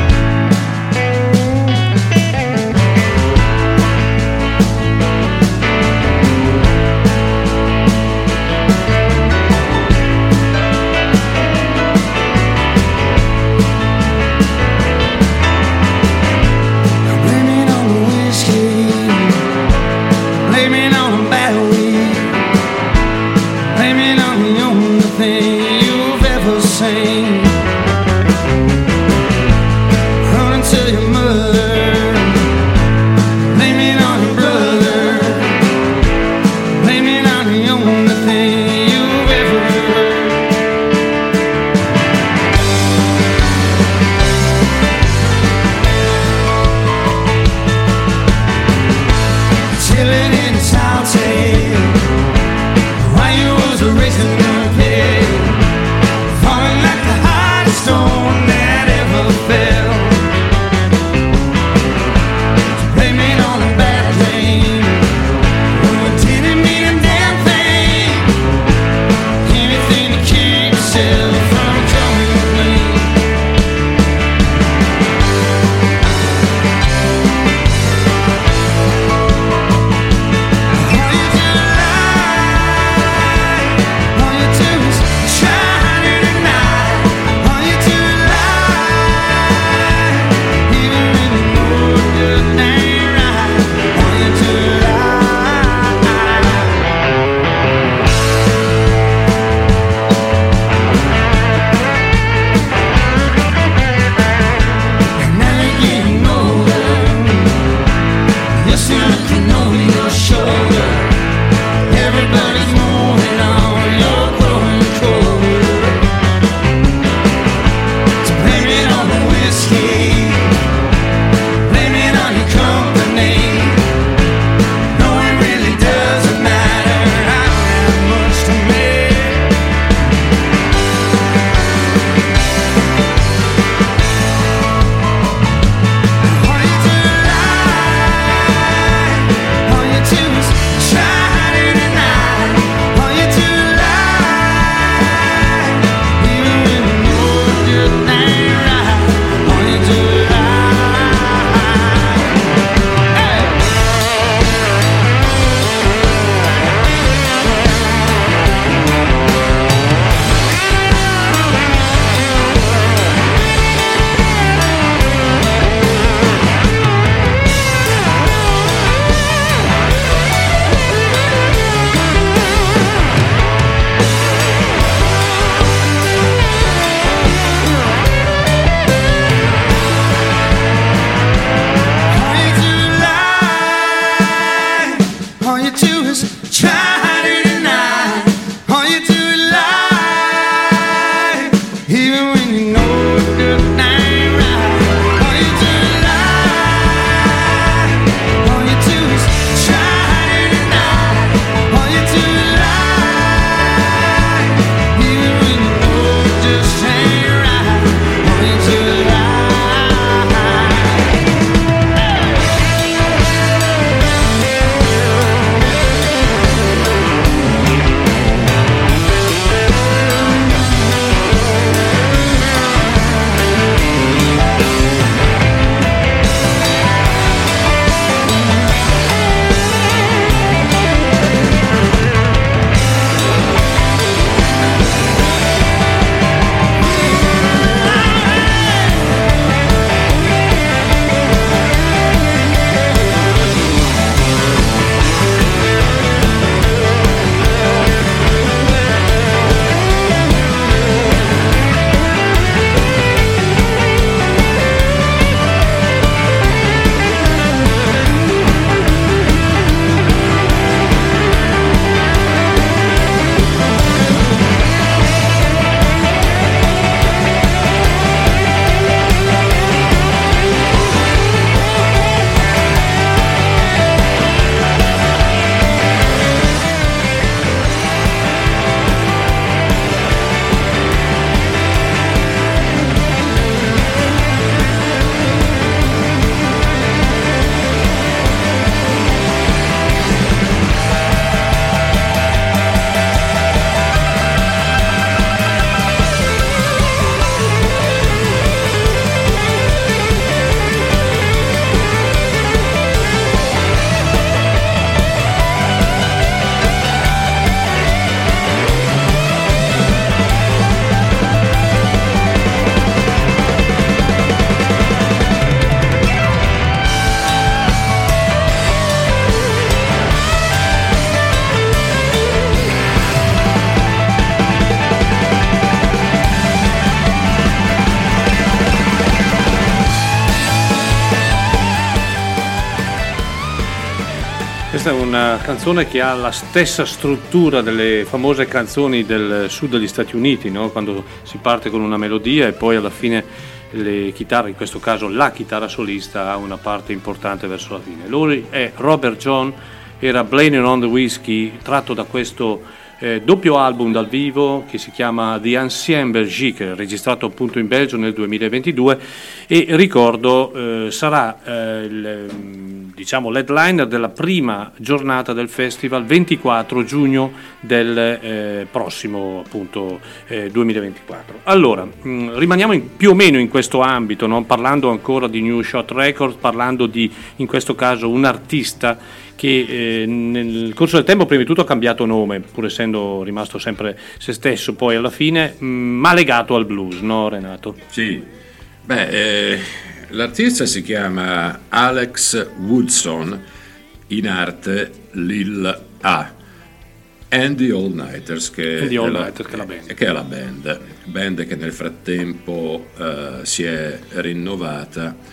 Questa è una canzone che ha la stessa struttura delle famose canzoni del sud degli Stati Uniti, no? Quando si parte con una melodia e poi alla fine le chitarre, in questo caso la chitarra solista, ha una parte importante verso la fine. Lui è Robert John, era Blaming on the Whiskey, tratto da questo eh, doppio album dal vivo che si chiama The Ancien Belgique, registrato appunto in Belgio nel duemilaventidue, e ricordo eh, sarà eh, il, diciamo l'headliner della prima giornata del festival, ventiquattro giugno del eh, prossimo appunto eh, duemilaventiquattro. Allora mh, rimaniamo in, più o meno in questo ambito, no? Parlando ancora di New Shot Records, parlando di, in questo caso, un artista che eh, nel corso del tempo prima di tutto ha cambiato nome, pur essendo rimasto sempre se stesso poi alla fine, mh, ma legato al blues, no Renato? Sì, beh, eh, l'artista si chiama Alex Woodson, in arte Lil A, and the All Nighters, che, And the All è, la, Nighters, che è la band. che è la band, band che nel frattempo eh, si è rinnovata.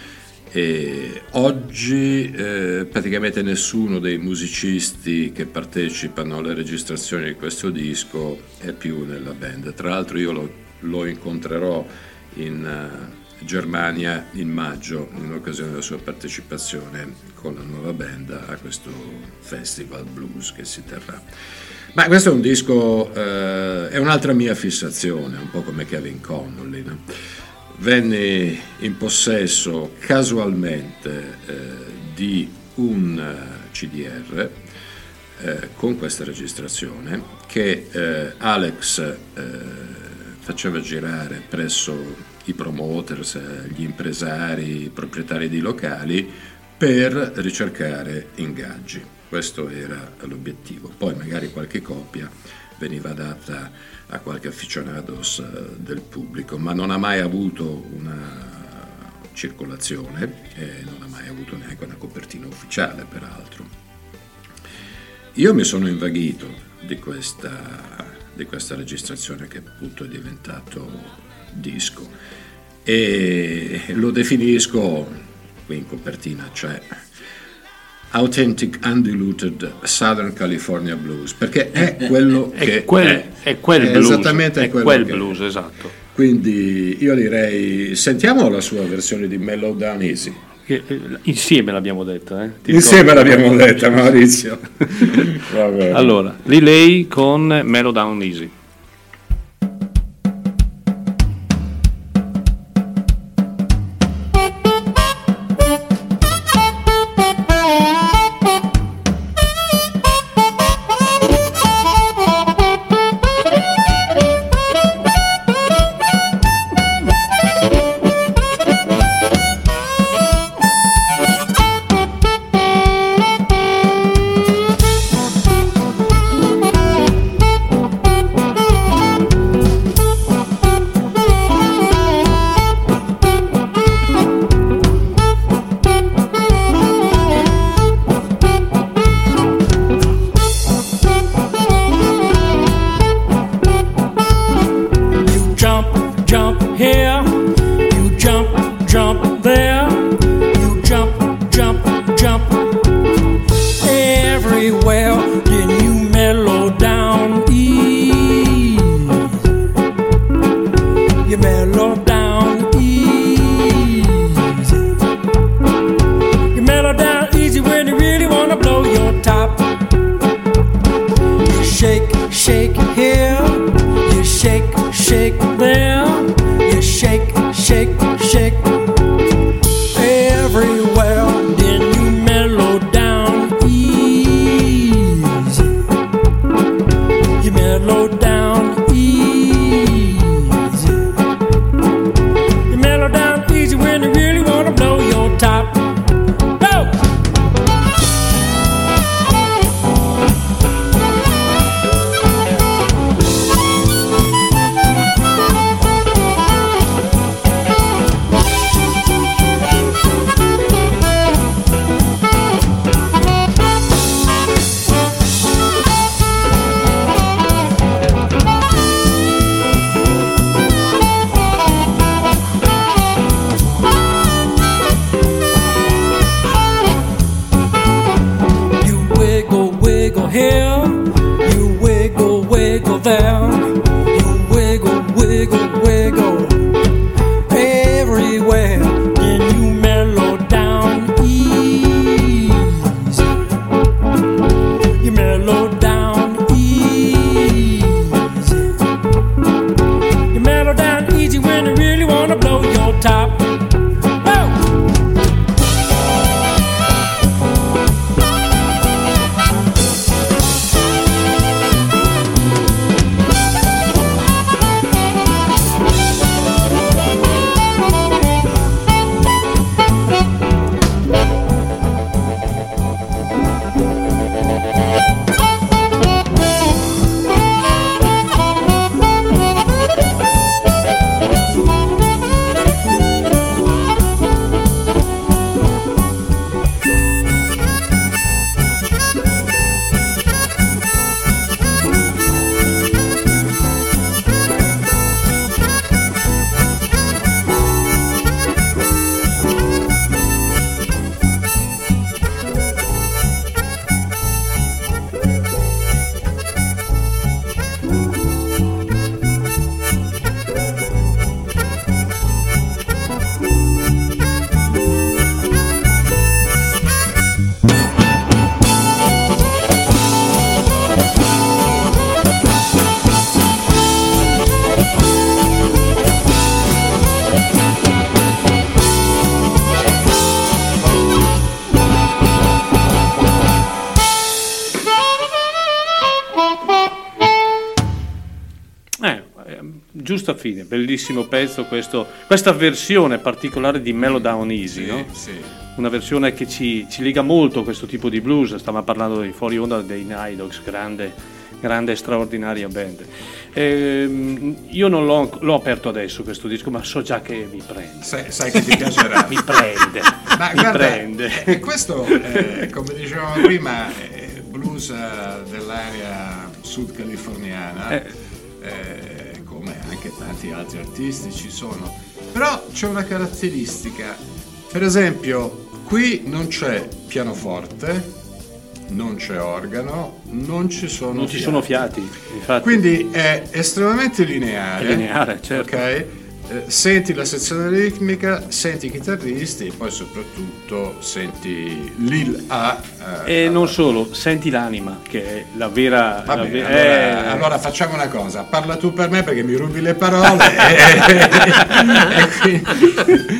E oggi eh, praticamente nessuno dei musicisti che partecipano alle registrazioni di questo disco è più nella band. Tra l'altro io lo, lo incontrerò in uh, Germania in maggio in occasione della sua partecipazione con la nuova band a questo festival blues che si terrà. Ma questo è un disco, eh, è un'altra mia fissazione, un po' come Kevin Connolly, no? Venni in possesso casualmente eh, di un C D R eh, con questa registrazione che eh, Alex eh, faceva girare presso i promoters, gli impresari, i proprietari di locali per ricercare ingaggi. Questo era l'obiettivo. Poi magari qualche copia veniva data a qualche aficionados del pubblico, ma non ha mai avuto una circolazione e non ha mai avuto neanche una copertina ufficiale, peraltro. Io mi sono invaghito di questa, di questa registrazione che appunto è diventato disco e lo definisco, qui in copertina c'è Authentic Undiluted Southern California Blues, perché è quello è che quel, è, è quel è blues, esattamente è quello quel che blues, è. esatto. Quindi io direi sentiamo la sua versione di Mellow Down Easy. Che, eh, insieme l'abbiamo detta, eh? Ti Insieme ricordi? l'abbiamo detta, Maurizio. Va bene. Allora, Lilei con Mellow Down Easy. Go! giusta fine, bellissimo pezzo questo, questa versione particolare di Mellodown Easy, Sì, no? sì. Una versione che ci, ci lega molto a questo tipo di blues. Stavamo parlando di fuori onda dei Night Dogs, grande, grande e straordinaria band. Ehm, io non l'ho, l'ho aperto adesso questo disco, ma so già che mi prende. Sai, sai che ti piacerà. Mi prende, Ma mi guarda, prende. E questo, eh, come dicevamo prima, è blues eh, dell'area sud californiana, Eh. eh, come anche tanti altri artisti ci sono. Però c'è una caratteristica, per esempio, qui non c'è pianoforte, non c'è organo, non ci sono Non ci fiati. sono fiati, infatti. Quindi è estremamente lineare. È lineare, certo. Ok? Eh, senti la sezione ritmica, senti i chitarristi e poi soprattutto senti Lil A. eh, E non solo, senti l'anima, che è la vera... Va la bene, ve- allora, eh, allora facciamo una cosa, parla tu per me perché mi rubi le parole. e, e quindi,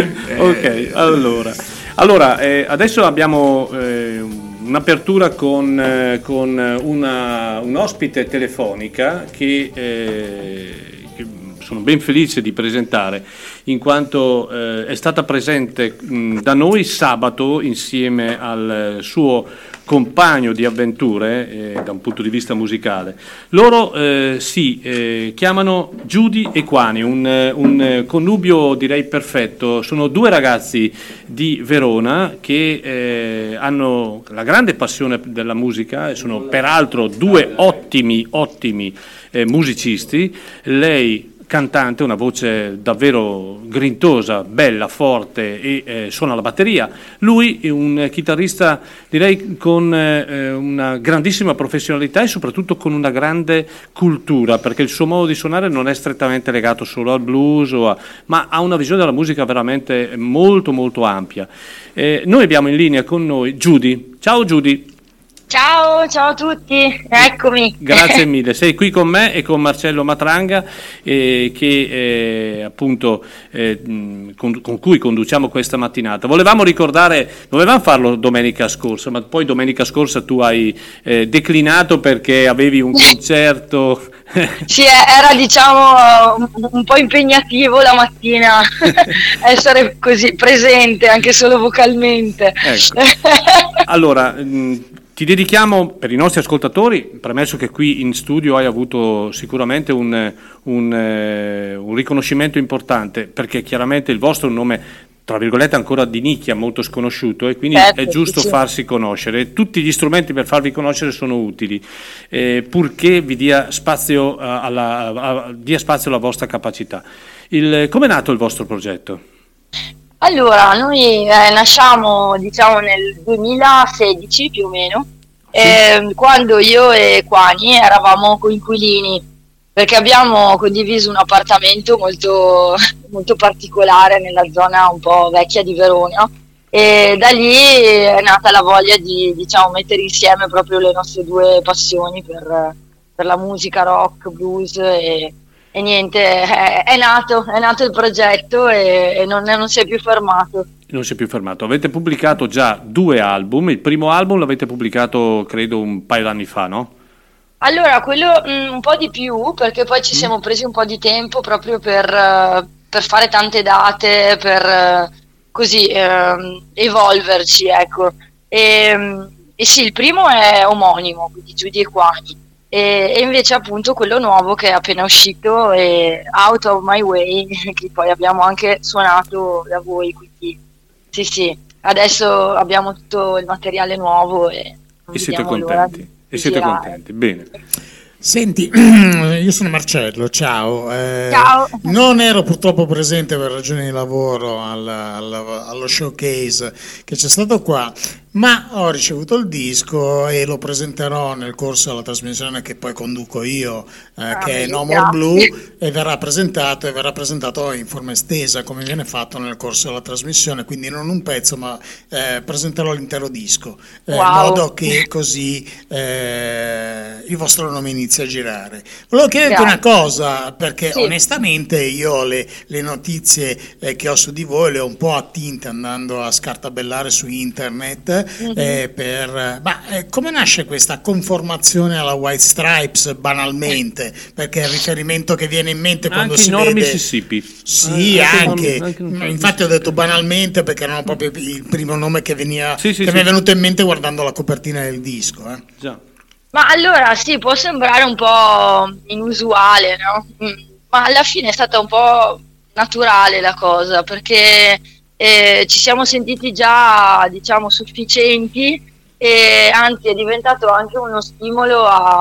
Ok, allora, allora eh, adesso abbiamo eh, un'apertura con, eh, con una, un ospite telefonica che, eh, che sono ben felice di presentare, in quanto eh, è stata presente mh, da noi sabato insieme al suo compagno di avventure eh, da un punto di vista musicale. Loro eh, si eh, chiamano Judy e Quani, un, un connubio direi perfetto. Sono due ragazzi di Verona che eh, hanno la grande passione della musica e sono peraltro due ottimi, ottimi eh, musicisti. Lei cantante, una voce davvero grintosa, bella, forte e eh, suona la batteria. Lui è un chitarrista direi con eh, una grandissima professionalità e soprattutto con una grande cultura, perché il suo modo di suonare non è strettamente legato solo al blues, o a, ma ha una visione della musica veramente molto molto ampia. Eh, noi abbiamo in linea con noi Judy. Ciao Judy. Ciao, ciao a tutti, eccomi. Grazie mille, sei qui con me e con Marcello Matranga eh, che eh, appunto eh, con, con cui conduciamo questa mattinata. Volevamo ricordare, dovevamo farlo domenica scorsa, ma poi domenica scorsa tu hai eh, declinato perché avevi un concerto. Sì, era diciamo un po' impegnativo la mattina essere così presente anche solo vocalmente. Ecco. Allora, mh, ti dedichiamo, per i nostri ascoltatori, premesso che qui in studio hai avuto sicuramente un, un, eh, un riconoscimento importante, perché chiaramente il vostro è un nome, tra virgolette, ancora di nicchia, molto sconosciuto, e quindi certo, è giusto sì. farsi conoscere. Tutti gli strumenti per farvi conoscere sono utili, eh, purché vi dia spazio, alla, a, dia spazio alla vostra capacità. Il, come è nato il vostro progetto? Allora, noi eh, nasciamo diciamo nel duemilasedici più o meno, eh, quando io e Quani eravamo coinquilini, perché abbiamo condiviso un appartamento molto, molto particolare nella zona un po' vecchia di Verona, e da lì è nata la voglia di diciamo mettere insieme proprio le nostre due passioni per, per la musica rock, blues e E niente, è, è nato, è nato il progetto e, e non, non si è più fermato. Non si è più fermato. Avete pubblicato già due album. Il primo album l'avete pubblicato credo un paio d'anni fa, no? Allora, quello mh, un po' di più, perché poi ci Mm. siamo presi un po' di tempo proprio per, eh, per fare tante date, per eh, così ehm, evolverci, ecco. E, e sì, il primo è omonimo, quindi Judy e Quani. E, e invece appunto quello nuovo che è appena uscito è Out of My Way, che poi abbiamo anche suonato da voi, quindi sì sì, adesso abbiamo tutto il materiale nuovo e, non E siete vediamo l'ora contenti? di E siete girare. contenti? Bene. Senti, io sono Marcello, ciao. Eh, Ciao. Non ero purtroppo presente per ragioni di lavoro al- al- allo showcase che c'è stato qua, ma ho ricevuto il disco e lo presenterò nel corso della trasmissione che poi conduco io, eh, che è No More grazie. Blue, e verrà presentato e verrà presentato in forma estesa come viene fatto nel corso della trasmissione, quindi non un pezzo ma eh, presenterò l'intero disco, eh, in Wow. modo che così eh, il vostro nome inizia a girare. Volevo chiederti una Grazie. cosa, perché Sì. onestamente io le, le notizie eh, che ho su di voi le ho un po' attinte andando a scartabellare su internet, mm-hmm. eh, per, ma eh, come nasce questa conformazione alla White Stripes banalmente? Perché è il riferimento che viene in mente quando anche si Nord vede Mississippi. sì, eh, anche, anche, anche infatti ho detto banalmente perché erano proprio il primo nome che, veniva, sì, sì, che sì. mi è venuto in mente guardando la copertina del disco. Eh. Già. Ma allora sì, può sembrare un po' inusuale, no? Ma alla fine è stata un po' naturale la cosa, perché eh, ci siamo sentiti già, diciamo, sufficienti, e anzi è diventato anche uno stimolo a,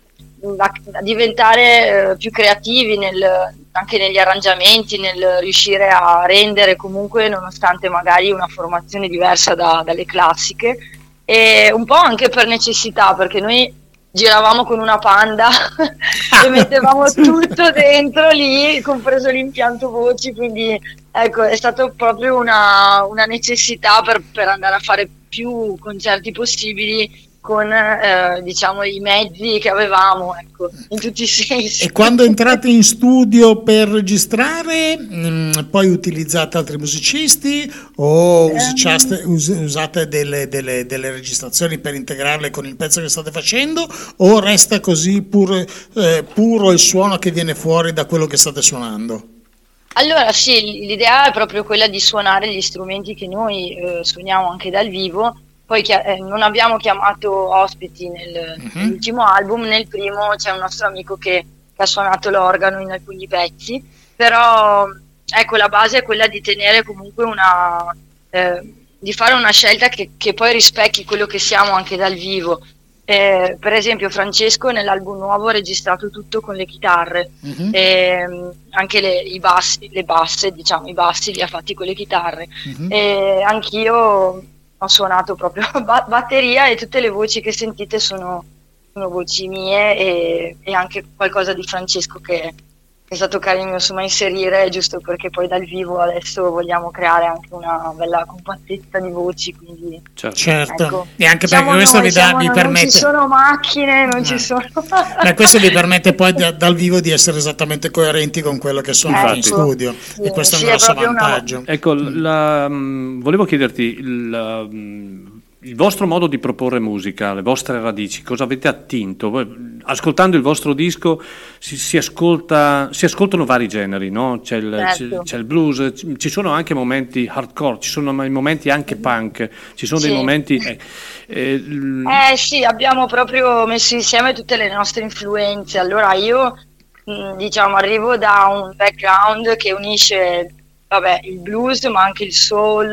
a, a diventare eh, più creativi nel, anche negli arrangiamenti, nel riuscire a rendere comunque, nonostante magari una formazione diversa da, dalle classiche, e un po' anche per necessità, perché noi giravamo con una Panda e mettevamo tutto dentro lì, compreso l'impianto voci, quindi ecco, è stato proprio una, una necessità per, per andare a fare più concerti possibili con eh, diciamo i mezzi che avevamo, ecco, in tutti i sensi. E quando entrate in studio per registrare, mh, poi utilizzate altri musicisti o usate, us, usate delle, delle, delle registrazioni per integrarle con il pezzo che state facendo, o resta così pur, eh, puro il suono che viene fuori da quello che state suonando? Allora sì, l'idea è proprio quella di suonare gli strumenti che noi eh, suoniamo anche dal vivo. Poi eh, non abbiamo chiamato ospiti nel, uh-huh. nell'ultimo album, nel primo c'è un nostro amico che, che ha suonato l'organo in alcuni pezzi, però ecco, la base è quella di tenere comunque una, eh, di fare una scelta che, che poi rispecchi quello che siamo anche dal vivo. Eh, per esempio Francesco nell'album nuovo ha registrato tutto con le chitarre, uh-huh. e, anche le, i bassi, le basse, diciamo i bassi li ha fatti con le chitarre, uh-huh. e anch'io ho suonato proprio ba- batteria, e tutte le voci che sentite sono, sono voci mie, e, e anche qualcosa di Francesco che è stato carino insomma inserire, giusto perché poi dal vivo adesso vogliamo creare anche una bella compattezza di voci, quindi certo, certo. Ecco, e anche siamo perché questo noi, vi, da, siamo, vi non permette ci sono macchine, non no. ci sono Beh, questo vi permette poi da, dal vivo di essere esattamente coerenti con quello che sono ecco. in studio, sì, e questo sì, è un grosso vantaggio. Una... ecco, la, mh, volevo chiederti la, mh, il vostro modo di proporre musica, le vostre radici, cosa avete attinto? Ascoltando il vostro disco si, si, ascolta, si ascoltano vari generi, no? C'è il, certo. c'è, c'è il blues, ci sono anche momenti hardcore, ci sono momenti anche punk, ci sono sì. dei momenti... Eh, eh, eh sì, abbiamo proprio messo insieme tutte le nostre influenze. Allora io mh, diciamo arrivo da un background che unisce vabbè, il blues ma anche il soul,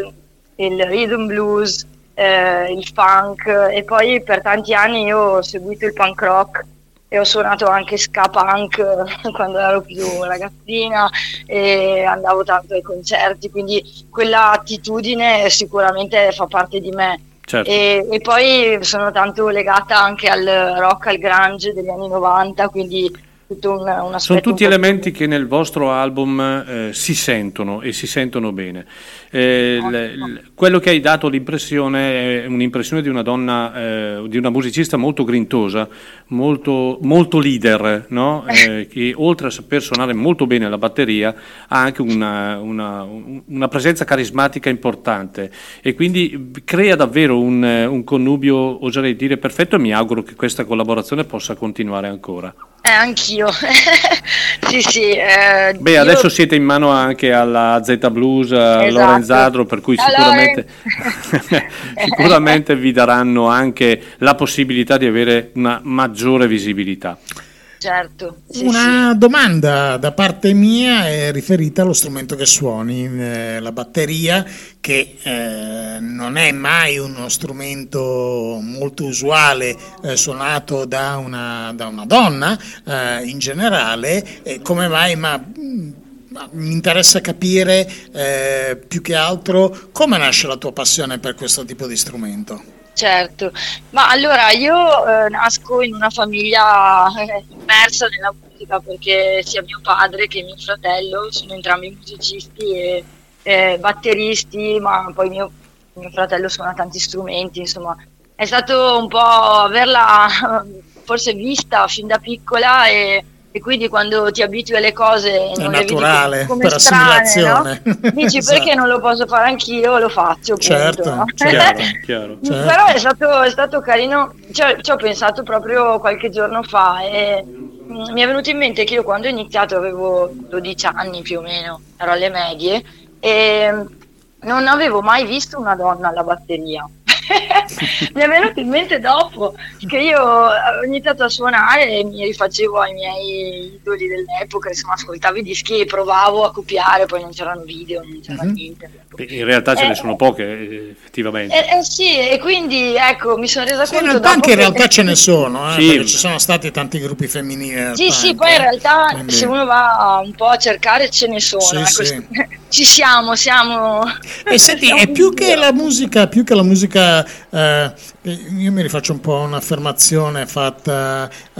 il rhythm blues, Eh, il funk, e poi per tanti anni io ho seguito il punk rock e ho suonato anche ska punk quando ero più ragazzina e andavo tanto ai concerti, quindi quella attitudine sicuramente fa parte di me. Certo. E, e poi sono tanto legata anche al rock, al grunge degli anni novanta, quindi tutto un, un sono tutti un elementi più... che nel vostro album eh, si sentono e si sentono bene. Eh, l, l, quello che hai dato l'impressione è un'impressione di una donna, eh, di una musicista molto grintosa, molto, molto leader, no? eh, che oltre a saper suonare molto bene la batteria ha anche una, una, una presenza carismatica importante, e quindi crea davvero un, un connubio, oserei dire, perfetto, e mi auguro che questa collaborazione possa continuare ancora. Eh, anch'io. sì, sì. Eh, Beh, io... adesso siete in mano anche alla Z Blues, a esatto. Lorenz Zadro, per cui sicuramente, sicuramente vi daranno anche la possibilità di avere una maggiore visibilità. Certo. Sì, Una sì. domanda da parte mia è riferita allo strumento che suoni, eh, la batteria, che eh, non è mai uno strumento molto usuale eh, suonato da una, da una donna eh, in generale. Eh, come mai? Ma mi interessa capire eh, più che altro come nasce la tua passione per questo tipo di strumento. Certo, ma allora io eh, nasco in una famiglia eh, immersa nella musica, perché sia mio padre che mio fratello sono entrambi musicisti e eh, batteristi, ma poi mio, mio fratello suona tanti strumenti, insomma è stato un po' averla forse vista fin da piccola e e quindi quando ti abitui alle cose è non naturale, le vedi come per strane, assimilazione. no? Dici Esatto. perché non lo posso fare anch'io, lo faccio, punto, Certo, no? Chiaro, chiaro. Certo. Però è stato, è stato carino, cioè, ci ho pensato proprio qualche giorno fa e mm, mi è venuto in mente che io quando ho iniziato avevo dodici anni più o meno, ero alle medie e mm, non avevo mai visto una donna alla batteria. Mi è venuto in mente dopo che io ho iniziato a suonare e mi rifacevo ai miei idoli dell'epoca, insomma ascoltavo i dischi e provavo a copiare, poi non c'erano video, non c'era Mhm. niente. In realtà ce Eh, ne sono poche, eh, effettivamente. Eh, eh sì, e quindi ecco, mi sono resa Sì, conto nel dopo punk in che- realtà ce ne sono, eh, Sì. perché ci sono stati tanti gruppi femminili nel Sì, punk, sì, poi in eh. realtà Quindi- se uno va un po' a cercare ce ne sono, Sì, ecco, sì. ci siamo, siamo... E senti, siamo è più in che giro. la musica, più che la musica, eh, io mi rifaccio un po' un'affermazione fatta eh,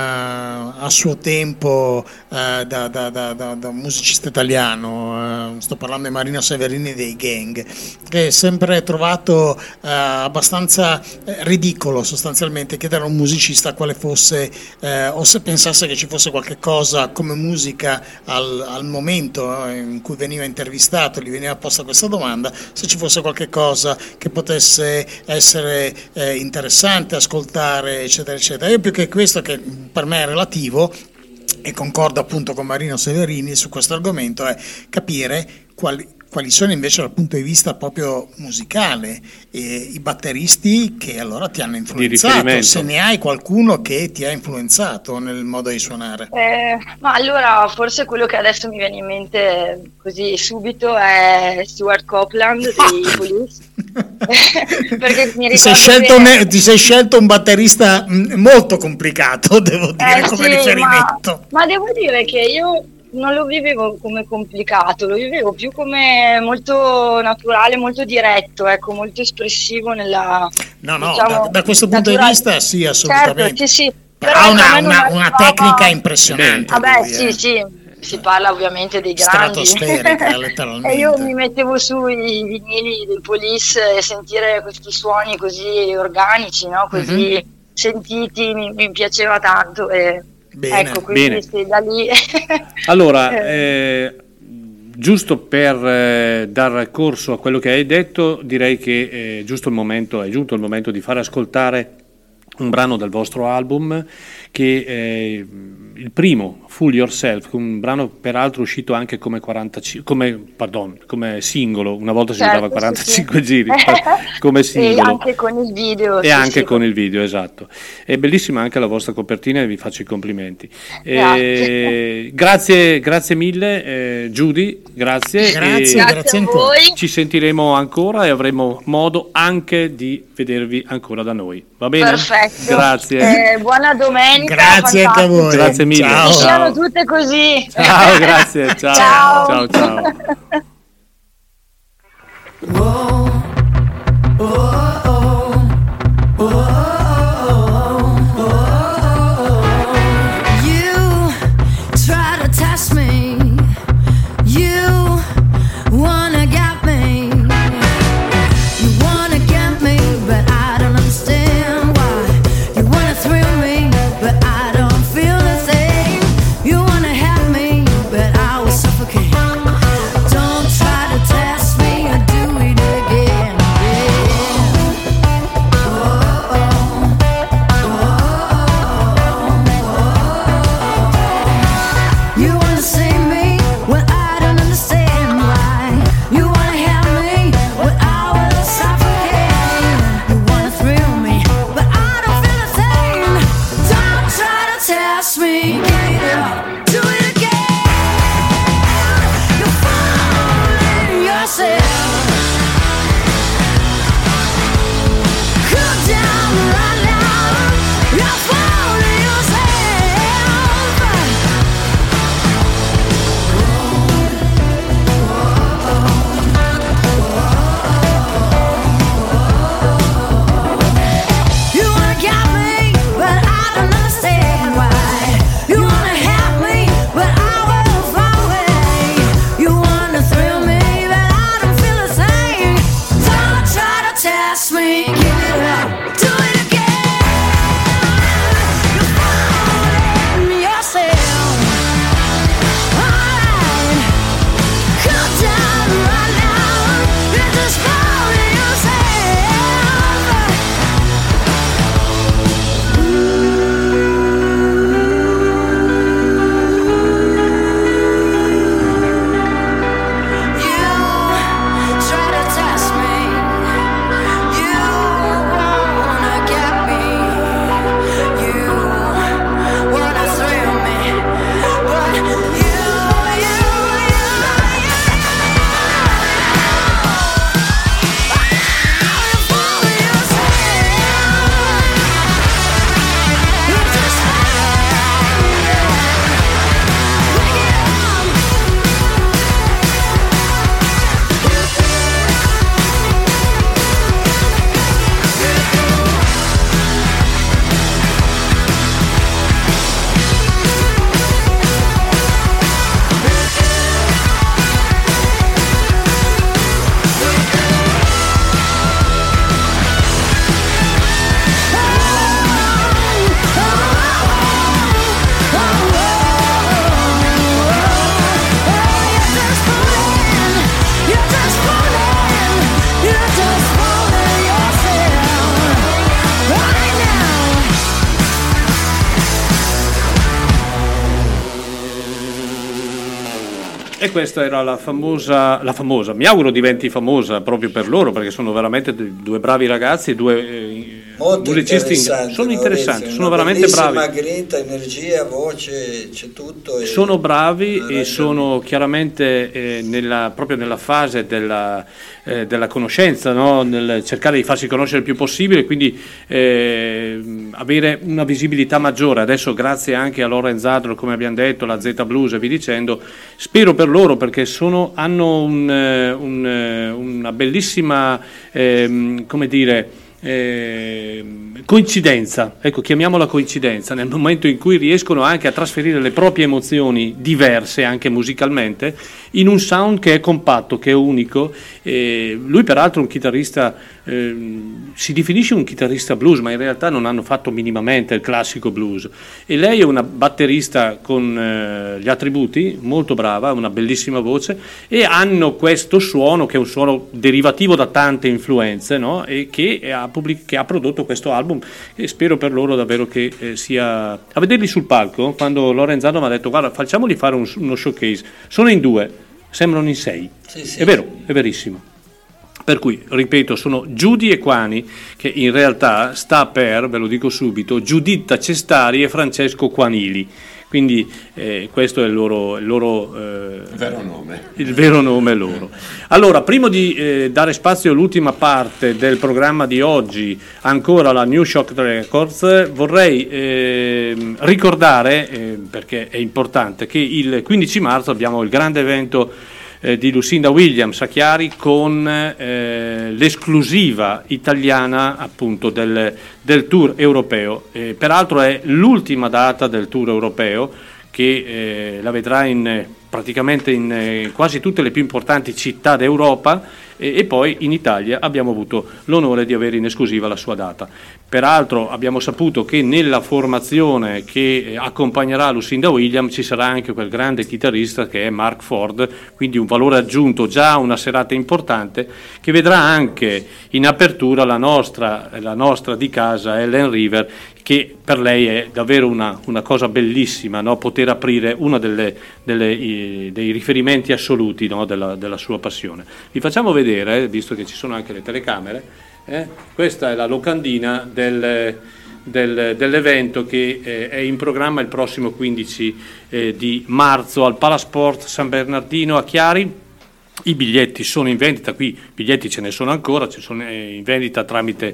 a suo tempo eh, da, da- da- da- da un musicista italiano, eh, sto parlando di Marino Severini dei Gang, che è sempre trovato eh, abbastanza eh, ridicolo sostanzialmente chiedere a un musicista quale fosse eh, o se pensasse che ci fosse qualche cosa come musica al, al momento eh, in cui veniva intervistato, gli veniva posta questa domanda, se ci fosse qualche cosa che potesse essere eh, interessante, ascoltare, eccetera, eccetera. Io più che questo, che per me è relativo, e concordo appunto con Marino Severini su questo argomento, è capire quali, quali sono invece dal punto di vista proprio musicale eh, i batteristi che allora ti hanno influenzato, riferimento. se ne hai qualcuno che ti ha influenzato nel modo di suonare. Eh, ma allora forse quello che adesso mi viene in mente così subito è Stuart Copeland dei Police. Perché mi Ti sei, ricordo scelto un, bene- ti sei scelto un batterista mh, molto complicato, devo dire, Eh, come sì, riferimento. Ma, ma devo dire che io non lo vivevo come complicato, lo vivevo più come molto naturale, molto diretto, ecco, molto espressivo nella... No, no, diciamo, da, da questo punto naturale. di vista sì, assolutamente. Certo, sì, sì. Però Però ha ecco, a una, me non una- una arrivava- tecnica impressionante. Vabbè, lui, sì, eh. sì, si parla ovviamente dei grandi. Stratosferica, letteralmente. E io mi mettevo sui vinili del Police e sentire questi suoni così organici, no? Così Mhm. sentiti, mi, mi piaceva tanto. E, Bene, ecco, quindi bene. sì, da lì... Allora, eh, giusto per eh, dar corso a quello che hai detto, direi che è giusto il momento, è giunto il momento di fare ascoltare un brano del vostro album che è il primo, Fool Yourself, un brano peraltro uscito anche come quarantacinque, come, pardon, come singolo, una volta si Certo, usava sì, quarantacinque sì. giri, come E singolo. anche con il video. E sì, anche sì. con il video, esatto. È bellissima anche la vostra copertina e vi faccio i complimenti. Grazie. Eh, grazie, grazie mille, eh, Judy, grazie. Grazie, E grazie a ancora. voi. ci sentiremo ancora e avremo modo anche di vedervi ancora da noi. Va bene? Perfetto. Grazie. Eh, buona domenica. Grazie anche a fantastico. voi. Grazie mille. Ciao. Che siano Ciao. tutte così. Ciao, grazie. Ciao. Ciao, ciao. You try to test me. You wanna get me. You wanna get me, but I don't understand why. You wanna thrill me, but I don't feel a thing. You wanna help me, but I will suffocate. Don't E questa era la famosa, la famosa, mi auguro diventi famosa proprio per loro, perché sono veramente due bravi ragazzi, due eh, Molto musicisti, interessanti, sono interessanti, Maurizio, sono una veramente bravi. bellissima grinta, energia, voce, c'è tutto. E Sono bravi e sono chiaramente eh, nella, proprio nella fase della, eh, della conoscenza, no? Nel cercare di farsi conoscere il più possibile, quindi eh, avere una visibilità maggiore. Adesso grazie anche a Lorenz Adler, come abbiamo detto, la Z Blues e vi dicendo, spero per loro, perché sono, hanno un, un, una bellissima, eh, come dire, Eh, coincidenza, ecco, chiamiamola coincidenza, nel momento in cui riescono anche a trasferire le proprie emozioni diverse anche musicalmente in un sound che è compatto, che è unico. Eh, lui peraltro è un chitarrista, eh, si definisce un chitarrista blues, ma in realtà non hanno fatto minimamente il classico blues, e lei è una batterista con eh, gli attributi, molto brava, una bellissima voce, e hanno questo suono che è un suono derivativo da tante influenze, no? E che ha Pubblic- che ha prodotto questo album, e spero per loro davvero che eh, sia a vederli sul palco. Quando Lorenzano mi ha detto guarda, facciamoli fare un, uno showcase, sono in due, sembrano in sei, Sì, sì. è vero, è verissimo. Per cui, ripeto, sono Giudi e Quani, che in realtà sta per, ve lo dico subito, Giuditta Cestari e Francesco Quanili. Quindi eh, questo è il loro, il loro eh, vero nome. Il vero nome loro. Allora, prima di eh, dare spazio all'ultima parte del programma di oggi, ancora la New Shock Records, vorrei eh, ricordare, eh, perché è importante, che il quindici marzo abbiamo il grande evento eh, di Lucinda Williams a Chiari con eh, l'esclusiva italiana appunto del, del tour europeo. Eh, peraltro è l'ultima data del tour europeo, che eh, la vedrà in, praticamente in eh, quasi tutte le più importanti città d'Europa, e, e poi in Italia abbiamo avuto l'onore di avere in esclusiva la sua data. Peraltro abbiamo saputo che nella formazione che accompagnerà Lucinda Williams ci sarà anche quel grande chitarrista che è Mark Ford, quindi un valore aggiunto, già una serata importante, che vedrà anche in apertura la nostra, la nostra di casa Ellen River, che per lei è davvero una, una cosa bellissima, no? Poter aprire uno delle, delle, i, dei riferimenti assoluti, no? della, della sua passione. Vi facciamo vedere, eh, visto che ci sono anche le telecamere, eh? Questa è la locandina del, del, dell'evento che eh, è in programma il prossimo quindici eh, di marzo al Palasport San Bernardino a Chiari. I biglietti sono in vendita, qui biglietti ce ne sono ancora, ci sono in vendita tramite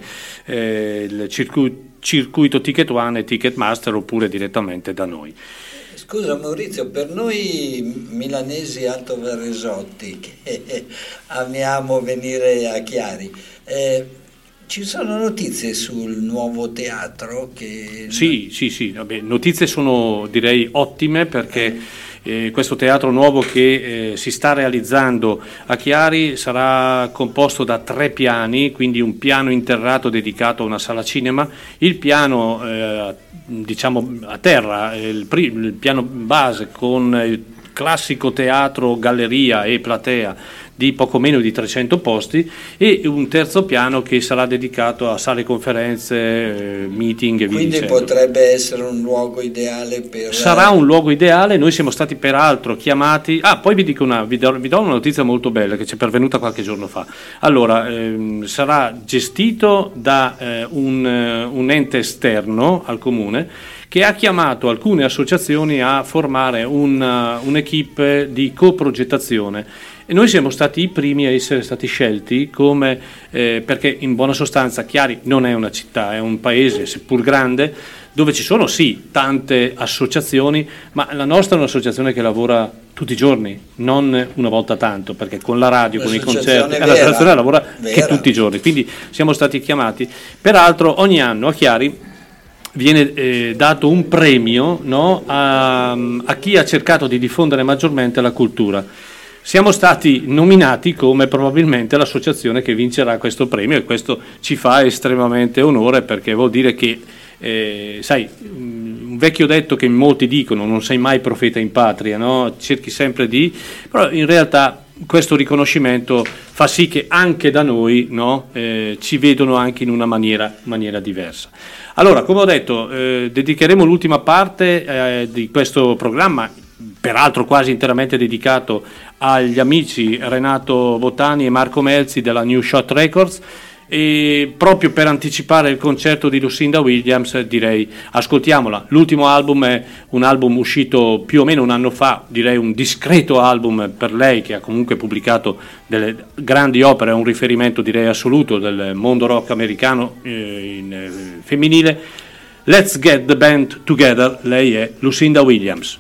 eh, il circuito, circuito Ticket One e Ticketmaster, oppure direttamente da noi. Scusa Maurizio, per noi milanesi Alto Varesotti che amiamo venire a Chiari, eh, ci sono notizie sul nuovo teatro? Che... Sì, sì, sì, vabbè, notizie sono direi ottime, perché eh, questo teatro nuovo che eh, si sta realizzando a Chiari sarà composto da tre piani, quindi un piano interrato dedicato a una sala cinema, il piano eh, diciamo a terra, il, pri- il piano base con il classico teatro, galleria e platea di poco meno di trecento posti, e un terzo piano che sarà dedicato a sale conferenze, eh, meeting e via Quindi dicendo. potrebbe essere un luogo ideale per... Sarà un luogo ideale. Noi siamo stati peraltro chiamati, ah poi vi dico una, vi do, vi do una notizia molto bella che ci è pervenuta qualche giorno fa. Allora, ehm, sarà gestito da eh, un, un ente esterno al comune, che ha chiamato alcune associazioni a formare una, un'equipe di coprogettazione, e noi siamo stati i primi a essere stati scelti come, eh, perché in buona sostanza Chiari non è una città, è un paese seppur grande, dove ci sono sì tante associazioni, ma la nostra è un'associazione che lavora tutti i giorni, non una volta tanto, perché con la radio, con i concerti, è l'associazione che lavora vera. che tutti i giorni, quindi siamo stati chiamati. Peraltro ogni anno a Chiari viene eh, dato un premio, no, a, a chi ha cercato di diffondere maggiormente la cultura. Siamo stati nominati come probabilmente l'associazione che vincerà questo premio, e questo ci fa estremamente onore, perché vuol dire che, eh, sai, un vecchio detto che molti dicono, non sei mai profeta in patria, no? Cerchi sempre di... però in realtà questo riconoscimento fa sì che anche da noi, no, eh, ci vedono anche in una maniera, maniera diversa. Allora, come ho detto, eh, dedicheremo l'ultima parte eh, di questo programma peraltro quasi interamente dedicato agli amici Renato Botani e Marco Melzi della New Shot Records. E proprio per anticipare il concerto di Lucinda Williams direi ascoltiamola. L'ultimo album è un album uscito più o meno un anno fa, direi un discreto album per lei, che ha comunque pubblicato delle grandi opere, è un riferimento direi assoluto del mondo rock americano eh, in, eh, femminile. Let's Get the Band Together, lei è Lucinda Williams.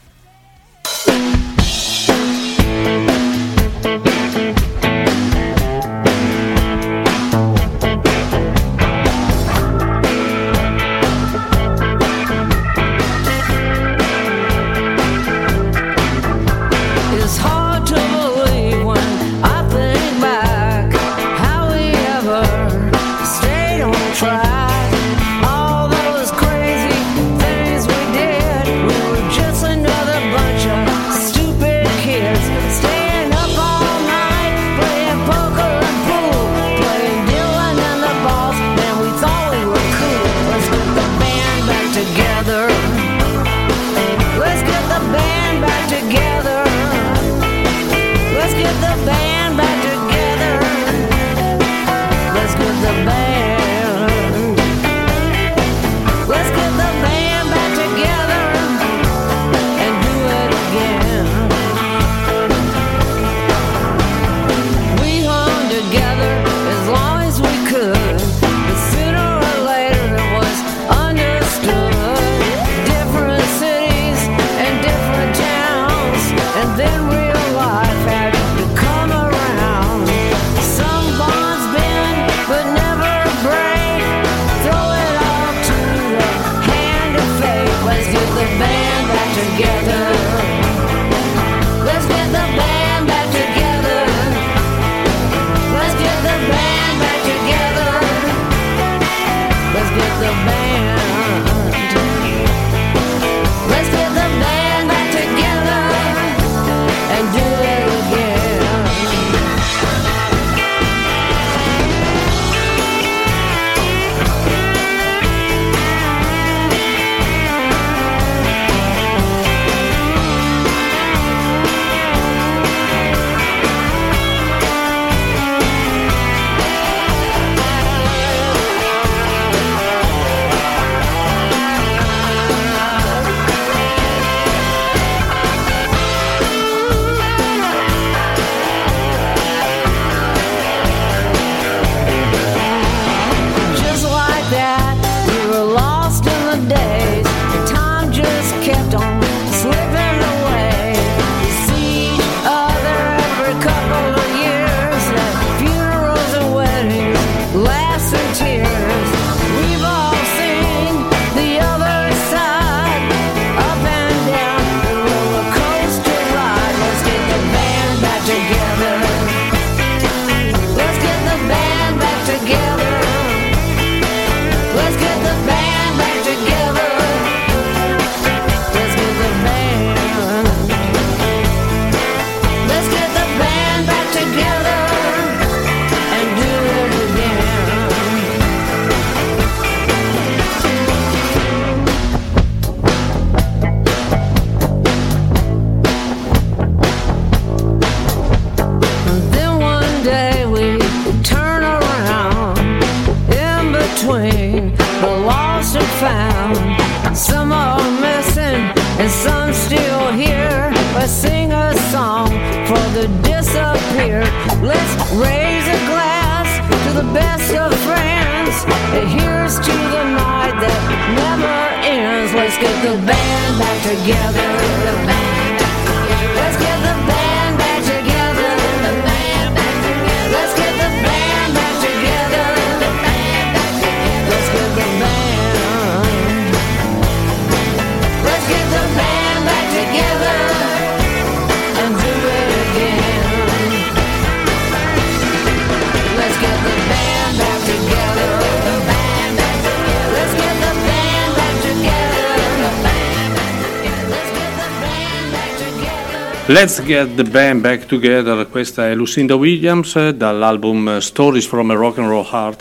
Let's Get the Band Back Together, questa è Lucinda Williams dall'album Stories from a Rock and Roll Heart,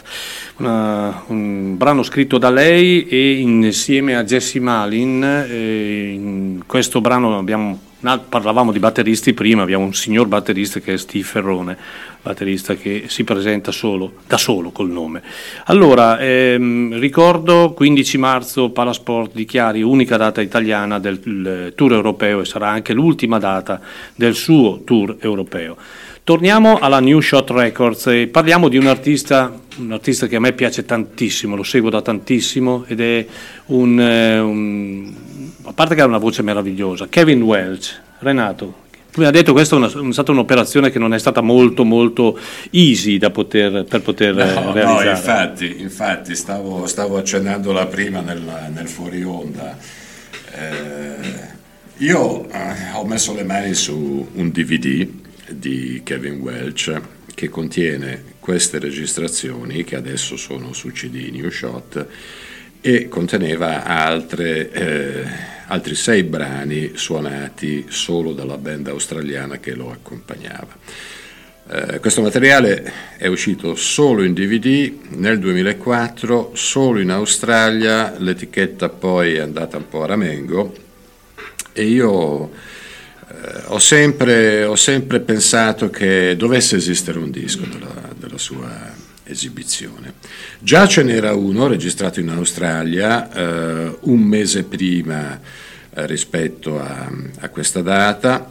una, un brano scritto da lei e insieme a Jessie Malin. E in questo brano abbiamo Na- parlavamo di batteristi prima, abbiamo un signor batterista che è Steve Ferrone, batterista che si presenta solo, da solo col nome. Allora, ehm, ricordo quindici marzo Palasport di Chiari, unica data italiana del tour europeo e sarà anche l'ultima data del suo tour europeo. Torniamo alla New Shot Records e parliamo di un artista, un artista che a me piace tantissimo, lo seguo da tantissimo ed è un, eh, un a parte che ha una voce meravigliosa, Kevin Welch. Renato, tu mi hai detto che questa è, una, è stata un'operazione che non è stata molto molto easy da poter, per poter no, realizzare. No, infatti, infatti stavo, stavo accennandola prima nel, nel fuori onda. Eh, io eh, ho messo le mani su un D V D di Kevin Welch che contiene queste registrazioni che adesso sono su C D New Shot e conteneva altre, eh, altri sei brani suonati solo dalla band australiana che lo accompagnava. Eh, questo materiale è uscito solo in D V D nel duemilaquattro, solo in Australia, l'etichetta poi è andata un po' a ramengo e io eh, ho, sempre, ho sempre pensato che dovesse esistere un disco della, della sua esibizione. Già ce n'era uno registrato in Australia eh, un mese prima eh, rispetto a, a questa data.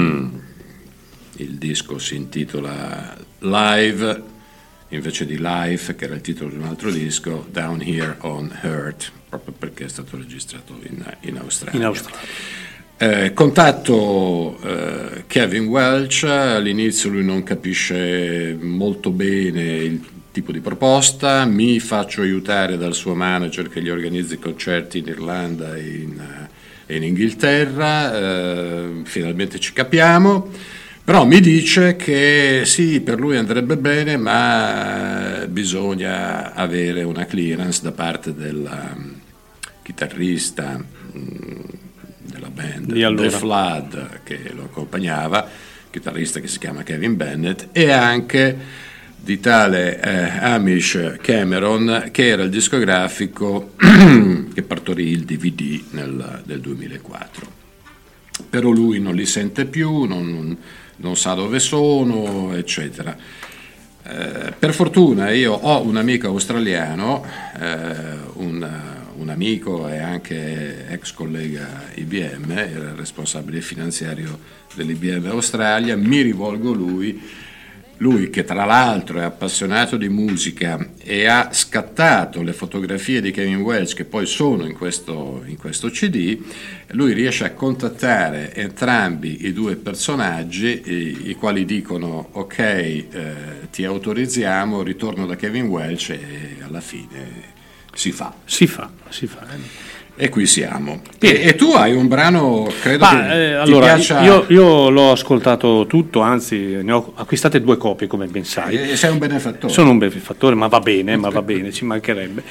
Il disco si intitola Live invece di Life, che era il titolo di un altro disco, Down Here on Earth, proprio perché è stato registrato in, in Australia. In Australia. Eh, contatto eh, Kevin Welch, all'inizio lui non capisce molto bene il tipo di proposta, mi faccio aiutare dal suo manager che gli organizza i concerti in Irlanda e in, e in Inghilterra, eh, finalmente ci capiamo, però mi dice che sì, per lui andrebbe bene, ma bisogna avere una clearance da parte del um, chitarrista um, della band allora. The Flood che lo accompagnava, chitarrista che si chiama Kevin Bennett, e anche di tale eh, Hamish Cameron, che era il discografico che partorì il D V D nel, del duemilaquattro. Però lui non li sente più, non, non sa dove sono, eccetera. Eh, per fortuna io ho un amico australiano, eh, un, un amico e anche ex collega I B M, era il responsabile finanziario dell'I B M Australia, mi rivolgo a lui. Lui che tra l'altro è appassionato di musica e ha scattato le fotografie di Kevin Welch che poi sono in questo, in questo C D, lui riesce a contattare entrambi i due personaggi, i, i quali dicono ok, eh, ti autorizziamo, ritorno da Kevin Welch e alla fine si fa. Si fa, si fa. E qui siamo. E, e tu hai un brano, credo Ma, che eh, ti allora, piaccia... Io, io l'ho ascoltato tutto, anzi ne ho acquistate due copie come ben sai. E sei un benefattore. Sono un benefattore, ma va bene, ma va bene, ci mancherebbe.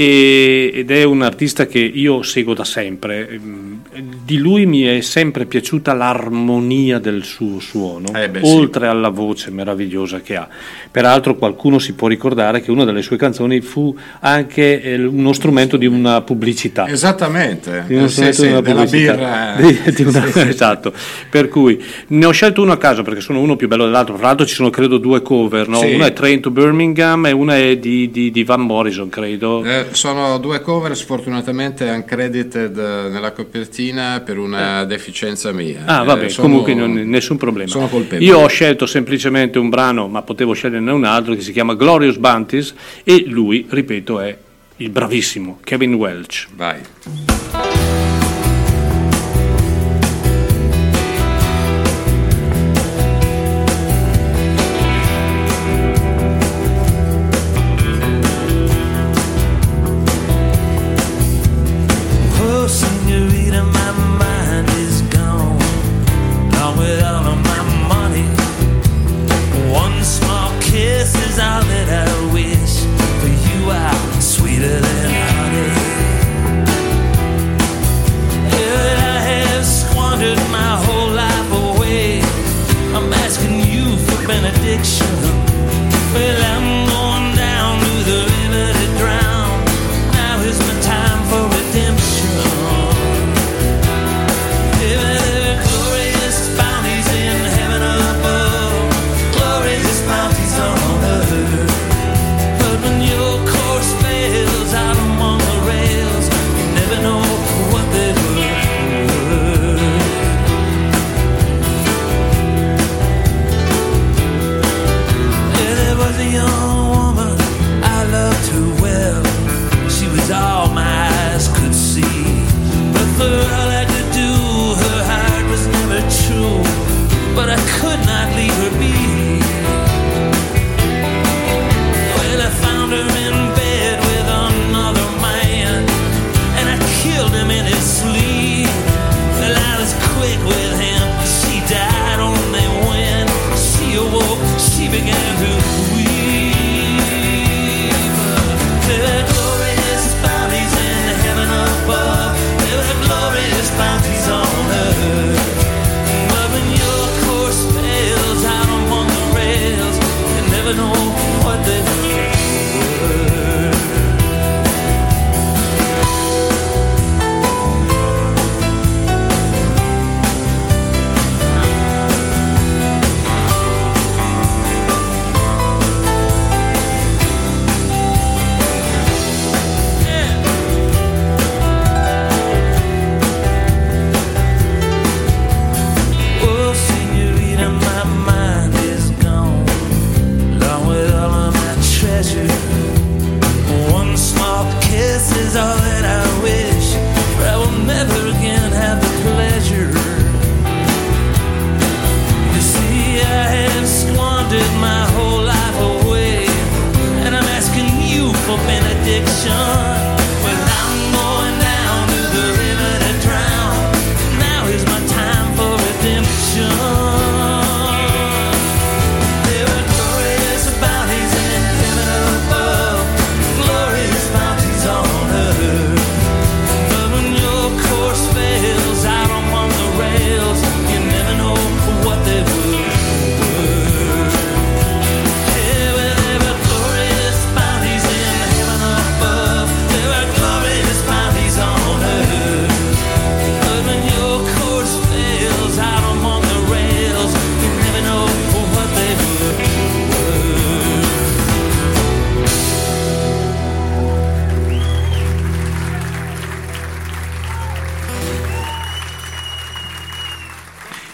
E, ed è un artista che io seguo da sempre. Di lui mi è sempre piaciuta l'armonia del suo suono, eh beh, oltre sì. alla voce meravigliosa che ha. Peraltro qualcuno si può ricordare che una delle sue canzoni fu anche eh, uno strumento di una pubblicità. Esattamente, Di uno sì, sì, di una della pubblicità. birra. Di- di una- Sì, sì. Esatto, per cui ne ho scelto uno a caso perché sono uno più bello dell'altro. Tra l'altro ci sono credo due cover, no? Sì. Una è Train to Birmingham e una è di, di, di Van Morrison, credo. Eh, sono due cover, sfortunatamente uncredited nella copertina per una deficienza mia. Ah, vabbè, Eh, sono- comunque non, nessun problema. sono colpevoli. Io ho scelto semplicemente un brano, ma potevo sceglierne un altro, che si chiama Glorious Bounties, e lui, ripeto, è il bravissimo Kevin Welch. Vai. Oh, señorita, my mind is gone, gone with all of my money. One small kiss is all that I wish. For you are sweeter than honey.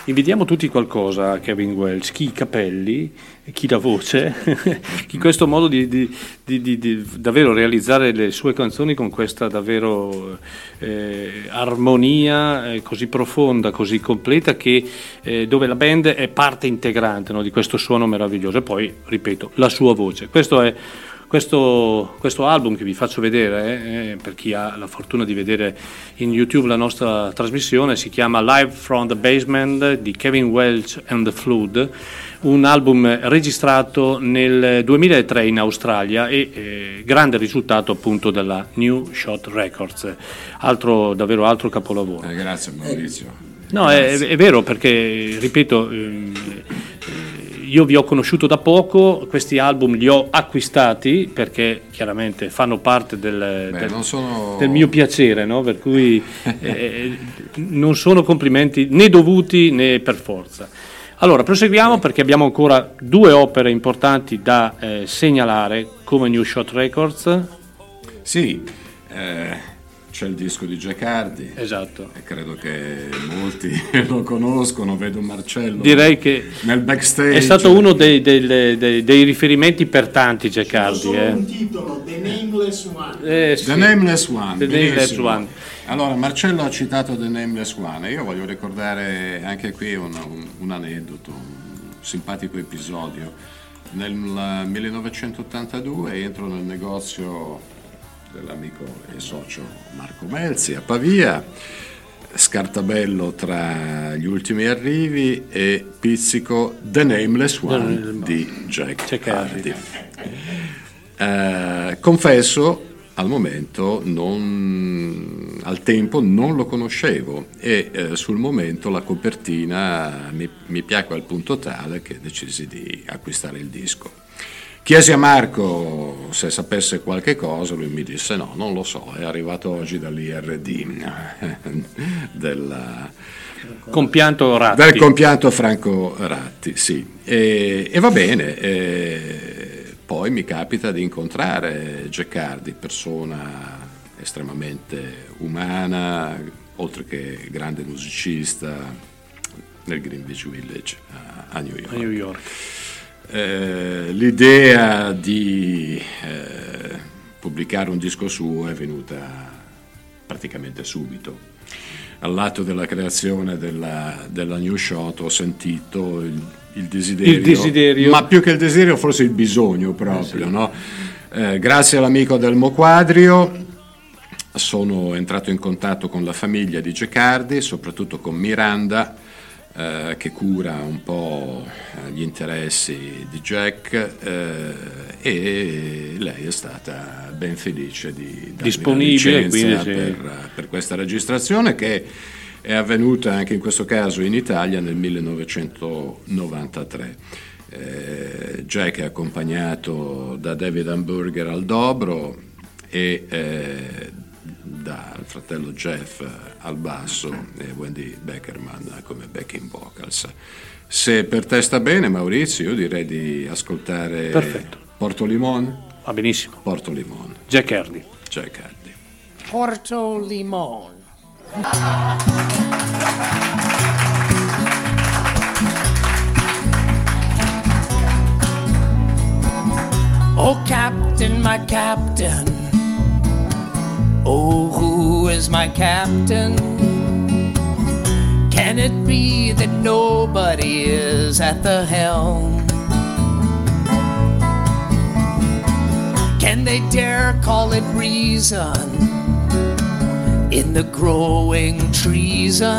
invidiamo tutti qualcosa a Kevin Welch, chi i capelli, chi la voce, chi questo modo di, di, di, di, di davvero realizzare le sue canzoni con questa davvero eh, armonia eh, così profonda, così completa, che eh, dove la band è parte integrante, no, di questo suono meraviglioso. E poi, ripeto, la sua voce. Questo è Questo, questo album che vi faccio vedere, eh, per chi ha la fortuna di vedere in YouTube la nostra trasmissione, si chiama Live from the Basement di Kevin Welch and the Flood, un album registrato nel duemilatré in Australia e eh, grande risultato appunto della New Shot Records, altro, davvero altro capolavoro. Eh, grazie Maurizio. No, è, è vero, perché ripeto, ehm, io vi ho conosciuto da poco, questi album li ho acquistati perché chiaramente fanno parte del, Beh, del, non sono... del mio piacere, no? Per cui eh, non sono complimenti né dovuti né per forza. Allora, proseguiamo perché abbiamo ancora due opere importanti da eh, segnalare come New Shot Records. Sì, eh... c'è il disco di Jack Hardy, esatto, e credo che molti lo conoscono. Vedo Marcello, direi che nel backstage è stato uno dei, dei, dei, dei riferimenti per tanti Jack Hardy. Solo eh. un titolo, The Nameless One. Eh, sì. The Nameless One, The Nameless One. Allora, Marcello ha citato The Nameless One e io voglio ricordare anche qui un, un, un aneddoto, un simpatico episodio. Nel millenovecentottantadue entro nel negozio dell'amico e socio Marco Melzi a Pavia, scartabello tra gli ultimi arrivi e pizzico The Nameless One di Jack Hardy. Eh, confesso, al momento, non, al tempo non lo conoscevo e eh, sul momento la copertina mi, mi piacque al punto tale che decisi di acquistare il disco. Chiesi a Marco se sapesse qualche cosa, lui mi disse no, non lo so, è arrivato oggi dall'I R D del compianto Ratti. Del compianto Franco Ratti, sì. E, e va bene, e poi mi capita di incontrare Jack Hardy, persona estremamente umana, oltre che grande musicista, nel Greenwich Village a, a New York. A New York. Eh, l'idea di eh, pubblicare un disco suo è venuta praticamente subito. All'atto della creazione della, della New Shot ho sentito il, il, desiderio, il desiderio, ma più che il desiderio forse il bisogno proprio, eh sì. no? Eh, grazie all'amico Delmo Quadrio sono entrato in contatto con la famiglia di Jack Hardy, soprattutto con Miranda, Eh, che cura un po' gli interessi di Jack, eh, e lei è stata ben felice di darmi disponibile, la quindi, licenza sì. per, per questa registrazione, che è avvenuta anche in questo caso in Italia nel millenovecentonovantatré. Eh, Jack è accompagnato da David Hamburger al dobro e eh, dal fratello Jeff al basso e Wendy Beckerman come backing vocals. Se per te sta bene, Maurizio, io direi di ascoltare Perfetto. Porto Limon. Va benissimo. Porto Limon. Jack Hardy. Jack Hardy. Porto Limon. Oh, Captain, my Captain. Oh, who is my captain? Can it be that nobody is at the helm? Can they dare call it reason in the growing treason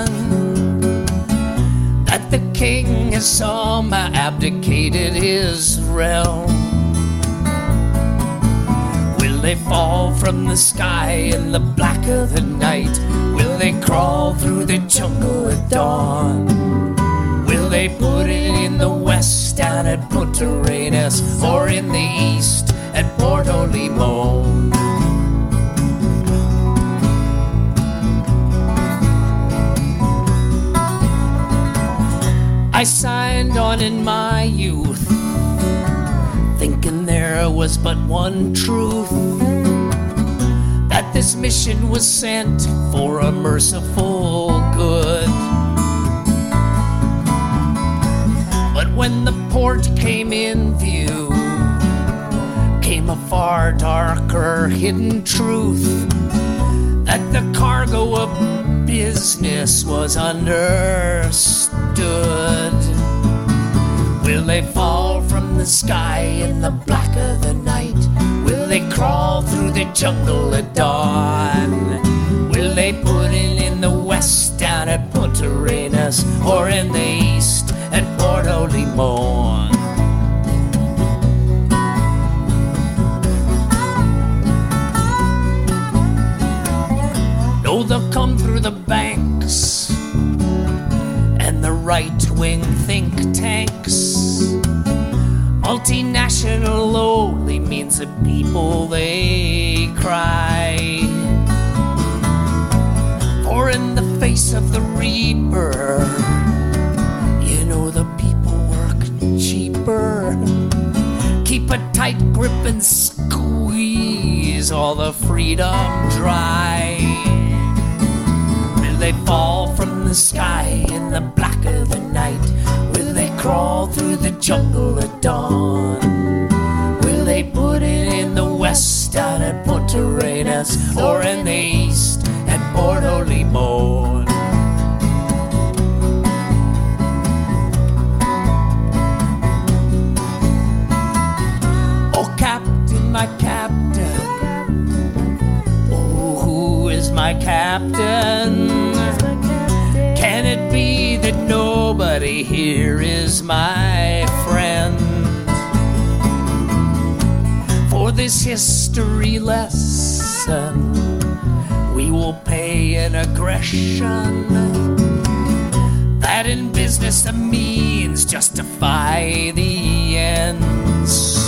that the king has somehow abdicated his realm? Will they fall from the sky in the black of the night? Will they crawl through the jungle at dawn? Will they put it in the west down at Punta Arenas, or in the east at Porto Limon? I signed on in my youth, thinking there was but one truth, that this mission was sent for a merciful good. When the port came in view, came a far darker hidden truth, that the cargo of business was understood. Will they fall from the sky in the black of the night? Will they crawl through the jungle at dawn? Will they put it in the west down at Punta Arenas, or in the east at Porto Limon? No, they'll come through the banks and the right-wing think tanks. Multinational only means the people, they cry. For in the face of the reaper, you know the people work cheaper. Keep a tight grip and squeeze all the freedom dry. Will they fall from the sky in the black of the night? Will they crawl through the jungle at dawn? Will they put it in the west down at Punta Arenas, or in the east at Porto Limon? Oh, Captain, my Captain, oh, who is my Captain? Can it be that nobody here is my friend? For this history lesson, we will pay an aggression that in business the means justify the ends.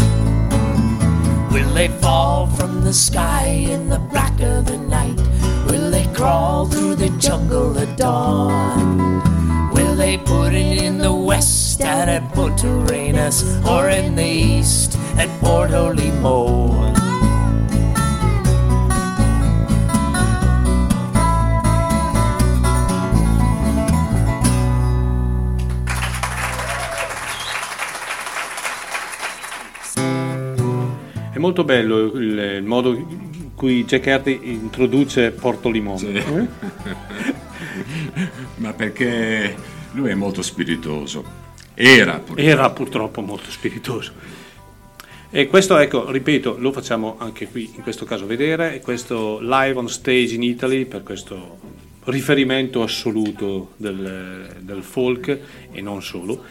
Will they fall from the sky in the black of the night? Will they crawl through the jungle at dawn? Will they put it in the west down at Punta Arenas, or in the east at Porto Limon? È molto bello il, il modo in cui Jack Hardy introduce Porto Limon. Sì. Eh? Ma perché lui è molto spiritoso. Era purtroppo. Era purtroppo molto spiritoso. E questo, ecco, ripeto, lo facciamo anche qui in questo caso vedere, questo Live on Stage in Italy, per questo riferimento assoluto del, del folk e non solo.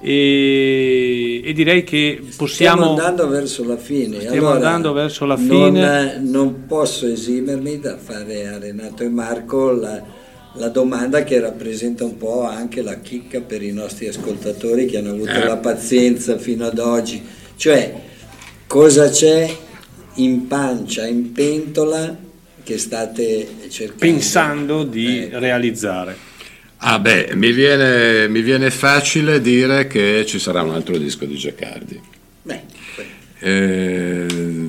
E, e direi che possiamo stiamo andando verso la fine. Stiamo allora, andando verso la fine. Non, non posso esimermi da fare a Renato e Marco la, la domanda che rappresenta un po' anche la chicca per i nostri ascoltatori che hanno avuto eh. la pazienza fino ad oggi, cioè cosa c'è in pancia, in pentola che state cercando, pensando di eh. realizzare? Ah beh, mi viene, mi viene facile dire che ci sarà un altro disco di Jack Hardy. Beh, eh,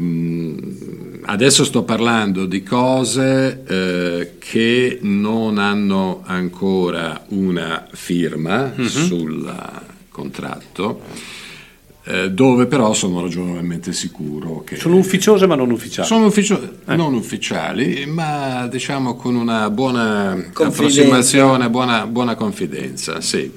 adesso sto parlando di cose eh, che non hanno ancora una firma mm-hmm. sul contratto, eh, dove però sono ragionevolmente sicuro che... Sono ufficiose ma non ufficiali. Sono ufficio- eh. non ufficiali, ma diciamo con una buona approssimazione, buona, buona confidenza, sì.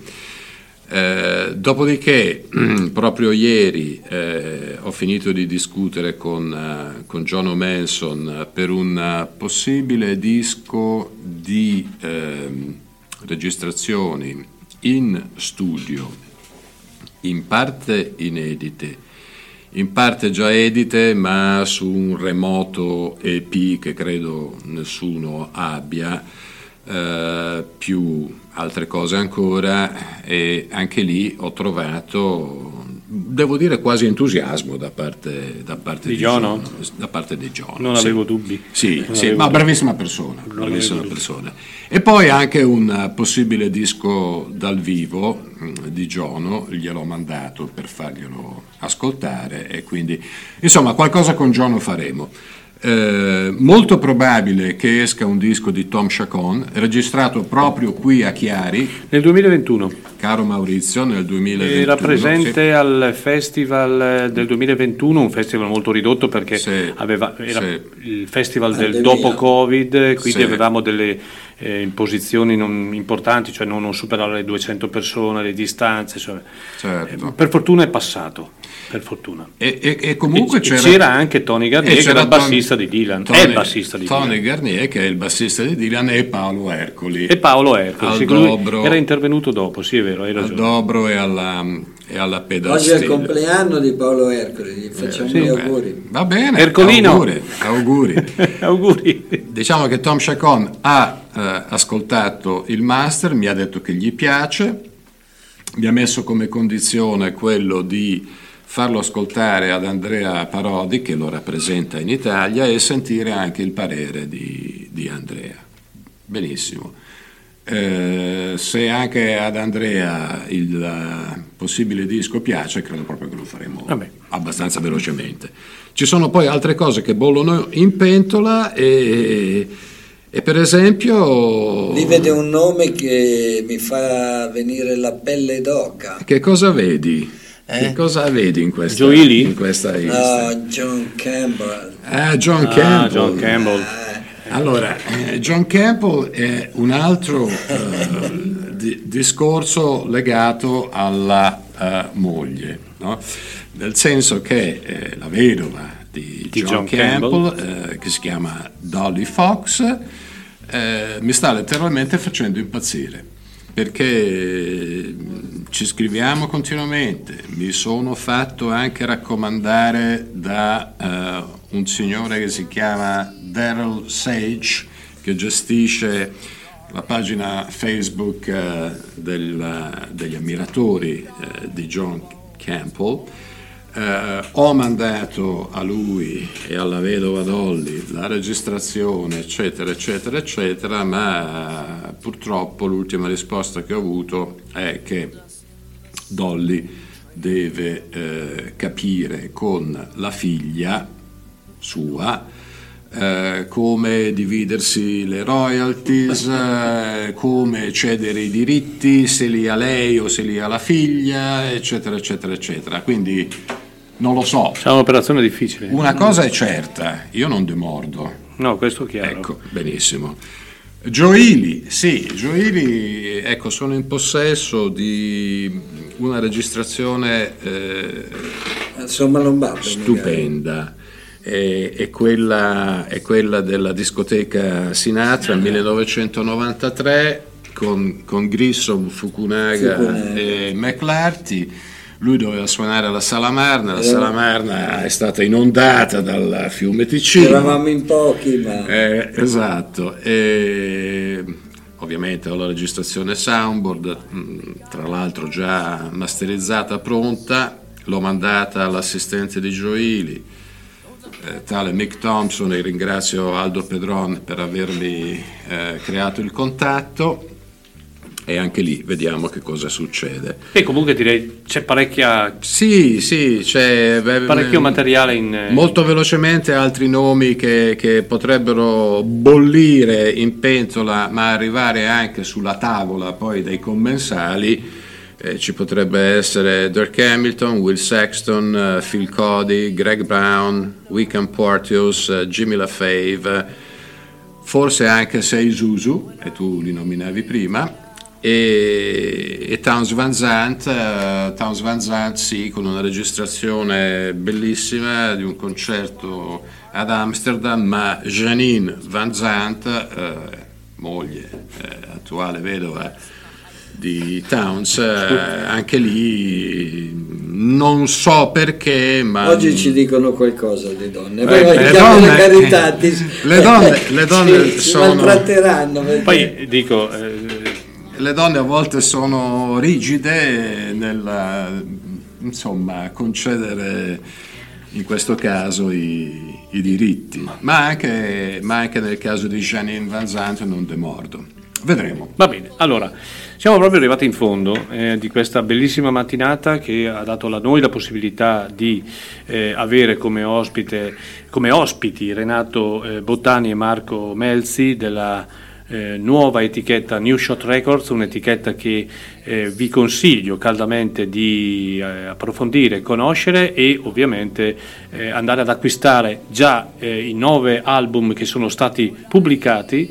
Eh, dopodiché, proprio ieri eh, ho finito di discutere con, uh, con John O'Manson per un possibile disco di eh, registrazioni in studio, in parte inedite, in parte già edite, ma su un remoto E P che credo nessuno abbia, eh, più altre cose ancora, e anche lì ho trovato, devo dire, quasi entusiasmo da parte, da parte di, di Giono? Giono, da parte di Giono. Non sì. avevo dubbi. Sì, non sì avevo ma dubbi. bravissima persona, Non bravissima persona. E poi anche un possibile disco dal vivo di Giono, gliel'ho mandato per farglielo ascoltare, e quindi insomma qualcosa con Giono faremo. Eh, molto probabile che esca un disco di Tom Chacon, registrato proprio qui a Chiari nel duemilaventuno. Caro Maurizio, nel duemilaventuno. Era presente sì. al festival del duemilaventuno, un festival molto ridotto perché sì, aveva, era sì. il festival del Pandemia. dopo Covid, quindi Sì. avevamo delle eh, imposizioni non importanti, cioè non, non superare le duecento persone, le distanze. Cioè, Certo. eh, per fortuna è passato. Per fortuna. E, e, e comunque E- e c'era, c'era anche Tony Garnier, e che era il c'era bassista Tony- di Dylan. Tony, È il bassista di Tony Dylan. Garnier, che è il bassista di Dylan, e Paolo Ercoli. E Paolo Ercoli, Al sì, lui dobro, era intervenuto dopo, sì è vero, hai al ragione. dobro e alla, e alla pedal Oggi è il steel. compleanno di Paolo Ercoli, gli facciamo sì, gli beh. auguri. Va bene, Ercolino. auguri. auguri. Auguri. Diciamo che Tom Chacon ha eh, ascoltato il master, mi ha detto che gli piace, mi ha messo come condizione quello di farlo ascoltare ad Andrea Parodi, che lo rappresenta in Italia, e sentire anche il parere di, di Andrea. Benissimo. Eh, se anche ad Andrea il eh, possibile disco piace, credo proprio che lo faremo Vabbè. abbastanza velocemente. Ci sono poi altre cose che bollono in pentola e, e per esempio... Lì vede un nome che mi fa venire la pelle d'oca. Che cosa vedi? Eh? Che cosa vedi in questa, Gioili? in questa lista? No, John Campbell. Ah, John Ah, Campbell. John Campbell. Allora, eh, John Campbell è un altro eh, di- discorso legato alla eh, moglie, no? Nel senso che eh, la vedova di, Di John, John Campbell, eh, che si chiama Dolly Fox, eh, mi sta letteralmente facendo impazzire, perché ci scriviamo continuamente, mi sono fatto anche raccomandare da eh, un signore che si chiama Daryl Sage, che gestisce la pagina Facebook eh, del- degli ammiratori eh, di John Campbell. Eh, ho mandato a lui e alla vedova Dolly la registrazione, eccetera, eccetera, eccetera, ma purtroppo l'ultima risposta che ho avuto è che Dolly deve eh, capire con la figlia sua eh, come dividersi le royalties, eh, come cedere i diritti, se li ha lei o se li ha la figlia, eccetera, eccetera, eccetera. Quindi non lo so. C'è un'operazione difficile. Una cosa è certa, io non demordo. No, questo è chiaro. Ecco, benissimo. Gioili, sì, Gioili, ecco, sono in possesso di una registrazione eh, Insomma, Lombardo. stupenda. È, è quella, è quella della discoteca Sinatra millenovecentonovantatré con, con Grissom, Fukunaga, Fukunaga. e McClarty. Lui doveva suonare alla Sala Marna, la Sala Marna è stata inondata dal fiume Ticino. Eravamo in pochi, ma... Eh, esatto, e ovviamente ho la registrazione soundboard, mh, tra l'altro già masterizzata, pronta, l'ho mandata all'assistente di Gioili, eh, tale Mick Thompson, e ringrazio Aldo Pedron per avermi eh, creato il contatto, e anche lì vediamo che cosa succede. E comunque direi c'è parecchia Sì, sì, c'è beh, parecchio materiale in molto velocemente altri nomi che, che potrebbero bollire in pentola, ma arrivare anche sulla tavola poi dei commensali. Eh, ci potrebbe essere Dirk Hamilton, Will Sexton, uh, Phil Cody, Greg Brown, Wickham Porteous, uh, Jimmy LaFave, forse anche Sei Zuzu, e tu li nominavi prima, e, e Townes Van Zandt, uh, Townes Van Zandt sì, con una registrazione bellissima di un concerto ad Amsterdam, ma Janine Van Zandt, uh, moglie, eh, attuale vedova di Townes, eh, anche lì non so perché, ma Oggi ci dicono qualcosa di donne, Eh, però le diciamo donne- la carità, ti- le donne- le donne ci, sono- ci maltratteranno perché- Poi dico eh, le donne a volte sono rigide nel, insomma, concedere in questo caso i, i diritti, ma anche, ma anche nel caso di Janine Van Zandt non demordo. Vedremo. Va bene, allora siamo proprio arrivati in fondo eh, di questa bellissima mattinata che ha dato a noi la possibilità di eh, avere come ospite, come ospiti Renato eh, Bottani e Marco Melzi della eh, nuova etichetta New Shot Records, un'etichetta che eh, vi consiglio caldamente di eh, approfondire, conoscere e ovviamente eh, andare ad acquistare già eh, i nove album che sono stati pubblicati.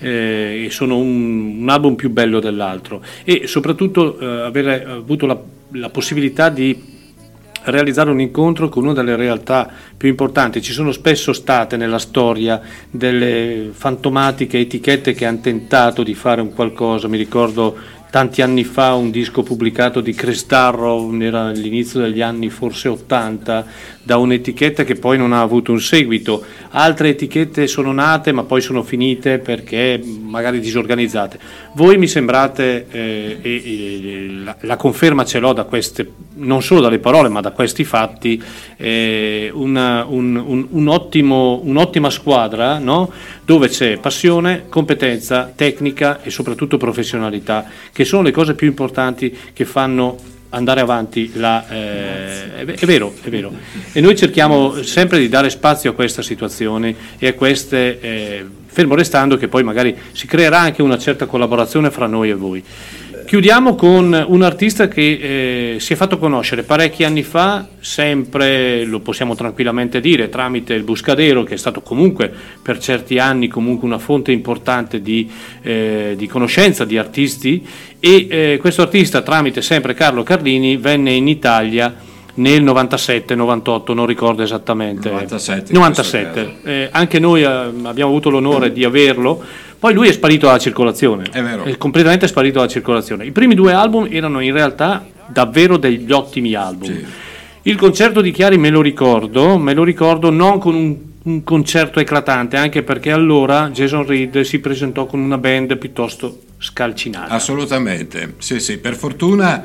Eh, sono un, un album più bello dell'altro e soprattutto eh, avere avuto la, la possibilità di realizzare un incontro con una delle realtà più importanti. Ci sono spesso state nella storia delle fantomatiche etichette che hanno tentato di fare un qualcosa. Mi ricordo tanti anni fa un disco pubblicato di Crestarro, era all'inizio degli anni forse ottanta, da un'etichetta che poi non ha avuto un seguito. Altre etichette sono nate ma poi sono finite perché magari disorganizzate. Voi mi sembrate, eh, e, e, la, la conferma ce l'ho da queste, non solo dalle parole ma da questi fatti, eh, una, un, un, un ottimo, un'ottima squadra, no? Dove c'è passione, competenza, tecnica e soprattutto professionalità, che sono le cose più importanti che fanno andare avanti la, eh, è vero, è vero, e noi cerchiamo sempre di dare spazio a questa situazione e a queste, eh, fermo restando che poi magari si creerà anche una certa collaborazione fra noi e voi. Chiudiamo con un artista che eh, si è fatto conoscere parecchi anni fa, sempre, lo possiamo tranquillamente dire, tramite il Buscadero, che è stato comunque per certi anni comunque una fonte importante di, eh, di conoscenza di artisti, e eh, questo artista tramite sempre Carlo Carlini venne in Italia nel novantasette novantotto, non ricordo esattamente, novantasette, novantasette. Eh, anche noi eh, abbiamo avuto l'onore di averlo. Poi lui è sparito dalla circolazione, è vero, è completamente sparito dalla circolazione. I primi due album erano in realtà davvero degli ottimi album. Sì. Il concerto di Chiari me lo ricordo, me lo ricordo non con un, un concerto eclatante, anche perché allora Jason Reed si presentò con una band piuttosto scalcinata. Assolutamente, sì sì, per fortuna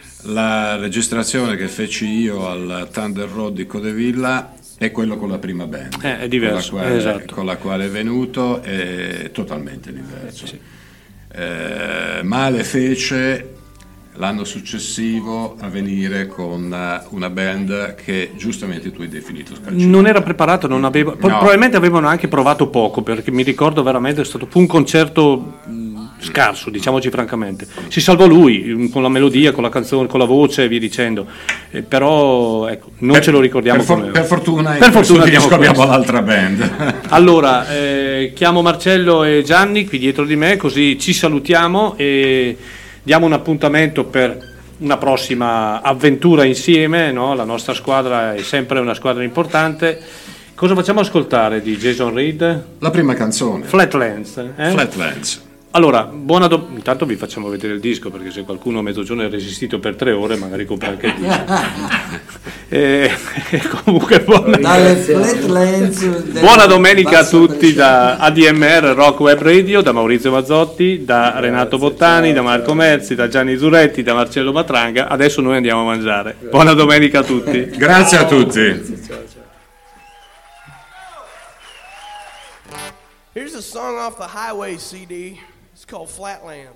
la registrazione che feci io al Thunder Road di Codevilla è quello con la prima band, eh, è diverso, con la quale, esatto. con la quale è venuto, è totalmente diverso. Sì. Eh, male fece l'anno successivo a venire con una band che giustamente tu hai definito scalcinata. Non era preparato, non aveva, no. Probabilmente avevano anche provato poco, perché mi ricordo veramente è stato un concerto scarso, diciamoci francamente. Si salvò lui con la melodia, con la canzone, con la voce e via dicendo, eh, però ecco, non per, ce lo ricordiamo per, for- come... per fortuna per fortuna disco abbiamo l'altra band. Allora eh, chiamo Marcello e Gianni qui dietro di me, così ci salutiamo e diamo un appuntamento per una prossima avventura insieme, no? La nostra squadra è sempre una squadra importante. Cosa facciamo ascoltare di Jason Reed? La prima canzone, Flatlands, eh? Flatlands. Allora, buona do- intanto vi facciamo vedere il disco, perché se qualcuno a mezzogiorno è resistito per tre ore magari compra anche il disco. e, e comunque buona, buona domenica a tutti da A D M R Rock Web Radio, da Maurizio Mazzotti, da Renato Bottani, da Marco Melzi, da Gianni Zuretti, da Marcello Matranga. Adesso noi andiamo a mangiare. Buona domenica a tutti. Grazie a tutti. Here's a song off the Highway C D. It's called Flatland.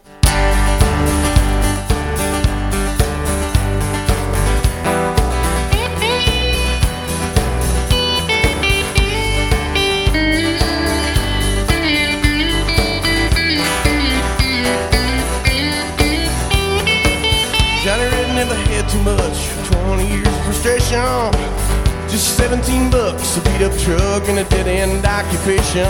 Johnny Red never had too much. twenty years of frustration. Just seventeen bucks, a beat up truck and a dead end occupation.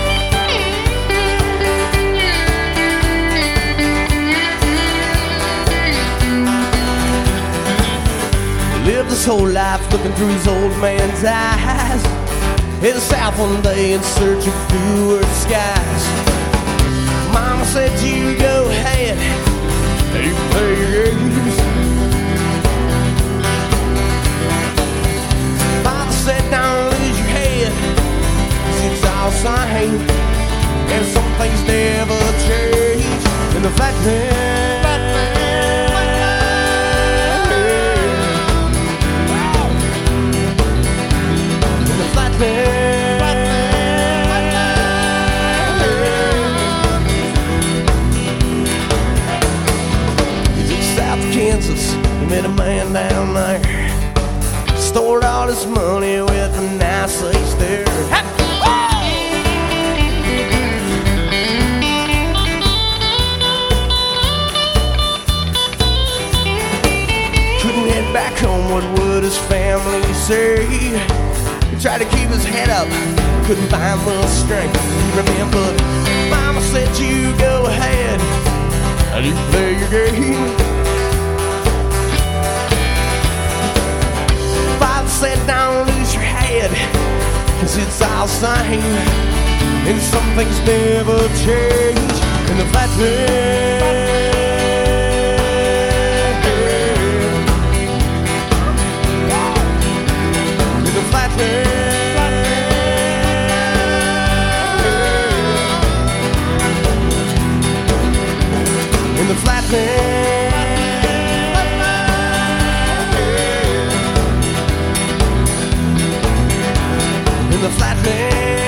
Lived his whole life looking through his old man's eyes. Headed south one day in search of bluer skies. Mama said, you go ahead, you pay your dues. Father said, don't lose your head, 'cause it's all same, and some things never change in the flatland. there. Stored all his money with a nice ace there. Couldn't get back home, what would his family say? He tried to keep his head up, couldn't find much strength. Remember, Mama said you go ahead and you play your game. Father said don't lose your head, cause it's all the same, and some things never change in the flatland. In the flatland. In the flatland. In the flatland.